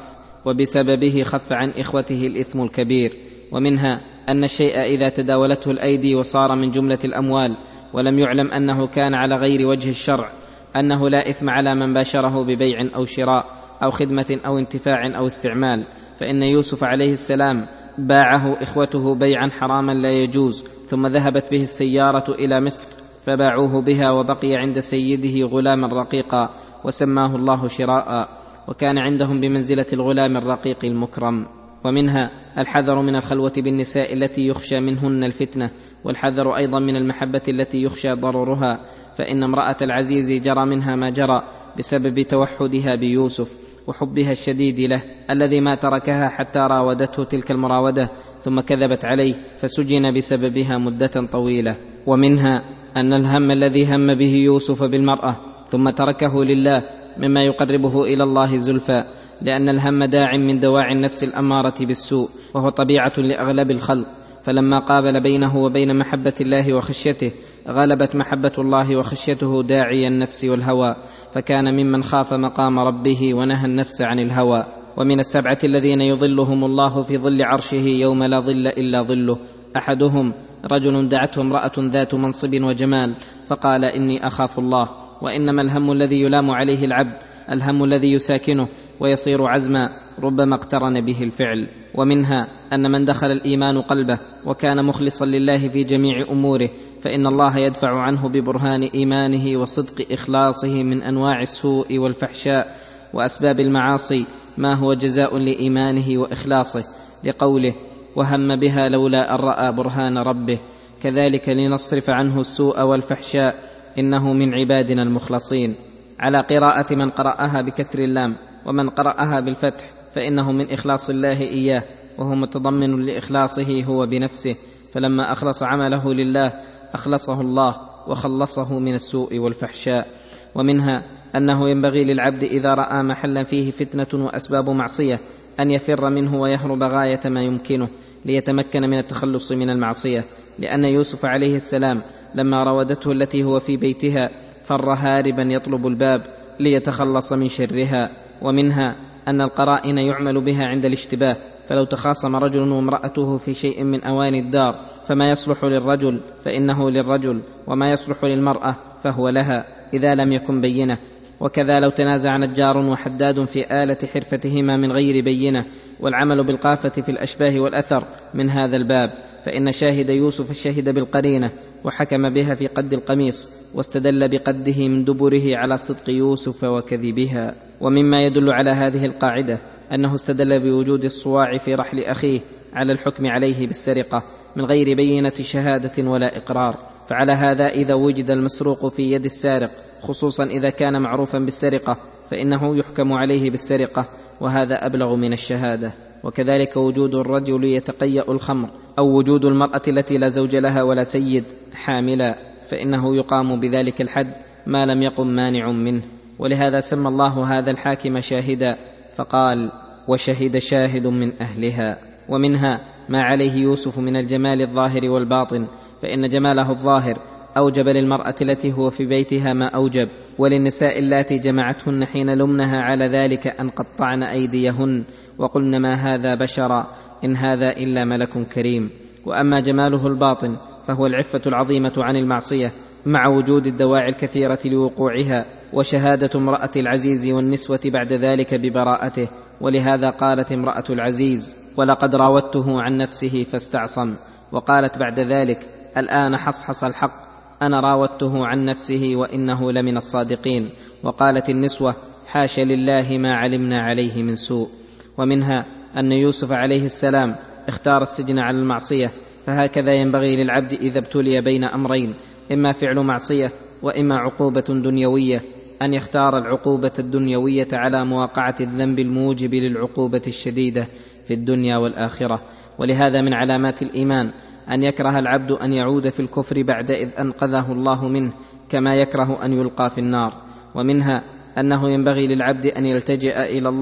وبسببه خف عن إخوته الإثم الكبير. ومنها أن الشيء إذا تداولته الأيدي وصار من جملة الأموال ولم يعلم أنه كان على غير وجه الشرع، أنه لا إثم على من باشره ببيع أو شراء أو خدمة أو انتفاع أو استعمال، فإن يوسف عليه السلام باعه إخوته بيعا حراما لا يجوز، ثم ذهبت به السيارة إلى مصر فباعوه بها، وبقي عند سيده غلاما رقيقا وسماه الله شراء، وكان عندهم بمنزلة الغلام الرقيق المكرم. ومنها الحذر من الخلوة بالنساء التي يخشى منهن الفتنة، والحذر أيضا من المحبة التي يخشى ضررها، فإن امرأة العزيز جرى منها ما جرى بسبب توحدها بيوسف وحبها الشديد له، الذي ما تركها حتى راودته تلك المراودة ثم كذبت عليه فسجن بسببها مدة طويلة. ومنها أن الهم الذي هم به يوسف بالمرأة ثم تركه لله مما يقربه إلى الله زلفى، لأن الهم داع من دواعي النفس الأمارة بالسوء، وهو طبيعة لأغلب الخلق، فلما قابل بينه وبين محبة الله وخشيته غلبت محبة الله وخشيته داعي النفس والهوى، فكان ممن خاف مقام ربه ونهى النفس عن الهوى. ومن السبعة الذين يظلهم الله في ظل عرشه يوم لا ظل إلا ظله: أحدهم رجل دعته امرأة ذات منصب وجمال فقال: إني أخاف الله. وإنما الهم الذي يلام عليه العبد الهم الذي يساكنه ويصير عزما، ربما اقترن به الفعل. ومنها أن من دخل الإيمان قلبه وكان مخلصا لله في جميع أموره فإن الله يدفع عنه ببرهان إيمانه وصدق إخلاصه من أنواع السوء والفحشاء وأسباب المعاصي ما هو جزاء لإيمانه وإخلاصه، لقوله: وهم بها لولا أن رأى برهان ربه. كذلك لنصرف عنه السوء والفحشاء إنه من عبادنا المخلصين، على قراءة من قرأها بكسر اللام، ومن قرأها بالفتح فإنه من إخلاص الله إياه، وهو متضمن لإخلاصه هو بنفسه، فلما أخلص عمله لله أخلصه الله وخلصه من السوء والفحشاء. ومنها أنه ينبغي للعبد إذا رأى محلا فيه فتنة وأسباب معصية أن يفر منه ويهرب غاية ما يمكنه ليتمكن من التخلص من المعصية، لأن يوسف عليه السلام لما راودته التي هو في بيتها فر هاربا يطلب الباب ليتخلص من شرها. ومنها أن القرائن يعمل بها عند الاشتباه، فلو تخاصم رجل وامرأته في شيء من أواني الدار فما يصلح للرجل فإنه للرجل، وما يصلح للمرأة فهو لها إذا لم يكن بينة. وكذا لو تنازع نجار وحداد في آلة حرفتهما من غير بينة، والعمل بالقافة في الأشباه والأثر من هذا الباب، فإن شاهد يوسف الشهد بالقرينة وحكم بها في قد القميص، واستدل بقده من دبره على صدق يوسف وكذبها. ومما يدل على هذه القاعدة أنه استدل بوجود الصواع في رحل أخيه على الحكم عليه بالسرقة من غير بينة شهادة ولا إقرار، فعلى هذا إذا وجد المسروق في يد السارق، خصوصا إذا كان معروفا بالسرقة، فإنه يحكم عليه بالسرقة، وهذا أبلغ من الشهادة. وكذلك وجود الرجل يتقيأ الخمر، أو وجود المرأة التي لا زوج لها ولا سيد حاملا، فإنه يقام بذلك الحد ما لم يقم مانع منه. ولهذا سمى الله هذا الحاكم شاهدا فقال: وشهد شاهد من أهلها. ومنها ما عليه يوسف من الجمال الظاهر والباطن، فإن جماله الظاهر أوجب للمرأة التي هو في بيتها ما أوجب، وللنساء اللاتي جمعتهن حين لمنها على ذلك أن قطعن أيديهن وقلن ما هذا بشرا إن هذا إلا ملك كريم. وأما جماله الباطن فهو العفة العظيمة عن المعصية مع وجود الدواعي الكثيرة لوقوعها، وشهادة امرأة العزيز والنسوة بعد ذلك ببراءته. ولهذا قالت امرأة العزيز: ولقد راودته عن نفسه فاستعصم، وقالت بعد ذلك: الآن حصحص الحق، أنا راودته عن نفسه وإنه لمن الصادقين. وقالت النسوة: حاش لله ما علمنا عليه من سوء. ومنها أن يوسف عليه السلام اختار السجن على المعصية، فهكذا ينبغي للعبد إذا ابتلي بين أمرين، إما فعل معصية وإما عقوبة دنيوية، أن يختار العقوبة الدنيوية على مواقعة الذنب الموجب للعقوبة الشديدة في الدنيا والآخرة. ولهذا من علامات الإيمان أن يكره العبد أن يعود في الكفر بعد إذ أنقذه الله منه، كما يكره أن يلقى في النار. ومنها أنه ينبغي للعبد أن يلتجئ إلى الله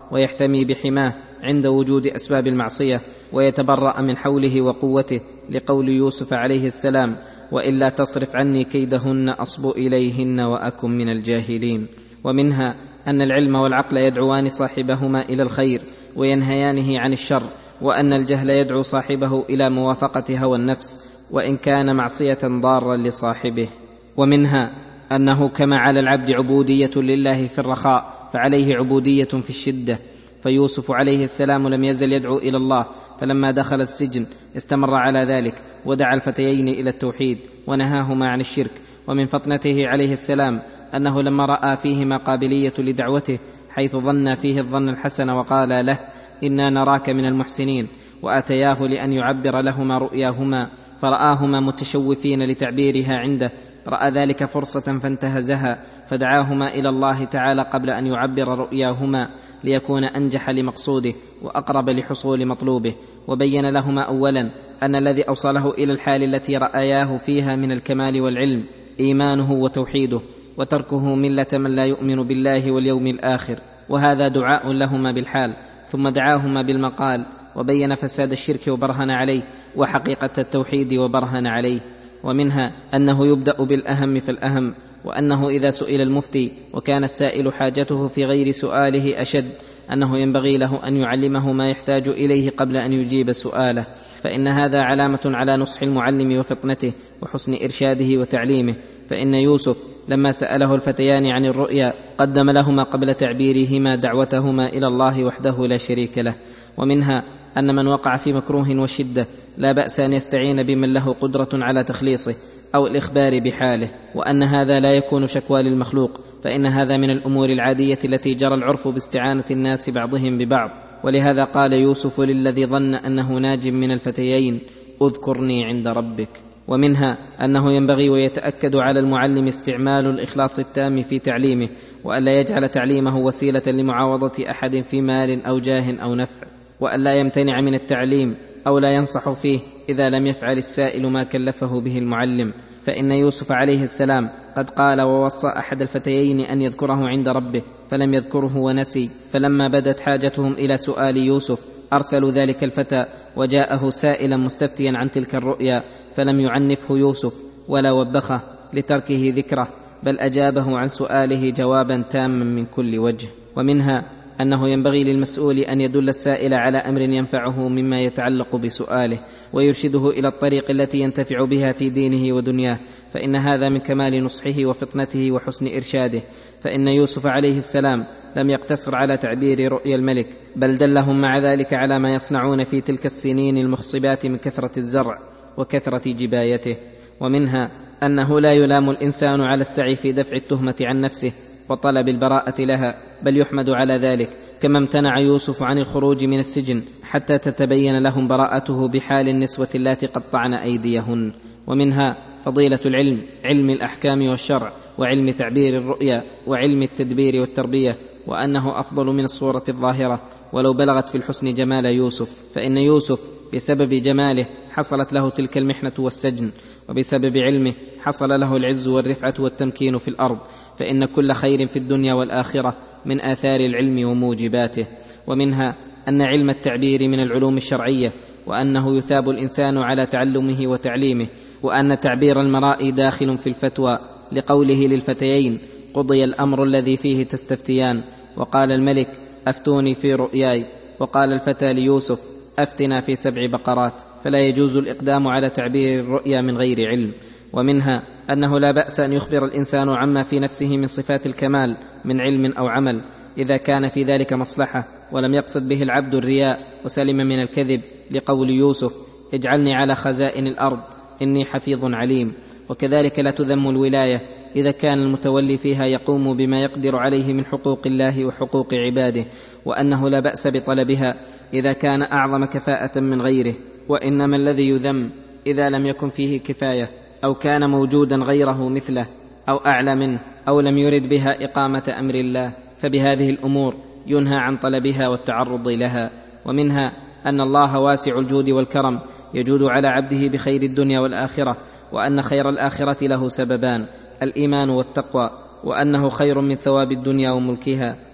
ويحتمي بحماه عند وجود أسباب المعصية، ويتبرأ من حوله وقوته، لقول يوسف عليه السلام: وإلا تصرف عني كيدهن أصب إليهن وأكن من الجاهلين. ومنها أن العلم والعقل يدعوان صاحبهما إلى الخير وينهيانه عن الشر، وأن الجهل يدعو صاحبه إلى موافقة هوى النفس وإن كان معصية ضارا لصاحبه. ومنها أنه كما على العبد عبودية لله في الرخاء فعليه عبودية في الشدة، فيوسف عليه السلام لم يزل يدعو إلى الله، فلما دخل السجن استمر على ذلك ودعا الفتيين إلى التوحيد ونهاهما عن الشرك. ومن فطنته عليه السلام أنه لما رأى فيهما قابلية لدعوته حيث ظن فيه الظن الحسن وقال له: إنا نراك من المحسنين، وأتياه لأن يعبر لهما رؤياهما، فرآهما متشوفين لتعبيرها عنده، رأى ذلك فرصة فانتهزها، فدعاهما إلى الله تعالى قبل أن يعبر رؤياهما ليكون أنجح لمقصوده وأقرب لحصول مطلوبه. وبين لهما أولا أن الذي أوصله إلى الحال التي رأياه فيها من الكمال والعلم إيمانه وتوحيده، وتركه ملة من لا يؤمن بالله واليوم الآخر، وهذا دعاء لهما بالحال. ثم دعاهما بالمقال وبين فساد الشرك وبرهن عليه، وحقيقة التوحيد وبرهن عليه. ومنها أنه يبدأ بالأهم فالأهم، وأنه إذا سئل المفتي وكان السائل حاجته في غير سؤاله أشد، أنه ينبغي له أن يعلمه ما يحتاج إليه قبل أن يجيب سؤاله، فإن هذا علامة على نصح المعلم وفطنته وحسن إرشاده وتعليمه. فإن يوسف لما سأله الفتيان عن الرؤيا قدم لهما قبل تعبيرهما دعوتهما إلى الله وحده لا شريك له. ومنها أن من وقع في مكروه وشدة لا بأس أن يستعين بمن له قدرة على تخليصه أو الإخبار بحاله، وأن هذا لا يكون شكوى للمخلوق، فإن هذا من الأمور العادية التي جرى العرف باستعانة الناس بعضهم ببعض. ولهذا قال يوسف للذي ظن أنه ناج من الفتيين: اذكرني عند ربك. ومنها أنه ينبغي ويتأكد على المعلم استعمال الإخلاص التام في تعليمه، وألا يجعل تعليمه وسيلة لمعاوضة أحد في مال أو جاه أو نفع، وألا يمتنع من التعليم أو لا ينصح فيه إذا لم يفعل السائل ما كلفه به المعلم. فإن يوسف عليه السلام قد قال ووصى أحد الفتيين أن يذكره عند ربه فلم يذكره ونسي، فلما بدت حاجتهم إلى سؤال يوسف أرسلوا ذلك الفتى وجاءه سائلا مستفتيا عن تلك الرؤيا، فلم يعنفه يوسف ولا وبخه لتركه ذكره، بل أجابه عن سؤاله جوابا تاما من كل وجه. ومنها أنه ينبغي للمسؤول أن يدل السائل على أمر ينفعه مما يتعلق بسؤاله، ويرشده إلى الطريق التي ينتفع بها في دينه ودنياه، فإن هذا من كمال نصحه وفطنته وحسن إرشاده. فإن يوسف عليه السلام لم يقتصر على تعبير رؤيا الملك، بل دلهم مع ذلك على ما يصنعون في تلك السنين المخصبات من كثرة الزرع وكثرة جبايته. ومنها أنه لا يلام الإنسان على السعي في دفع التهمة عن نفسه وطلب البراءة لها، بل يحمد على ذلك، كما امتنع يوسف عن الخروج من السجن حتى تتبين لهم براءته بحال النسوة اللاتي قطعن أيديهن. ومنها فضيلة العلم، علم الأحكام والشرع، وعلم تعبير الرؤيا، وعلم التدبير والتربية، وأنه أفضل من الصورة الظاهرة ولو بلغت في الحسن جمال يوسف. فإن يوسف بسبب جماله حصلت له تلك المحنة والسجن، وبسبب علمه حصل له العز والرفعة والتمكين في الأرض، فإن كل خير في الدنيا والآخرة من آثار العلم وموجباته. ومنها أن علم التعبير من العلوم الشرعية، وأنه يثاب الإنسان على تعلمه وتعليمه، وأن تعبير المرائي داخل في الفتوى، لقوله للفتيين: قضي الأمر الذي فيه تستفتيان. وقال الملك: أفتوني في رؤياي. وقال الفتى ليوسف: أفتنا في 7 بقرات. فلا يجوز الإقدام على تعبير الرؤيا من غير علم. ومنها أنه لا بأس أن يخبر الإنسان عما في نفسه من صفات الكمال من علم أو عمل، إذا كان في ذلك مصلحة ولم يقصد به العبد الرياء وسلم من الكذب، لقول يوسف: اجعلني على خزائن الأرض إني حفيظ عليم. وكذلك لا تذم الولاية إذا كان المتولي فيها يقوم بما يقدر عليه من حقوق الله وحقوق عباده، وأنه لا بأس بطلبها إذا كان أعظم كفاءة من غيره، وإنما الذي يذم إذا لم يكن فيه كفاية، أو كان موجودا غيره مثله أو أعلى منه، أو لم يرد بها إقامة أمر الله، فبهذه الأمور ينهى عن طلبها والتعرض لها. ومنها أن الله واسع الجود والكرم، يجود على عبده بخير الدنيا والآخرة، وأن خير الآخرة له سببان: الإيمان والتقوى، وأنه خير من ثواب الدنيا وملكها،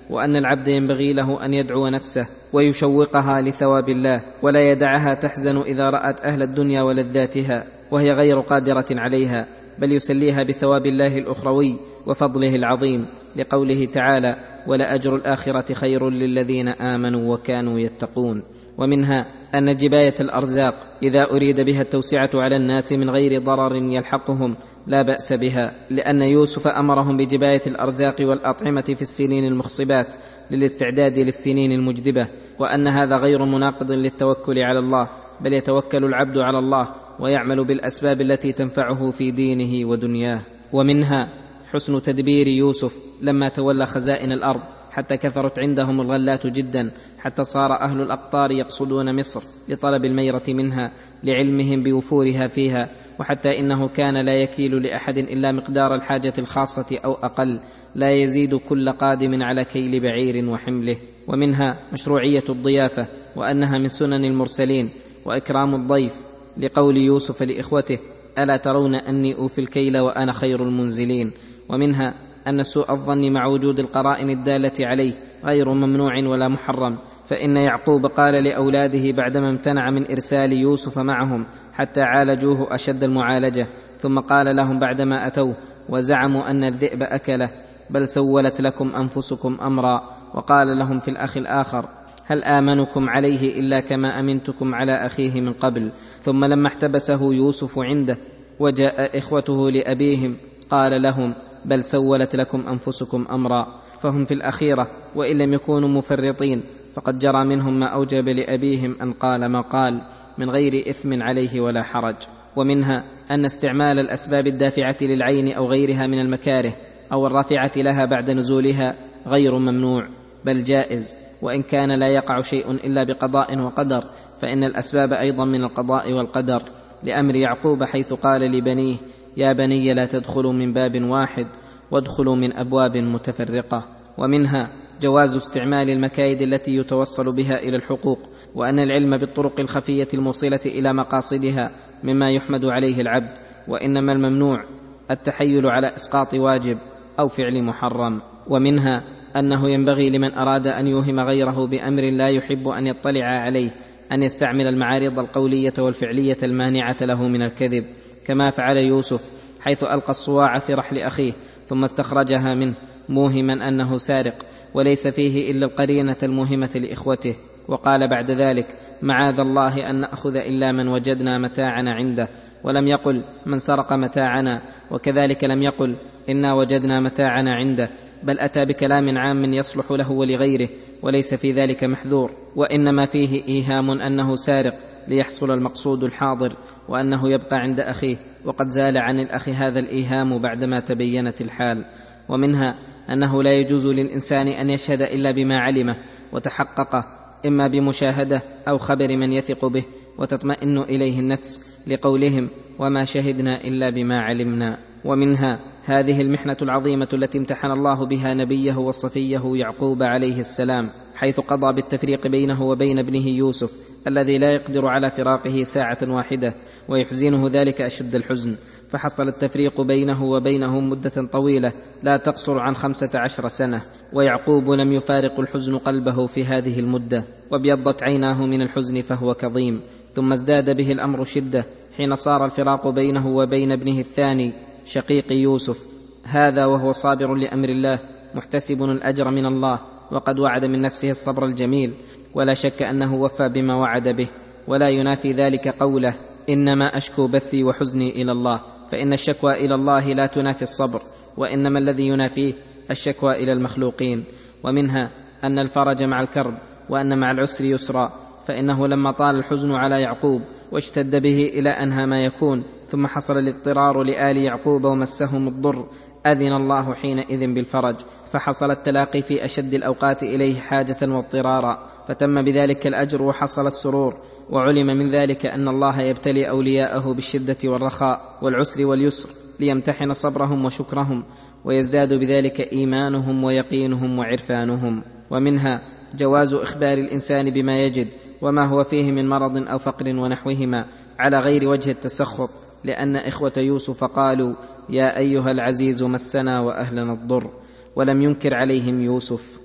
وأن العبد ينبغي له أن يدعو نفسه ويشوقها لثواب الله، ولا يدعها تحزن إذا رأت أهل الدنيا ولذاتها وهي غير قادرة عليها، بل يسليها بثواب الله الأخروي وفضله العظيم، لقوله تعالى: ولأجر الآخرة خير للذين آمنوا وكانوا يتقون. ومنها أن جباية الأرزاق إذا أريد بها التوسعة على الناس من غير ضرر يلحقهم لا بأس بها، لأن يوسف أمرهم بجباية الأرزاق والأطعمة في السنين المخصبات للاستعداد للسنين المجدبة، وأن هذا غير مناقض للتوكل على الله، بل يتوكل العبد على الله ويعمل بالأسباب التي تنفعه في دينه ودنياه. ومنها حسن تدبير يوسف لما تولى خزائن الأرض، حتى كثرت عندهم الغلات جدا، حتى صار أهل الأقطار يقصدون مصر لطلب الميرة منها لعلمهم بوفورها فيها، وحتى إنه كان لا يكيل لأحد إلا مقدار الحاجة الخاصة أو أقل، لا يزيد كل قادم على كيل بعير وحمله. ومنها مشروعية الضيافة، وأنها من سنن المرسلين، وإكرام الضيف، لقول يوسف لإخوته: ألا ترون أني أوفي الكيل وأنا خير المنزلين. ومنها أن سوء الظن مع وجود القرائن الدالة عليه غير ممنوع ولا محرم، فإن يعقوب قال لأولاده بعدما امتنع من إرسال يوسف معهم حتى عالجوه أشد المعالجة، ثم قال لهم بعدما أتوه وزعموا أن الذئب أكله: بل سولت لكم أنفسكم أمرا. وقال لهم في الأخ الآخر: هل آمنكم عليه إلا كما أمنتكم على أخيه من قبل. ثم لما احتبسه يوسف عنده وجاء إخوته لأبيهم قال لهم: بل سولت لكم أنفسكم أمرا. فهم في الأخيرة وإن لم يكونوا مفرطين فقد جرى منهم ما أوجب لأبيهم أن قال ما قال من غير إثم عليه ولا حرج. ومنها أن استعمال الأسباب الدافعة للعين أو غيرها من المكاره أو الرافعة لها بعد نزولها غير ممنوع، بل جائز، وإن كان لا يقع شيء إلا بقضاء وقدر، فإن الأسباب أيضا من القضاء والقدر، لأمر يعقوب حيث قال لبنيه: يا بني لا تدخلوا من باب واحد وادخلوا من أبواب متفرقة. ومنها جواز استعمال المكايد التي يتوصل بها إلى الحقوق، وأن العلم بالطرق الخفية الموصلة إلى مقاصدها مما يحمد عليه العبد، وإنما الممنوع التحيل على إسقاط واجب أو فعل محرم. ومنها أنه ينبغي لمن أراد أن يوهم غيره بأمر لا يحب أن يطلع عليه أن يستعمل المعارض القولية والفعلية المانعة له من الكذب، كما فعل يوسف حيث ألقى الصواع في رحل أخيه ثم استخرجها منه موهما أنه سارق، وليس فيه إلا القرينة الموهمة لإخوته، وقال بعد ذلك: معاذ الله أن نأخذ إلا من وجدنا متاعنا عنده، ولم يقل من سرق متاعنا، وكذلك لم يقل إنا وجدنا متاعنا عنده، بل أتى بكلام عام يصلح له ولغيره، وليس في ذلك محذور، وإنما فيه إيهام أنه سارق ليحصل المقصود الحاضر، وأنه يبقى عند أخيه، وقد زال عن الأخ هذا الإيهام بعدما تبينت الحال. ومنها أنه لا يجوز للإنسان أن يشهد إلا بما علمه وتحققه، إما بمشاهدة أو خبر من يثق به وتطمئن إليه النفس، لقولهم: وما شهدنا إلا بما علمنا. ومنها هذه المحنة العظيمة التي امتحن الله بها نبيه وصفيه يعقوب عليه السلام، حيث قضى بالتفريق بينه وبين ابنه يوسف الذي لا يقدر على فراقه ساعة واحدة، ويحزنه ذلك أشد الحزن، فحصل التفريق بينه وبينهم مدة طويلة لا تقصر عن 15 سنة، ويعقوب لم يفارق الحزن قلبه في هذه المدة، وابيضت عيناه من الحزن فهو كظيم. ثم ازداد به الأمر شدة حين صار الفراق بينه وبين ابنه الثاني شقيق يوسف، هذا وهو صابر لأمر الله محتسب الأجر من الله، وقد وعد من نفسه الصبر الجميل، ولا شك أنه وفى بما وعد به، ولا ينافي ذلك قوله: إنما أشكو بثي وحزني إلى الله، فإن الشكوى إلى الله لا تنافي الصبر، وإنما الذي ينافيه الشكوى إلى المخلوقين. ومنها أن الفرج مع الكرب، وأن مع العسر يسرا، فإنه لما طال الحزن على يعقوب واشتد به إلى أنهى ما يكون، ثم حصل الاضطرار لآل يعقوب ومسهم الضر، أذن الله حينئذ بالفرج، فحصل التلاقي في أشد الأوقات إليه حاجة واضطرارا، فتم بذلك الأجر وحصل السرور. وعلم من ذلك أن الله يبتلي أولياءه بالشدة والرخاء والعسر واليسر ليمتحن صبرهم وشكرهم، ويزداد بذلك إيمانهم ويقينهم وعرفانهم. ومنها جواز إخبار الإنسان بما يجد وما هو فيه من مرض أو فقر ونحوهما على غير وجه التسخط، لأن إخوة يوسف قالوا: يا أيها العزيز مسنا وأهلنا الضر، ولم ينكر عليهم يوسف.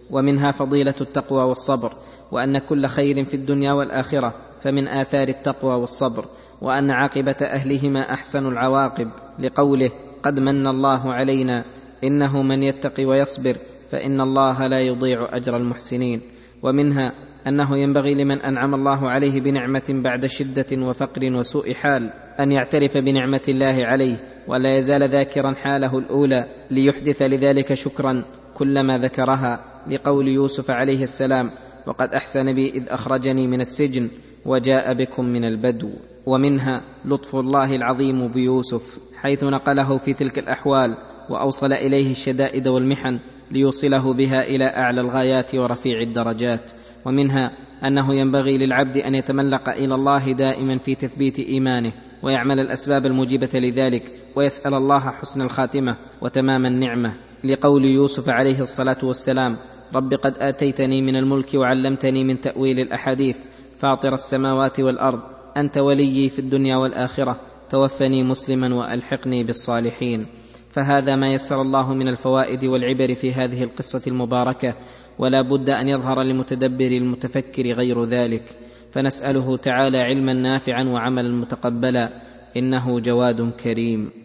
ومنها فضيلة التقوى والصبر، وأن كل خير في الدنيا والآخرة فمن آثار التقوى والصبر، وأن عاقبة أهلهما أحسن العواقب، لقوله: قد من الله علينا إنه من يتق ويصبر فإن الله لا يضيع أجر المحسنين. ومنها أنه ينبغي لمن أنعم الله عليه بنعمة بعد شدة وفقر وسوء حال أن يعترف بنعمة الله عليه، ولا يزال ذاكرا حاله الأولى ليحدث لذلك شكرا كلما ذكرها، لقول يوسف عليه السلام: وقد أحسن بي إذ أخرجني من السجن وجاء بكم من البدو. ومنها لطف الله العظيم بيوسف حيث نقله في تلك الأحوال وأوصل إليه الشدائد والمحن ليوصله بها إلى أعلى الغايات ورفيع الدرجات. ومنها أنه ينبغي للعبد أن يتملق إلى الله دائما في تثبيت إيمانه، ويعمل الأسباب الموجبة لذلك، ويسأل الله حسن الخاتمة وتمام النعمة، لقول يوسف عليه الصلاة والسلام: رب قد آتيتني من الملك وعلمتني من تأويل الأحاديث، فاطر السماوات والأرض، أنت وليي في الدنيا والآخرة، توفني مسلما وألحقني بالصالحين. فهذا ما يسر الله من الفوائد والعبر في هذه القصة المباركة، ولا بد أن يظهر للمتدبر المتفكر غير ذلك، فنسأله تعالى علما نافعا وعملا متقبلا، إنه جواد كريم.